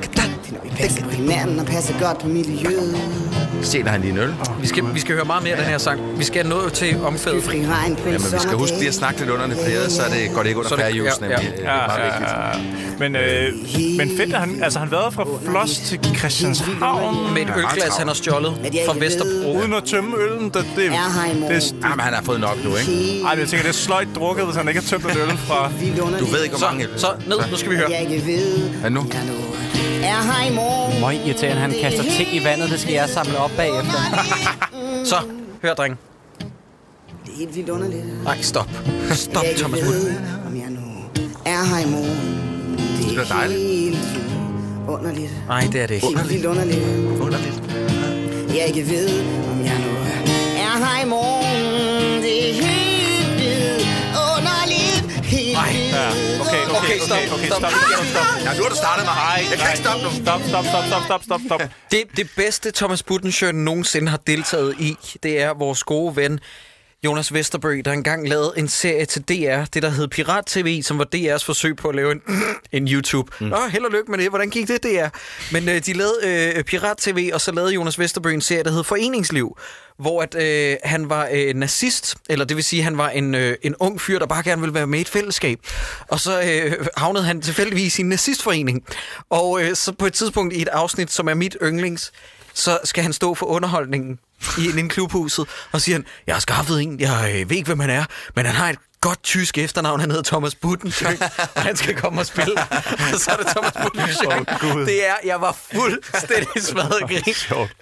Når vi passer på hinanden og passer godt på miljøet. Stjæler han lige en øl? Vi skal høre meget mere af den her sang. Vi skal nå til omkvædet. Jamen, vi skal huske lige at snakke lidt under det, så går det ikke under færgejusen. Det er meget vigtigt. Men fedt, at han har været fra Floss til Christianshavn. Med et ølglas, han har stjålet fra Vesterbro. Uden at tømme øllen. Jamen, han har fået nok nu, ikke? Ej, jeg tænker, det er sløjt drukket, hvis han ikke har tømt et øl fra... Du ved ikke, hvor mange øl. Så ned, nu skal vi høre. Hvad nu? Møg irriterende, han kaster ting i vandet, det skal jeg samle op bagefter. Så, hør, dreng. Det er helt vildt underligt. Nej, stop, Thomas Wood. Om jeg nu er her i morgen. Det er dejligt. Underligt. Nej, det er det ikke. Helt vildt underligt. Jeg ikke ved, om jeg nu er her i morgen. Det er helt vildt underligt. Okay, stop. Ja, nu har du startet mig. Jeg kan ikke stoppe nu. Stop. Det bedste Thomas Budensjøen nogensinde har deltaget i, det er vores gode ven Jonas Vesterbø, der engang lavede en serie til DR, det der hed Pirat TV, som var DR's forsøg på at lave en YouTube. Held og lykke med det. Hvordan gik det, DR? Men de lavede Pirat TV, og så lavede Jonas Vesterbø en serie, der hed Foreningsliv, hvor at, han var nazist, eller det vil sige, han var en ung fyr, der bare gerne ville være med i et fællesskab. Og så havnede han tilfældigvis i en nazistforening. Og så på et tidspunkt i et afsnit, som er mit yndlings, så skal han stå for underholdningen i klubhuset, og siger han, jeg har skaffet en, jeg ved ikke, hvem han er, men han har et godt tysk efternavn, han hedder Thomas Budensjøen, og han skal komme og spille. Og så er det Thomas Budensjøen. Jeg var fuldstændig smadret grin.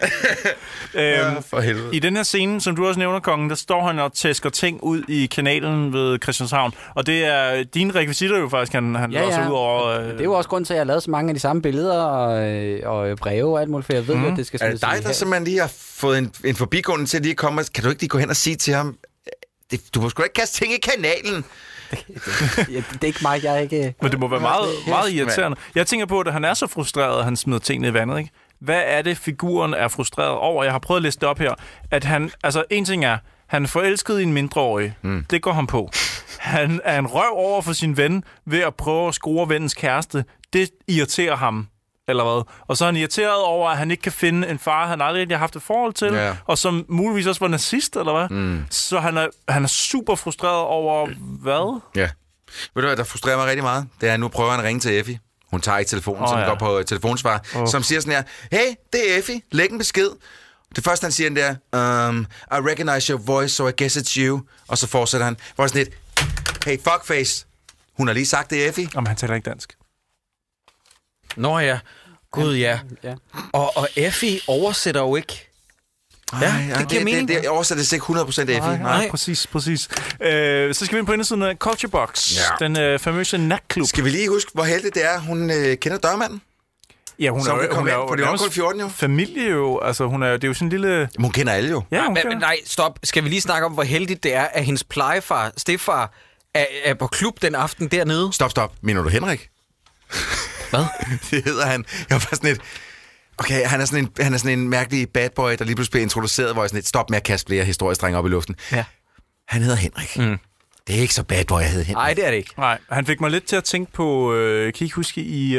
For helvede. I den her scene, som du også nævner, Kongen, der står han og tæsker ting ud i kanalen ved Christianshavn, og det er dine rekvisitter jo faktisk, han låser ud over... Det er jo også grund til, at jeg har lavet så mange af de samme billeder og breve og alt muligt, for jeg ved, at det skal smides. Er det dig, der simpelthen lige har fået en forbigående til at lige komme? Kan du ikke lige gå hen og sige til ham, du må sgu ikke kaste ting i kanalen? Det er ikke mig, jeg er ikke... Men det må være meget irriterende. Jeg tænker på, at han er så frustreret, at han smider tingene i vandet, ikke? Hvad er det, figuren er frustreret over? Jeg har prøvet at liste det op her. At han, altså en ting er, han er forelsket i en mindreårig. Det går han på. Han er en røv over for sin ven ved at prøve at score vennens kæreste. Det irriterer ham. Eller hvad? Og så er han irriteret over, at han ikke kan finde en far, han aldrig har haft et forhold til, og som muligvis også var nazist, eller hvad? Så han er super frustreret over hvad? Ja. Ved du hvad, der frustrerer mig rigtig meget? Det er, nu prøver han at ringe til Effie. Hun tager ikke telefonen, så den går på telefonsvar, som siger sådan her, hey, det er Effie, læg en besked. Det første, han siger, der, I recognize your voice, so I guess it's you. Og så fortsætter han, hvor sådan lidt, hey, fuckface, hun har lige sagt, det er Effie. Jamen, han taler ikke dansk. Nå ja, gud ja. Og Effie oversætter jo ikke. Det giver mening. Det oversætter ikke 100% Effie. Nej, præcis. Så skal vi ind på indersiden af Culture Box, den famøse natklub. Skal vi lige huske, hvor heldig det er, hun kender dørmanden? Ja, hun er jo... For det er kun 14 jo. Familie jo, altså det er jo sådan en lille... Hun kender alle jo. Ja, men nej, stop. Skal vi lige snakke om, hvor heldigt det er, at hendes plejefar, stedfar, er på klub den aften dernede? Stop. Mener du Henrik? Hvad? Det hedder han. Jeg var sådan lidt... Okay, han er sådan en mærkelig bad boy, der lige pludselig bliver introduceret, hvor jeg sådan lidt, stop med at kaste flere historiestrænger op i luften. Ja. Han hedder Henrik. Det er ikke så bad boy, jeg hedder Henrik. Nej, det er det ikke. Nej, han fik mig lidt til at tænke på, kan I ikke huske i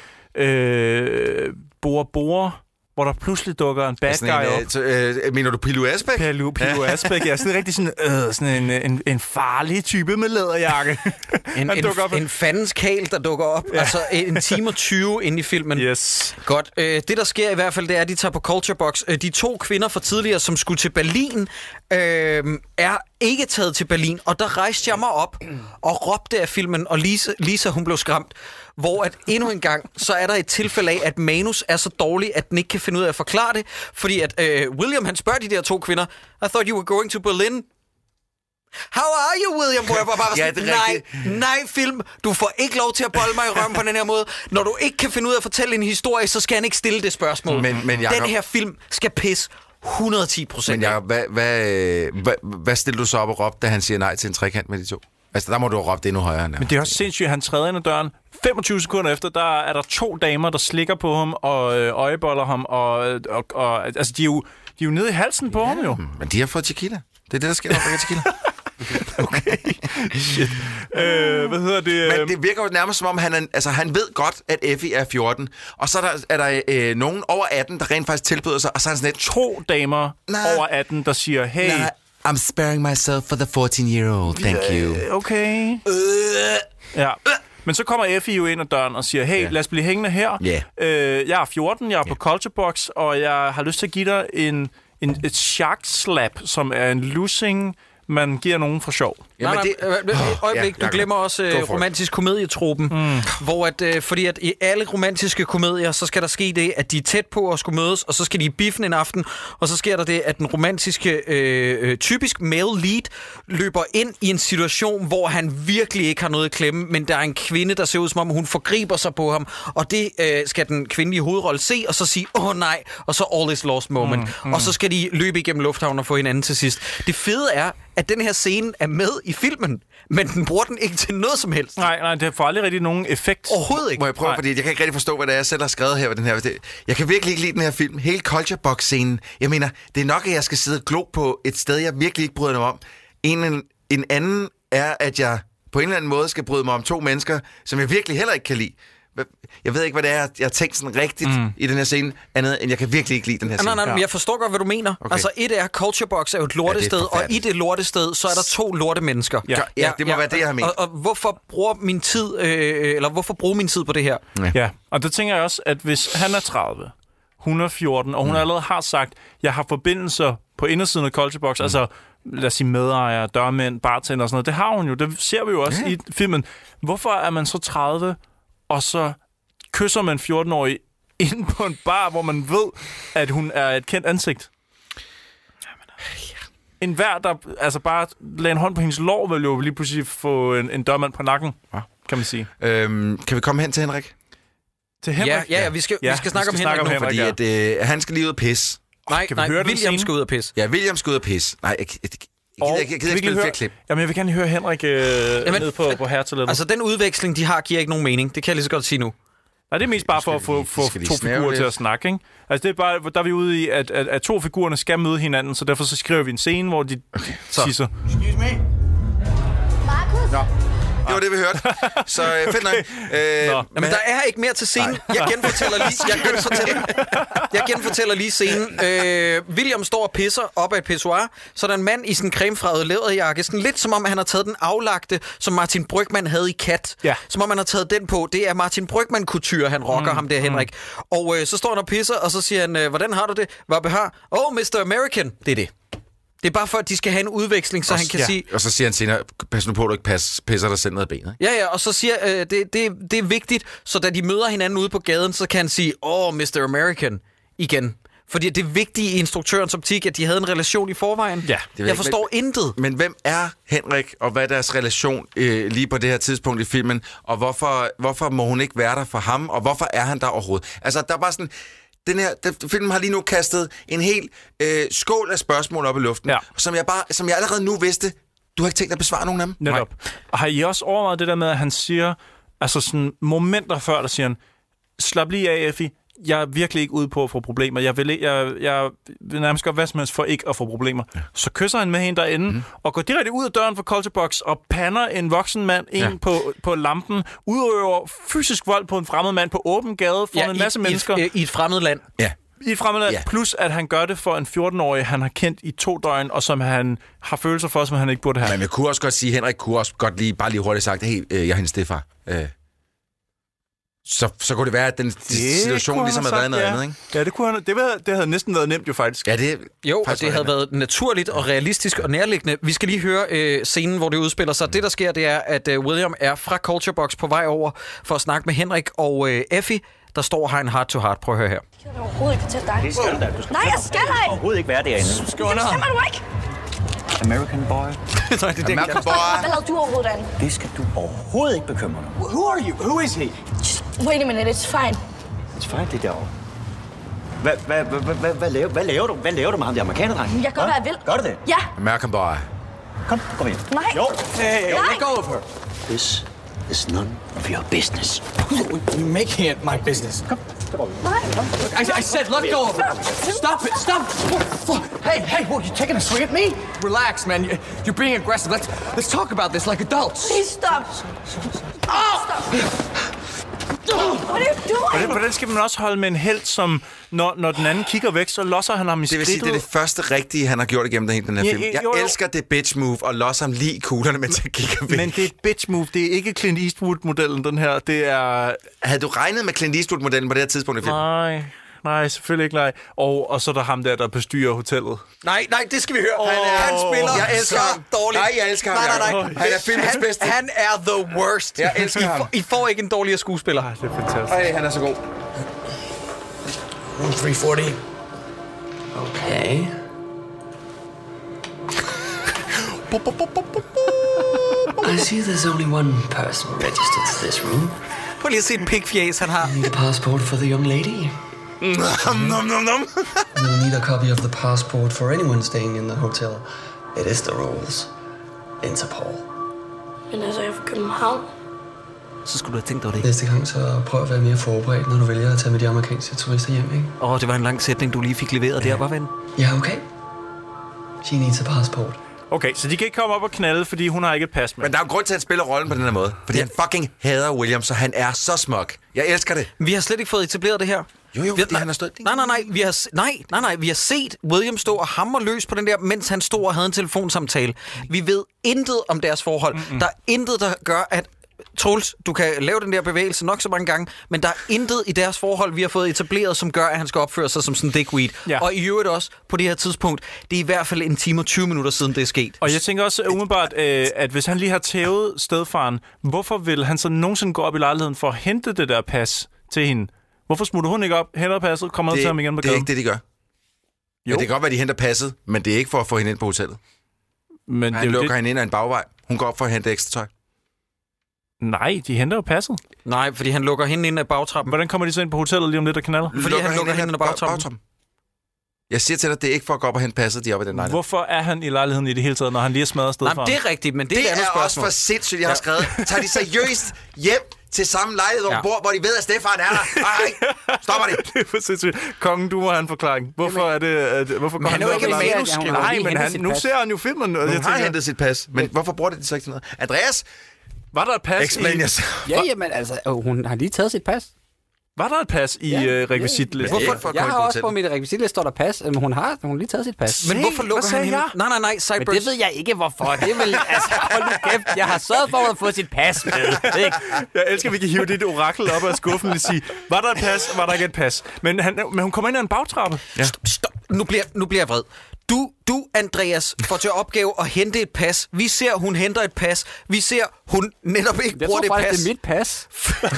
Bora, hvor der pludselig dukker en bad guy op. Mener du Pilo Asbæk? Pilo Asbæk, ja. Sådan rigtig sådan en farlig type med læderjakke. En fandens kæl, der dukker op. Ja. Altså en time og 20 inde i filmen. Yes. Godt. Det, der sker i hvert fald, det er, at de tager på Culture Box. De 2 kvinder fra tidligere, som skulle til Berlin, er ikke taget til Berlin. Og der rejste jeg mig op og råbte af filmen, og Lisa hun blev skræmt. Hvor at endnu en gang, så er der et tilfælde af, at manus er så dårlig, at den ikke kan finde ud af at forklare det. Fordi at William, han spørger de der 2 kvinder, I thought you were going to Berlin. How are you, William? Hvor jeg bare sådan, nej, film. Du får ikke lov til at bolde mig i røven på den her måde. Når du ikke kan finde ud af at fortælle en historie, så skal han ikke stille det spørgsmål. Men Jacob, den her film skal pisse 110%. Men Jacob, hvad stiller du så op og råbte, da han siger nej til en trekant med de 2? Altså, der må du have råbt endnu højere. Men det er også sindssygt, at han træder ind ad døren. 25 sekunder efter, der er der 2 damer, der slikker på ham og øjeboller ham. Og altså, de er jo nede i halsen på ham, jo. Men de har fået tequila. Det er det, der sker, når der er tequila. Okay. Shit. Hvad hedder det? Men det virker jo nærmest som om, han ved godt, at Effie er 14. Og så er der nogen over 18, der rent faktisk tilbyder sig. Og så er han sådan et... 2 damer over 18, der siger, hey... I'm sparing myself for the 14-year-old, thank you. Okay. Ja. Men så kommer Effie jo ind ad døren og siger, hey, lad os blive hængende her. Jeg er 14, jeg er på Culture Box, og jeg har lyst til at give dig et shark slap, som er en lussing, man giver nogen for sjov. Øjeblik, du glemmer også romantisk komedietropen, hvor fordi at i alle romantiske komedier, så skal der ske det, at de er tæt på at skulle mødes, og så skal de i biffen en aften, og så sker der det, at den romantiske, typisk male lead, løber ind i en situation, hvor han virkelig ikke har noget at klemme, men der er en kvinde, der ser ud som om, hun forgriber sig på ham, og det skal den kvindelige hovedrolle se, og så sige, nej, og så all is lost moment. Og så skal de løbe igennem lufthavnen og få hinanden til sidst. Det fede er, at den her scene er med i filmen, men den bruger den ikke til noget som helst. Nej, det får aldrig rigtig nogen effekt. Overhovedet ikke. Må jeg prøve, fordi jeg kan ikke rigtig forstå, hvad det er, jeg selv har skrevet her ved den her. Jeg kan virkelig ikke lide den her film. Hele Culture Box-scenen. Jeg mener, det er nok, at jeg skal sidde og glo på et sted, jeg virkelig ikke bryder mig om. En anden er, at jeg på en eller anden måde skal bryde mig om 2 mennesker, som jeg virkelig heller ikke kan lide. Jeg ved ikke, hvad det er, jeg har tænkt sådan rigtigt i den her scene, andet end jeg kan virkelig ikke lide den her scene. Nej, men jeg forstår godt, hvad du mener. Okay. Altså, et er Culture Box er jo et lortested, og i det lortested, så er der 2 lorte mennesker. Ja, det må være det, jeg har ment. Og hvorfor bruger min tid, hvorfor bruge min tid på det her? Ja, og det tænker jeg også, at hvis han er 30, hun er 14, og hun allerede har sagt, jeg har forbindelser på indersiden af Culture Box, altså lad os sige medejere, dørmænd, bartender og sådan noget, det har hun jo, det ser vi jo også i filmen. Hvorfor er man så 30, og så kysser man 14-årig ind på en bar, hvor man ved, at hun er et kendt ansigt? En hver, der altså bare lagde en hånd på hendes lår, vil jo lige pludselig få en dørmand på nakken, kan man sige. Kan vi komme hen til Henrik? Til Henrik? Ja, vi skal snakke om Henrik nu. Fordi at, han skal lige ud og pisse. Nej, William skal ud og pisse. Ja, William skal ud og pisse. Nej, jeg gider ikke spille flere klip. Jamen, jeg vil gerne høre Henrik ned på hertoilettet. Altså, den udveksling, de har, giver ikke nogen mening. Det kan jeg lige så godt sige nu. Nej, det er mest bare for at få 2 figurer til at snakke, ikke? Altså, det er bare, der er vi ude i, at 2 figurerne skal møde hinanden, så derfor så skriver vi en scene, hvor de tisser. Excuse me. Markus? Nå. Det var det, vi hørte. Så fedt nok. Men der er ikke mere til scenen. Jeg genfortæller lige scenen. William står og pisser op af et pissoir. Så er der en mand i sådan en cremefarvet læderjakke. Sådan lidt som om, han har taget den aflagte, som Martin Brygmann havde i Kat. Ja. Som om han har taget den på. Det er Martin Brygmann-couture, han rocker ham der, Henrik. Og så står han og pisser, og så siger han, hvordan har du det? Hvad behar? Mr. American. Det er det. Det er bare for, at de skal have en udveksling, så han kan sige... Og så siger han senere, pas nu på, at du ikke pisser dig selv ned ad benet. Ja, og så siger det er vigtigt, så da de møder hinanden ude på gaden, så kan han sige, Mr. American, igen. Fordi det er vigtigt i instruktørens optik, at de havde en relation i forvejen. Ja, jeg forstår intet. Men hvem er Henrik, og hvad er deres relation lige på det her tidspunkt i filmen? Og hvorfor må hun ikke være der for ham? Og hvorfor er han der overhovedet? Altså, der er bare sådan... Filmen har lige nu kastet en hel skål af spørgsmål op i luften, som jeg allerede nu vidste, du har ikke tænkt at besvare nogen af dem. Netop. Og har I også overvejet det der med, at han siger, altså sådan momenter før, der siger han, slap lige af, Effie, jeg er virkelig ikke ude på at få problemer. Jeg vil nærmest gøre hvad som helst for ikke at få problemer. Ja. Så kysser han med hende derinde, og går direkte ud af døren for Culture Box, og pander en voksen mand ind på lampen, udøver fysisk vold på en fremmed mand på åben gade foran en masse mennesker. I et fremmed land. Ja. I et fremmed land, plus at han gør det for en 14-årig, han har kendt i 2 døgn, og som han har følelser for, som han ikke burde have. Men jeg kunne også godt sige, Henrik kunne også godt lige hurtigt sagt, hey, jeg er hendes stedfar. Så kunne det være, at den situation ligesom havde været noget andet, ikke? Ja, det kunne han. Det havde næsten været nemt jo faktisk. Ja, det og det havde været naturligt og realistisk og nærliggende. Vi skal lige høre scenen, hvor det udspiller sig. Det, der sker, det er, at William er fra Culture Box på vej over for at snakke med Henrik og Effie, der står og har en heart-to-heart. Prøv at høre her. Jeg skal overhovedet ikke fortælle dig. Det skal du da. Nej, jeg skal ikke. Overhovedet ikke være derinde. Det skal du ikke. American boy. Nej, det er American boy. Hvad lavede du overhovedet derinde? Det skal du overhovedet ikke bekymre dig. Who are you? Who is he? Just wait a minute, it's fine. It's fine, det derovre. Hvad laver du med ham der amerikanerdrengen? Jeg gør, hvad jeg vil. Gør du det? Ja. American boy. Kom ind. Nej. Jo. Hey, let go of her. This is none of your business. You're making it my business. Kom. I said let go of her. Stop it, stop. Hey, what, you taking a swing at me? Relax, man. You're being aggressive. Let's talk about this like adults. Please stop. Stop. What are you doing? Hvordan skal man også holde med en helt, som når den anden kigger væk, så losser han ham i skridtet? Det vil sige, det er det første rigtige, han har gjort igennem hele den her film. Jeg elsker det bitch move, og losser ham lige kuglerne, mens han kigger væk. Men det er et bitch move, det er ikke Clint Eastwood-modellen, den her. Det er... Havde du regnet med Clint Eastwood-modellen på det her tidspunkt i filmen? Nej, selvfølgelig ikke, nej. Og så er der ham der bestyrer hotellet. Nej, det skal vi høre. Han spiller så dårligt. Nej, jeg elsker ham. Nej. Han er filmens bedste. Han er the worst. Jeg elsker ham. I får ikke en dårligere skuespiller. Det er fantastisk. Han er så god. Room 340. Okay. I see there's only one person registered to this room. Prøv lige at se et pikfjæs, han har. You need a passport for the young lady. You'll need a copy of the passport for anyone staying in the hotel. It is the rules. Interpol. Men altså, jeg er fra København. Så skulle du have tænkt over det. Næste gang, så prøv at være mere forberedt, når du vælger at tage med de amerikanske turister hjem, ikke? Det var en lang sætning, du lige fik leveret der, var ven? Ja, okay. She needs a passport. Okay, så de kan ikke komme op og knalde, fordi hun har ikke et pas med. Men der er jo grund til, at han spiller rollen på den her måde. Fordi han fucking hader William, så han er så smuk. Jeg elsker det. Vi har slet ikke fået etableret det her. Jo, fordi han har stået... Nej. Vi har set William stå og hamre løs på den der, mens han stod og havde en telefonsamtale. Vi ved intet om deres forhold. Der er intet, der gør, at... Troels, du kan lave den der bevægelse nok så mange gange, men der er intet i deres forhold, vi har fået etableret, som gør, at han skal opføre sig som sådan en dickweed. Ja. Og i øvrigt også, på det her tidspunkt, det er i hvert fald 1 time og 20 minutter siden, det er sket. Og jeg tænker også umiddelbart, at hvis han lige har tævet stedfaren, hvorfor vil han så nogensinde gå op i lejligheden for at hente det der pas til hende? Hvorfor smutter hun ikke op, henter passet, kommer ned til ham igen på gaden? Det er ikke det, de gør. Ja, det kan godt være, de henter passet, men det er ikke for at få hende ind på hotellet. Men han lukker hende ind ad en bagvej. Hun går op for at hente ekstra tøj. Nej, de henter jo passet. Nej, fordi han lukker hende ind ad bagtrappen. Hvordan kommer de så ind på hotellet lige om lidt og knaller? Fordi han lukker hende ind ad bagtrappen. Jeg siger til dig, det er ikke for at gå op og hente passet, de er oppe i den lejlighed. Hvorfor er han i lejligheden i det hele taget, når han lige er smadret sted fra? Nej, det er rigtigt, men det er et andet spørgsmål. Det er også for sindssygt, jeg har skrevet. Tager de seriøst hjem til samme lejlighed, hvor de ved, at Stefan er der? Nej, stopper det. Det er for sindssygt. Kongen, du må have en forklaring. Hvorfor er det... Hvorfor går han er jo ikke en manuskriver. Nej, men nu ser han jo filmen. Hun har hentet sit pas, men hvorfor bruger det så ikke til noget? Andreas? Var der et pas Jamen altså, hun har lige taget sit pas. Var der et pas i rekvisitlisten? Jeg har også på mit rekvisitliste, står der pas, men hun har lige taget sit pas. Men hvorfor lukker han hende? Nej, Cyprus. Men det ved jeg ikke, hvorfor. Det vil, altså, hold nu kæft. Jeg har sørget for at få sit pas med. Ikke? Jeg elsker, at vi kan hive dit orakel op af skuffen og sige, var der et pas, var der ikke et pas? Men hun kommer ind ad en bagtrappe. Ja. Stop. Nu bliver jeg vred. Du, Andreas, får til opgave at hente et pas. Vi ser, hun henter et pas. Vi ser, hun netop ikke bruger det pas. Jeg tror faktisk, det er mit pas.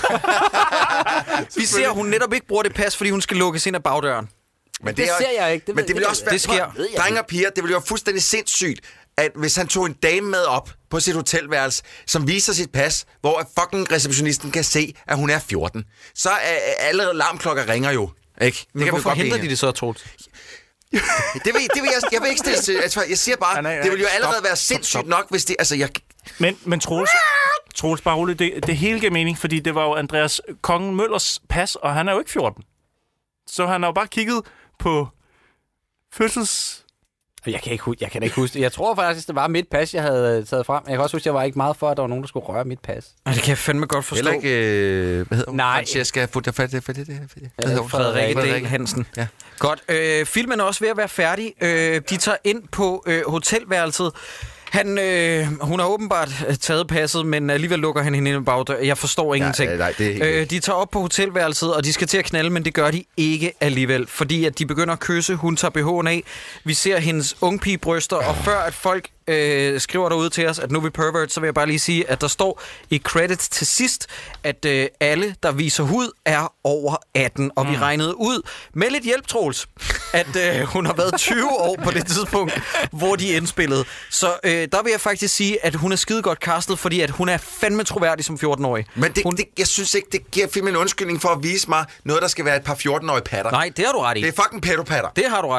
Vi ser, hun netop ikke bruger det pas, fordi hun skal lukkes ind ad bagdøren. Men det ser jeg ikke. Men det vil også være... Det sker. Drenge og piger, det ville jo være fuldstændig sindssygt, at hvis han tog en dame med op på sit hotelværelse, som viser sit pas, hvor fucking receptionisten kan se, at hun er 14, så er alle alarmklokker ringer jo. Ikke? Men hvorfor henter de det så, Troels? Jeg vil ikke stille til. Jeg siger bare, det vil jo allerede være sindssygt nok, hvis det... Altså, Men Troels, bare roligt, det hele giver mening, fordi det var jo Andreas Kongen Møllers pas, og han er jo ikke 14. Så han har jo bare kigget på fødsels... Jeg kan ikke huske det. Jeg tror faktisk, det var mit pas, jeg havde taget frem. Jeg kan også huske, at jeg var ikke meget for, at der var nogen, der skulle røre mit pas. Det kan jeg fandme godt forstå. Heller ikke... hvad hedder hun? Nej. Francesca Frederikke D. Hansen. Ja. Godt. Filmen er også ved at være færdig. De tager ind på hotelværelset. Hun har åbenbart taget passet, men alligevel lukker han hende ind i bagdør. Jeg forstår ingenting. Nej, de tager op på hotelværelset, og de skal til at knalde, men det gør de ikke alligevel, fordi at de begynder at kysse. Hun tager BH'en af. Vi ser hendes ungpigebryster, og før at folk skriver derude til os, at nu er vi pervert, så vil jeg bare lige sige, at der står i credits til sidst, at alle, der viser hud, er over 18. Og vi regnede ud med lidt hjælp, Troels, at hun har været 20 år på det tidspunkt, hvor de indspillede. Så der vil jeg faktisk sige, at hun er skide godt castet, fordi at hun er fandme troværdig som 14-årig. Men jeg synes ikke, det giver filmen en undskyldning for at vise mig noget, der skal være et par 14-årige patter. Nej, det har du ret i. Det er fucking pædopatter. Det har du ret i.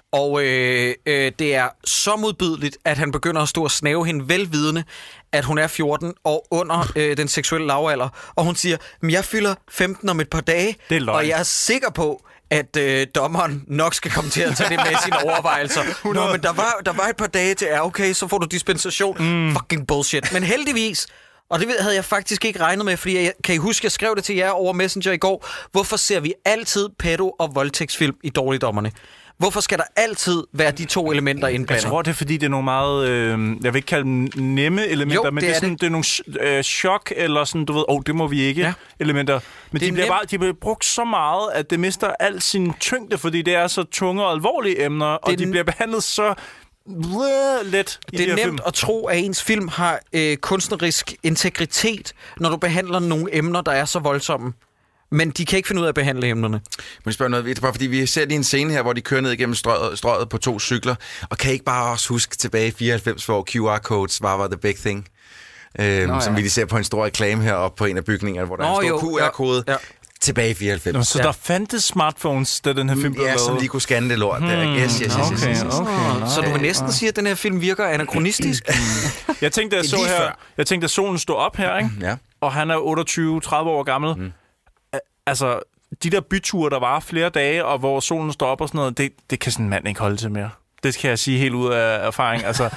Og det er så modbydeligt, at han begynder at stå og snave hende velvidende, at hun er 14 og under den seksuelle lavalder. Og hun siger, jeg fylder 15 om et par dage, og jeg er sikker på, at dommeren nok skal komme til at tage det med sine overvejelser. Nå, men der var et par dage til, okay, så får du dispensation. Fucking bullshit. Men heldigvis, og det havde jeg faktisk ikke regnet med, fordi kan I huske, jeg skrev det til jer over Messenger i går. Hvorfor ser vi altid pedo- og voldtægtsfilm i Dårligdommerne? Hvorfor skal der altid være de to elementer indblandet? Jeg tror, det er, fordi det er nogle meget, jeg vil ikke kalde dem nemme elementer, jo, men det er nogle chok, eller sådan, du ved, det må vi ikke, elementer. Men de bliver brugt så meget, at det mister al sin tyngde, fordi det er så tunge og alvorlige emner, og de bliver behandlet så let i det er nemt at tro, at ens film har kunstnerisk integritet, når du behandler nogle emner, der er så voldsomme. Men de kan ikke finde ud af at behandle emnerne. Men jeg spørger noget, det er bare fordi, vi ser lige en scene her, hvor de kører ned igennem strøget på 2 cykler, og kan I ikke bare også huske tilbage i 94, hvor QR-codes var the big thing? Som vi lige ser på en stor reklame heroppe på en af bygningerne, hvor der er en stor QR-kode. Ja. Tilbage i 94. Så der fandtes smartphones, da den her film blev lavet? Ja, som lige kunne scanne det lort der. Yes. Så du vil næsten sige, at den her film virker anachronistisk? Jeg tænkte, at solen stod op her, ikke? Ja. Og han er 28-30 år gammel. Altså, de der byture, der var flere dage, og hvor solen står op og sådan noget, det kan sådan en mand ikke holde til mere. Det kan jeg sige helt ud af erfaring. Altså,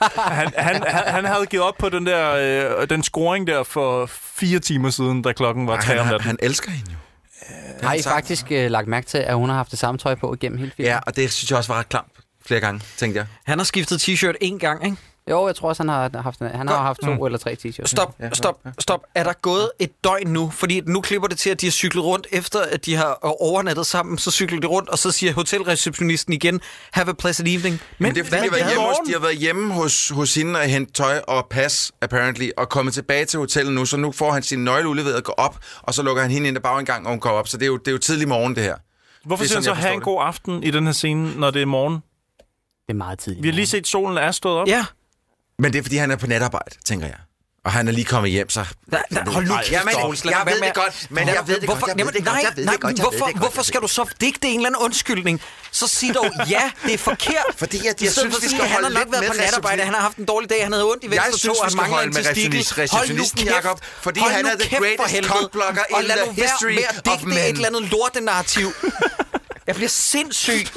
han havde givet op på den scoring der for 4 timer siden, da klokken var 3 om natten. Han elsker hende jo. Har I faktisk lagt mærke til, at hun har haft det samme tøj på igennem hele filmen? Ja, og det synes jeg også var ret klamt flere gange, tænkte jeg. Han har skiftet t-shirt 1 gang, ikke? Jo, jeg tror også, han har haft 2 eller 3 t-shirts. Stop. Er der gået et døgn nu? Fordi nu klipper det til, at de har cyklet rundt, efter at de har overnattet sammen, så cykler de rundt, og så siger hotelreceptionisten igen, have a pleasant evening. Men det er fordi, de har været hjemme hos hende og hentet tøj og pas, apparently, og kommet tilbage til hotellet nu, så nu får han sin nøgle udleveret og går op, og så lukker han hende ind ad bagindgang, og hun går op. Så det er jo tidlig morgen, det her. Hvorfor siger han så have en god aften i den her scene, når det er morgen? Det er meget tidligt. Vi har lige set, solen er stået op. Ja. Men det er, fordi han er på natarbejde, tænker jeg. Og han er lige kommet hjem, så... Hold nu kæft, jeg ved det godt, men jeg ved det godt. Hvorfor skal du så digte en eller anden undskyldning? Så sig dog, ja, det er forkert. Fordi jeg synes, vi skal holde lidt med på natarbejde. Han har haft en dårlig dag, han havde ondt i venstre tog, og han mangler en testikel. Receptionisten, Jacob, fordi han er the greatest cockblocker in the history of men. Og lad nu være med at digte et eller andet lortenarrativ. Jeg bliver sindssyg.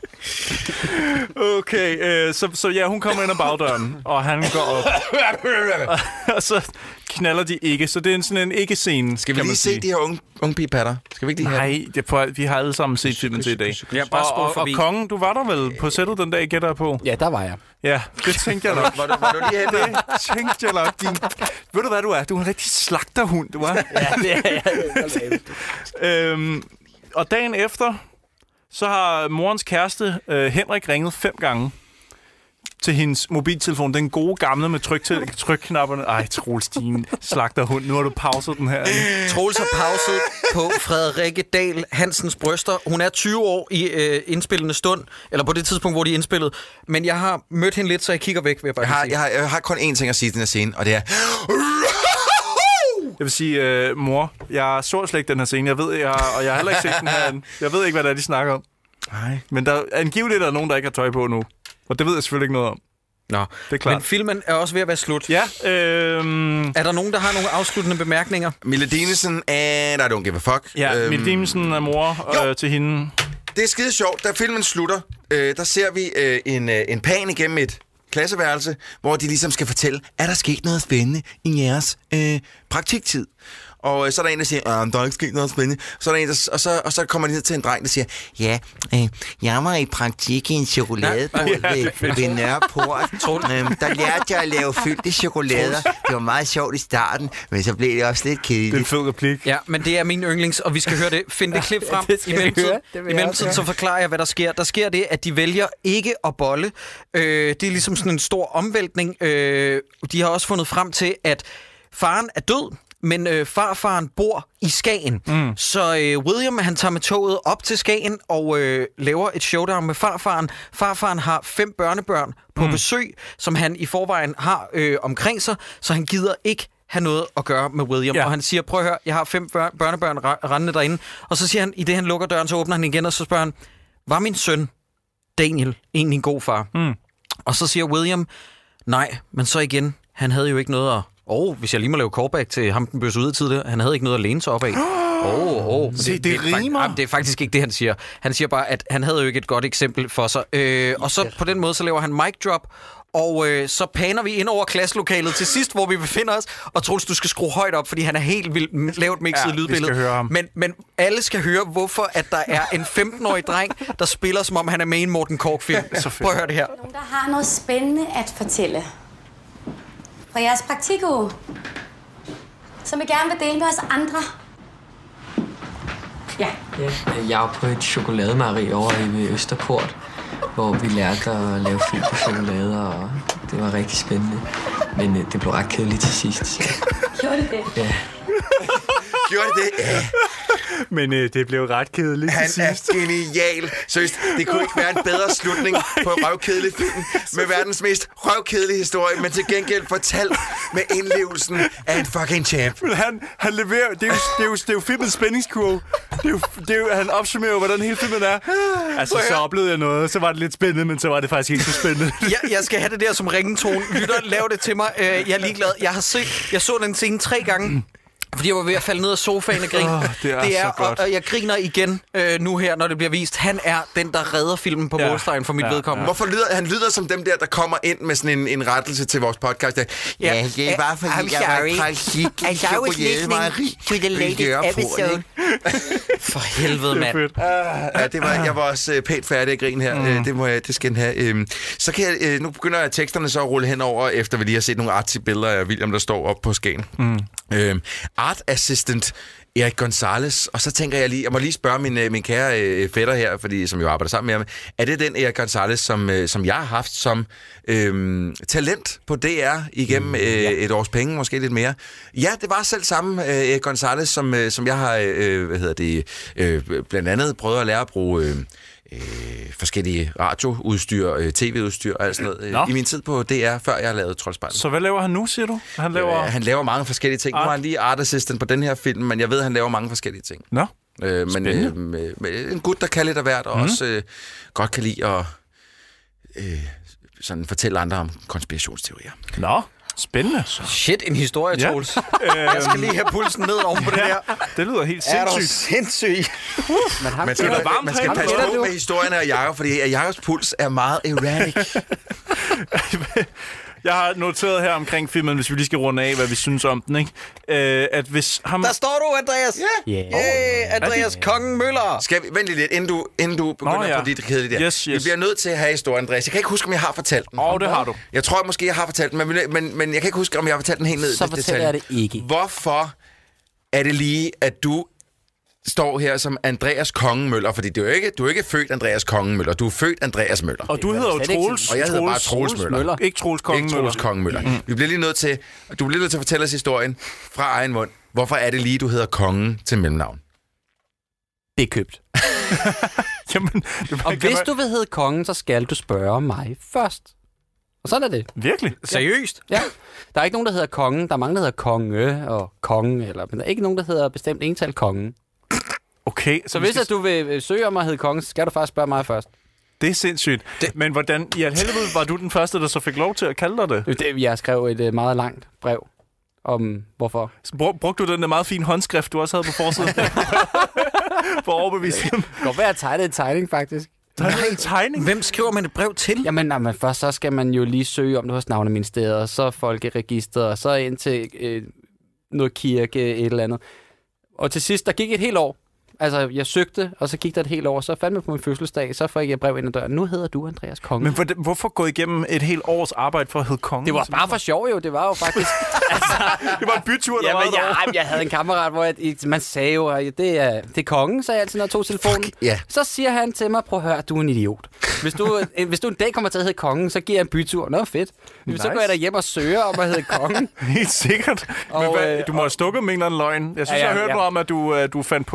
Okay, så ja, hun kommer ind ad bagdøren, og han går op. Og så knaller de ikke, så det er sådan en ikke-scene. Skal vi lige se de her unge pigepatter? Skal vi ikke lige Nej, vi har alle sammen set filmen til i dag. Ja, og Kongen, du var der vel på sættet den dag, gætter jeg på? Ja, der var jeg. Ja, det tænkte jeg nok. Var du lige henne? Det tænkte jeg nok. Ved du, hvad du er? Du er en rigtig slagterhund, du er. Ja, det er jeg. Og dagen efter... Så har morens kæreste, Henrik, ringet 5 gange til hendes mobiltelefon. Den gode gamle med trykknapperne. Ej, Troels, din slagterhund. Nu har du pauset den her. Troels har pauset på Frederikke Dahl Hansens bryster. Hun er 20 år i indspillende stund. Eller på det tidspunkt, hvor de er indspillet. Men jeg har mødt hende lidt, så jeg kigger væk, vil jeg bare sige. Jeg har kun én ting at sige i den her scene, og det er... Jeg vil sige, mor, jeg så slet ikke den her scene. Og jeg har heller ikke set den her. Jeg ved ikke, hvad det er, de snakker om. Nej. Men der er angiveligt nogen, der ikke har tøj på nu. Og det ved jeg selvfølgelig ikke noget om. Nå, det er klart. Men filmen er også ved at være slut. Ja. Er der nogen, der har nogle afsluttende bemærkninger? Mille Dinesen, I don't give a fuck. Ja, Mille Dinesen er mor til hende. Det er skide sjovt. Da filmen slutter, der ser vi en pan igennem et klasseværelse, hvor de ligesom skal fortælle, er der sket noget spændende i jeres praktiktid? Og så er der en, der siger, der er ikke sket noget spændende. Så er der en, og så kommer de ned til en dreng, der siger, ja, jeg var i praktik i en chokoladebod ved Nørreport. Der lærte jeg at lave fyldte chokolader. Det var meget sjovt i starten, men så blev det også lidt kedeligt. Det er en fed replik. Ja, men det er min yndlings, og vi skal høre det. Find det klip frem. I mellemtiden så forklarer jeg, hvad der sker. Der sker det, at de vælger ikke at bolle. Det er ligesom sådan en stor omvæltning. De har også fundet frem til, at faren er død, men farfaren bor i Skagen. Så William, han tager med toget op til Skagen og laver et showdown med farfaren. Farfaren har 5 børnebørn på besøg, som han i forvejen har omkring sig, så han gider ikke have noget at gøre med William. Ja. Og han siger, prøv at høre, jeg har 5 børnebørn rendende derinde. Og så siger han, i det han lukker døren, så åbner han igen, og så spørger han, var min søn Daniel egentlig en god far? Og så siger William, nej, men så igen, han havde jo ikke noget at... hvis jeg lige må lave callback til ham, den bøsse ude tidligere, han havde ikke noget at læne sig op af. Se, det rimer. Det er faktisk ikke det, han siger. Han siger bare, at han havde jo ikke et godt eksempel for sig. Og så på den måde, så laver han mic drop, og så paner vi ind over klasselokalet til sidst, hvor vi befinder os. Og Troels, du skal skrue højt op, fordi han er helt vildt lavt mixet lydbillede. Vi skal høre ham. Men alle skal høre, hvorfor at der er en 15-årig dreng, der spiller, som om han er med i en Morten Korch-film. Prøv at høre det her. Nogen, der har noget spændende at fortælle fra jeres praktikuge, som I gerne vil dele med os andre. Ja. Jeg er på et chokolademejeri over i Østerport, hvor vi lærte at lave fyld på chokolade, og det var rigtig spændende. Men det blev ret kedeligt til sidst. Så. Gjorde det det? Ja. Gjorde det? Ja. Men det blev ret kedeligt til sidst. Han er genial. Seriøst, det kunne ikke være en bedre slutning på en røvkedelig film med verdens mest røvkedelige historie, men til gengæld fortalt med indlevelsen af en fucking champ. Men han leverer... Det er jo filmens spændingskurve. Han opsummerer jo, hvordan hele filmen er. Altså, så oplevede jeg noget. Så var det lidt spændende, men så var det faktisk ikke så spændende. Jeg skal have det der som ringetone. Lytter, lav det til mig. Jeg er ligeglad. Jeg så den scene 3 gange. Fordi jeg var ved at falde ned af sofaen og grine. Det er så godt. Og jeg griner igen nu her, når det bliver vist. Han er den, der redder filmen på målstregen for mit vedkommende. Hvorfor han lyder som dem der kommer ind med sådan en rettelse til vores podcast. Ja, det er bare fordi, jeg var faktisk chokolademejeri. For helvede, mand. Jeg var også pænt færdig at grine her. Det skal den have. Så kan jeg, nu begynder teksterne så at rulle henover, efter vi lige har set nogle artige billeder af William, der står op på Skagen. Art assistant Erik Gonzalez, og så tænker jeg lige, jeg må lige spørge min kære fætter her, fordi som jo arbejder sammen med ham, er det den Erik Gonzalez, som jeg har haft som talent på DR igennem et års penge, måske lidt mere? Ja, det var selv samme Erik Gonzalez, som jeg har blandt andet prøvet at lære at bruge forskellige radioudstyr, tv-udstyr og alt sådan noget i min tid på DR, før jeg lavede Troldspejlet. Så hvad laver han nu, siger du? Han laver mange forskellige ting. Nu er han lige art assistant på den her film, men jeg ved, han laver mange forskellige ting. Nå, men en gut, der kan lidt af hvert, og også godt kan lide at sådan fortælle andre om konspirationsteorier. Nå, spændende. Shit, en historie, Troels. Jeg skal lige have pulsen ned oven på det her. Det lyder helt sindssygt. Er du sindssyg? Man skal passe på med historierne af Jacob, fordi Jacobs puls er meget erratic. Jeg har noteret her omkring filmen, hvis vi lige skal runde af, hvad vi synes om den, ikke? At hvis ham... Der står du, Andreas! Andreas Kongen Møller! Skal vi vente lidt, inden du begynder på dit kedelige der. Yes. Vi bliver nødt til at have historien, Andreas. Jeg kan ikke huske, om jeg har fortalt den. Det har du. Jeg tror måske, jeg har fortalt den, men jeg kan ikke huske, om jeg har fortalt den helt ned i detaljen. Så fortæller jeg det ikke. Hvorfor er det lige, at du står her som Andreas Kongen Møller, fordi du er ikke født Andreas Kongen Møller, du er født Andreas Møller. Og du hedder jo Troels. Og jeg hedder bare Troels Møller. Ikke Troels Kongen Møller. Vi bliver lige nødt til, du bliver nødt til at fortælle os historien fra egen mund. Hvorfor er det lige, du hedder Kongen til mellemnavn? Det er købt. Jamen, og hvis du vil hedde Kongen, så skal du spørge mig først. Og sådan er det. Virkelig? Seriøst? Ja. Der er ikke nogen, der hedder Kongen. Der er mange, der hedder Konge og Kongen, men der er ikke nogen, der hedder bestemt ental Kongen. Okay. Så hvis du vil søge om at hedde Kongen, så skal du faktisk spørge mig først. Det er sindssygt. Men hvordan i helvede var du den første, der så fik lov til at kalde dig det? Jeg skrev et meget langt brev om hvorfor. Brugte du den der meget fine håndskrift, du også havde på forsiden? For at overbevise dem. Det kan godt være at tegne en tegning, faktisk. Tegning? Hvem skriver man et brev til? Jamen, først så skal man jo lige søge om det hos Navneministeriet, og så Folkeregisteret, og så ind til noget kirke, et eller andet. Og til sidst, der gik et helt år. Altså, jeg søgte, og så gik der et helt år, så fandt man på min fødselsdag, så fik jeg brev ind ad døren. Nu hedder du Andreas Kongen. Men hvorfor gå igennem et helt års arbejde for at hedde Kongen? Det var bare for sjov jo, det var jo faktisk... det var en bytur, der var jeg havde en kammerat, hvor man sagde jo, at det er Kongen, sagde jeg altid, når jeg tog telefonen. Yeah. Så siger han til mig, prøv at høre, du er en idiot. Hvis du en dag kommer til at hedde Kongen, så giver jeg en bytur. Nå, fedt. Nice. Så går jeg derhjem og søger om at hedde Kongen. Helt sikkert. Men du må have stukket med en eller anden løgn. Jeg synes, jeg hørte noget om, at du fandt på et eller andet med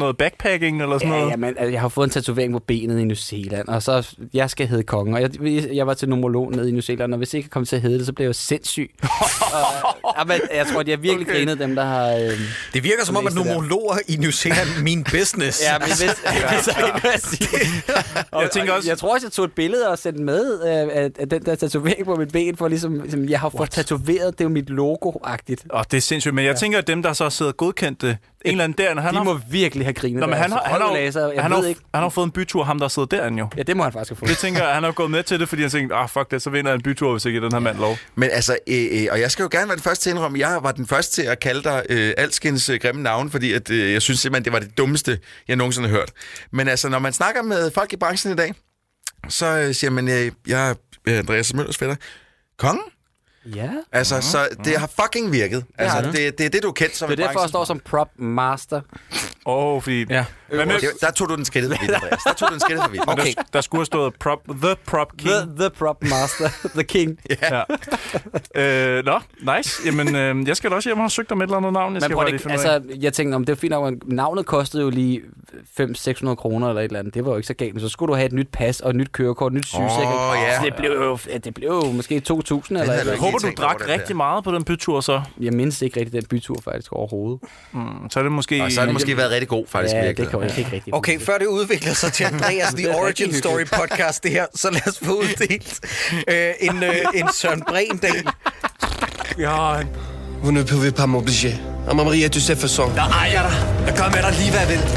noget backpacking eller sådan noget? Ja, men jeg har fået en tatovering på benet i New Zealand, og så jeg skal hedde kongen. Og jeg var til numerolog nede i New Zealand, og hvis jeg ikke kom til at hedde det, så blev jeg sindssyg. Men jeg tror, de har virkelig grinet dem, der har... det virker som om, at numerologer i New Zealand min business. Ja, min business. Jeg tror også, jeg tog et billede og sendte med af den der tatovering på mit ben, for ligesom jeg har fået tatoveret, det er jo mit logo-agtigt. Det er sindssygt, men jeg tænker, at dem, der så sidder godkendte, en eller anden derinde, de må virkelig have grinet. Nå, men han har fået en bytur, ham der sidder derinde jo. Ja, det må han faktisk have fået. Det tænker jeg, han har gået med til det, fordi han tænkte, fuck det, så vinder jeg en bytur, hvis ikke den her mand lov. Men altså, og jeg skal jo gerne være den første til at indrømme, jeg var den første til at kalde dig alskens grimme navn, fordi at, jeg synes simpelthen, det var det dummeste, jeg nogensinde har hørt. Men altså, når man snakker med folk i branchen i dag, så siger man, jeg er Andreas Møllers fætter. Kongen? Ja. Altså, så det har fucking virket. Altså, det er det, du er kendt som. Det er derfor, jeg står som prop master. Fordi... Ja. Der tog du den skridtet for vidt, Andreas. Der tog du den skridtet for vidt. Okay. Der skulle have stået the prop king. The prop master. The king. Ja. Nice. Jamen, jeg skal da også hjem og have søgt om et eller andet navn. Jeg tænkte, om det var fint nok, navnet kostede jo lige 500-600 kroner eller et eller andet. Det var jo ikke så galt. Men så skulle du have et nyt pas og et nyt kørekort, et nyt sygesikring. Så det blev jo måske 2.000 eller jeg håber, du drak rigtig meget på den bytur så. Jeg mindes ikke rigtig den bytur faktisk overhovedet. Så er det måske... Og så har det måske været rigtig god faktisk. Ja, det kan jeg ikke rigtig. Okay, før det udvikler sig til Andreas The Origin Story podcast, det her, så lad os få uddelt en Søren Bregendal. Ja. Vous ne pouvez pas m'obliger. À Maria, tu sais façon. Jeg ejer dig. Jeg gør med dig lige, hvad jeg vil.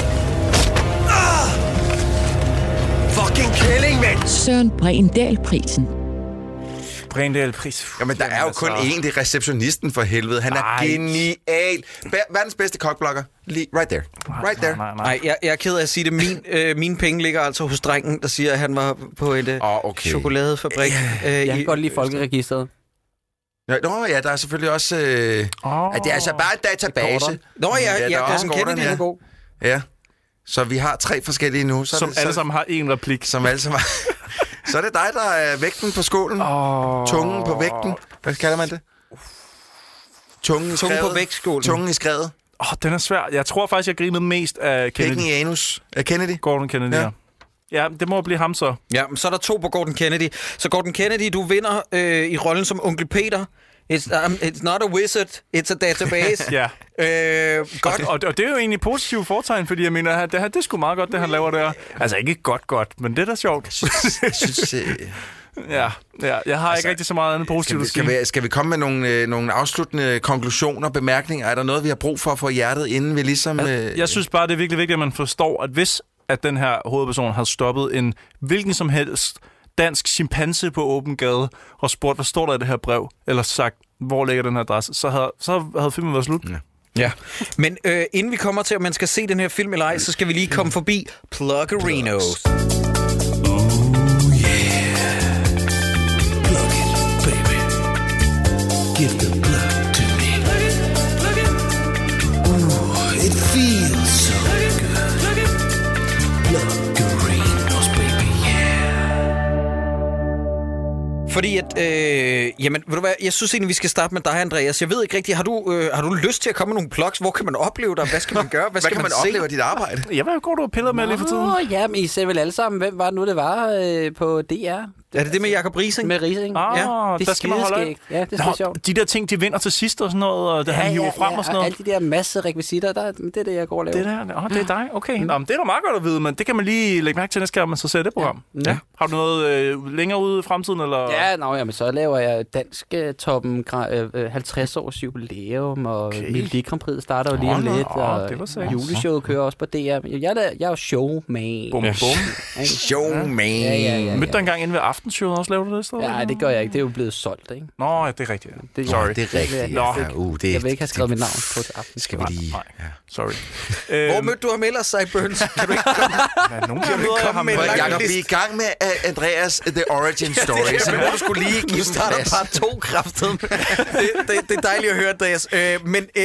Fucking kælling, mand! Søren Bregendal-prisen. Bregendal-pris. Jamen, der er jo kun én, det er receptionisten for helvede. Han er genial. Verdens bedste kokblokker. Right there. Right there. Nej, jeg er ked af at sige det. Mine penge ligger altså hos drengen, der siger, at han var på en chokoladefabrik. Jeg kan godt lide folkeregisteret. Nå ja, der er selvfølgelig også... det er altså bare en database. Nå ja, Gordon Kennedy er god. Ja. Så vi har 3 forskellige nu. Som alle sammen har en replik. Som alle sammen Så er det dig, der er vægten på skålen. Tungen på vægten. Hvad kalder man det? Tungen på vægtskålen. Tungen i skredet. Den er svær. Jeg tror faktisk, jeg grinede mest af Kennedy. Pikken i anus af Kennedy. Gordon Kennedy, ja. Ja, det må blive ham så. Ja, så er der 2 på Gordon Kennedy. Så Gordon Kennedy, du vinder i rollen som onkel Peter. It's not a wizard, it's a database. Ja. Godt. Og det er jo egentlig positivt fortegn, fordi jeg mener, det er sgu meget godt, det han laver der. Altså ikke godt, men det er da sjovt. Jeg synes jeg har ikke rigtig så meget andet positivt at sige. Skal vi komme med nogle afsluttende konklusioner, bemærkninger? Er der noget, vi har brug for at få hjertet, inden vi ligesom... Jeg synes bare, det er virkelig vigtigt, at man forstår, at hvis at den her hovedperson havde stoppet en hvilken som helst dansk chimpanse på åben gade og spurgt, hvad står der i det her brev, eller sagt, hvor ligger den her adresse, så havde filmen været slut. Ja. Men inden vi kommer til, at man skal se den her film eller ej, så skal vi lige komme forbi Plugerinos. Give the plug to me. Ooh, it feels so good. Plugerinos, baby, yeah. Fordi at, jamen, ved du hvad, jeg synes egentlig, vi skal starte med dig, Andreas. Jeg ved ikke rigtigt, har du lyst til at komme med nogle plugs? Hvor kan man opleve dig? Hvad skal man gøre? Hvad skal man opleve dit arbejde? Ja, hvad går du og piller med lige for tiden? Ja, men I ser vel alle sammen, hvem var det nu, det var på DR? Er det med Jacob Riising? Med Riising. Ja, det er skal man holde af. Ja, det er sjovt. De der ting, de vinder til sidst og sådan noget, og det han hiver frem og sådan noget. Alle de der masse rekvisitter, det er det, jeg går og laver. Det er dig? Okay. Nå, men det er da meget godt at vide, men det kan man lige lægge mærke til næste gang, man så ser det program. Ja. Har du noget længere ude i fremtiden? Eller? Ja, men så laver jeg dansk toppen 50 års jubilæum, og Melodi Grand Prix starter jo lige om lidt, og juleshowet kører også på DR. Jeg er jo showman. Bum, bum. Showman. Ja. Mødte dig engang inde ved aftenshowet også, laver du det? Ja, det gør jeg ikke. Det er jo blevet solgt, ikke? Nå, ja, det er rigtigt. Sorry. Det er rigtigt. Jeg vil ikke have skrevet mit navn på til aften. Skal vi lige... Ja. Sorry. Hvor mødte du ham ellers, Sideburns? Kan du ikke komme med en lang Jacob, vi er i gang med Andreas The Origin Story, så nu må du skulle lige give starter part 2 kraftet. Det er dejligt at høre, Andreas. Men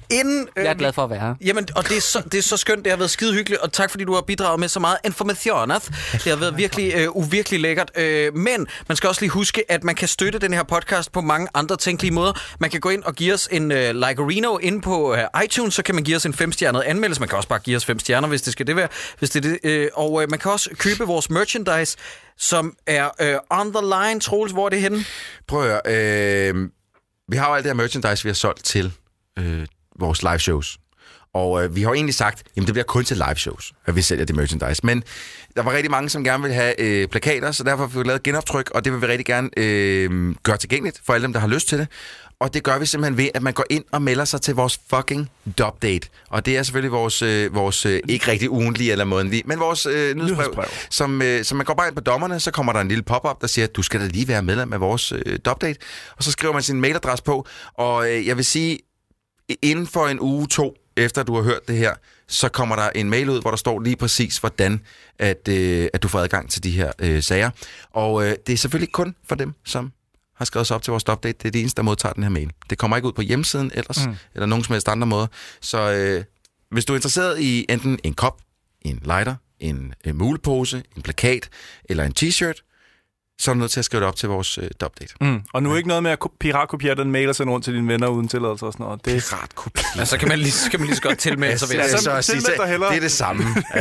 Inden, jeg er glad for at være her. Jamen, og det er så skønt. Det har været skide hyggeligt, og tak fordi du har bidraget med så meget information. Det har været virkelig uvirkelig lækkert. Men man skal også lige huske, at man kan støtte den her podcast på mange andre tænkelige måder. Man kan gå ind og give os en like-a-reno inde på iTunes, så kan man give os en 5-stjernet anmeldelse. Man kan også bare give os 5 stjerner, hvis det skal det være. Hvis det er det. Og man kan også købe vores merchandise, som er on the line. Troels, hvor er det henne? Prøv at høre. Vi har jo alt det her merchandise, vi har solgt til vores live shows. Og vi har jo egentlig sagt, jamen det bliver kun til live shows, at vi sælger det merchandise. Men der var rigtig mange, som gerne vil have plakater, så derfor har vi lavet genoptryk, og det vil vi rigtig gerne gøre tilgængeligt for alle dem, der har lyst til det. Og det gør vi simpelthen ved, at man går ind og melder sig til vores fucking dubdate. Og det er selvfølgelig vores ikke rigtig ugentlige eller månedlige, men vores nyhedsbrev. Som man går bare ind på dommerne, så kommer der en lille pop-up, der siger, at du skal da lige være medlem af vores dubdate. Og så skriver man sin mailadresse på. Og jeg vil sige, inden for en uge 2, efter du har hørt det her, så kommer der en mail ud, hvor der står lige præcis, hvordan at du får adgang til de her sager. Og det er selvfølgelig kun for dem, som har skrevet sig op til vores dubdate. Det er de eneste, der modtager den her mail. Det kommer ikke ud på hjemmesiden ellers, eller nogen som helst andre måder. Så hvis du er interesseret i enten en kop, en lighter, en mulepose, en plakat eller en t-shirt, så er du nødt til at skrive det op til vores dubdate. Og nu er ikke noget med at piratkopiere den mail og sende rundt til dine venner uden tilladelse og sådan noget. Piratkopiere? Ja, så kan man lige så godt tilmelde sig. Det er det samme.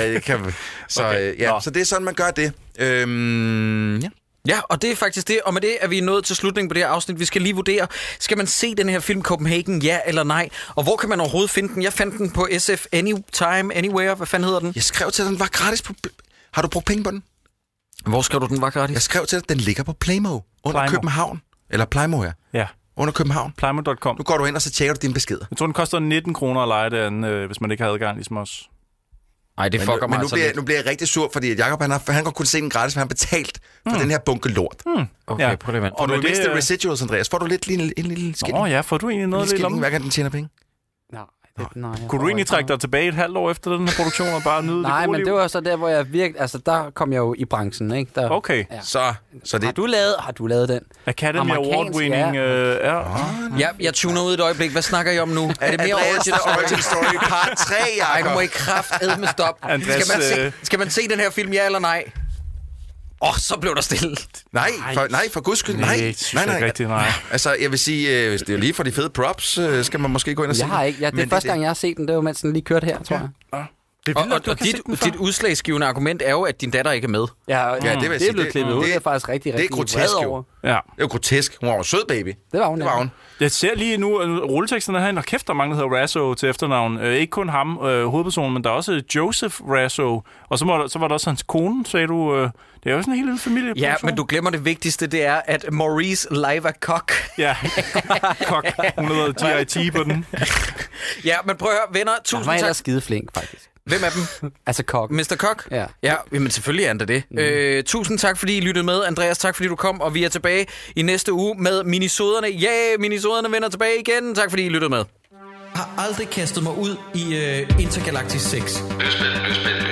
Så det er sådan, man gør det. Ja. Ja, og det er faktisk det. Og med det er vi nået til slutningen på det her afsnit. Vi skal lige vurdere, skal man se den her film Copenhagen, ja eller nej? Og hvor kan man overhovedet finde den? Jeg fandt den på SF Anytime, Anywhere. Hvad fanden hedder den? Jeg skrev til, at den var gratis på... Har du brugt penge på den? Hvor skrev du, den var gratis? Jeg skrev til, at den ligger på Playmo under København. Eller Playmo, ja. Under København. Playmo.com. Nu går du ind, og så tjekker du dine beskeder. Jeg tror, den koster 19 kroner at lege den, hvis man ikke har adgang, ligesom os. Ej, det fucker mig altså nu bliver jeg rigtig sur, fordi at Jacob, han godt kunne se den gratis, for han betalt for den her bunke lort. Okay, prøv det. Får du mindste residuals, Andreas? Får du lidt en lille skilling? Ja, får du egentlig noget lidt om? Hver gang den tjener penge? Nej, kunne du egentlig trække dig tilbage et halvt år efter den her produktion og bare nyde det gode liv? Nej, men det var så der, hvor jeg virkelig... Altså, der kom jeg jo i branchen, ikke? Der, okay. Ja. Så det... Har du lavet den? Academy Award-winning... Ja, jeg tuner ud et øjeblik. Hvad snakker I om nu? Er det mere Origin Story part 3, Jacob? Ej, nu må I kraftedme stoppe. Skal man se den her film, ja eller nej? Så blev der stille. Nej, for guds skyld, nej. Rigtig, nej. Altså, jeg vil sige, hvis det er lige for de fede props, skal man måske gå ind og se den. Jeg har ikke. Det er første gang, jeg har set den. Det var, mens den lige kørte her, tror jeg. Og dit udslagsgivende argument er jo, at din datter ikke er med. Ja, det er blevet klippet ud. Det er faktisk rigtig grotesk over. Ja. Det er jo grotesk. Hun var jo sød, baby. Det var hun. Jeg ser lige nu, rulleteksterne herinde, og kæft, der er mange, der hedder Razzo til efternavn. Ikke kun ham, hovedpersonen, men der er også Joseph Razzo. Og så var der også hans kone, sagde du. Det er jo sådan en helt lille familie. Ja, men du glemmer det vigtigste, det er, at Maurice Leiva Koch. Ja, Koch. Hun hedder G.I.T. på den. Ja, men prøv at høre, venner. Tusind tak. Han var skide flink, faktisk. Hvem er dem? Altså Koch. Mr. Koch? Ja, men selvfølgelig er han det. Tusind tak, fordi I lyttede med. Andreas, tak fordi du kom, og vi er tilbage i næste uge med minisoderne. Minisoderne vender tilbage igen. Tak fordi I lyttede med. Jeg har aldrig kastet mig ud i Intergalactic 6. Løsspil.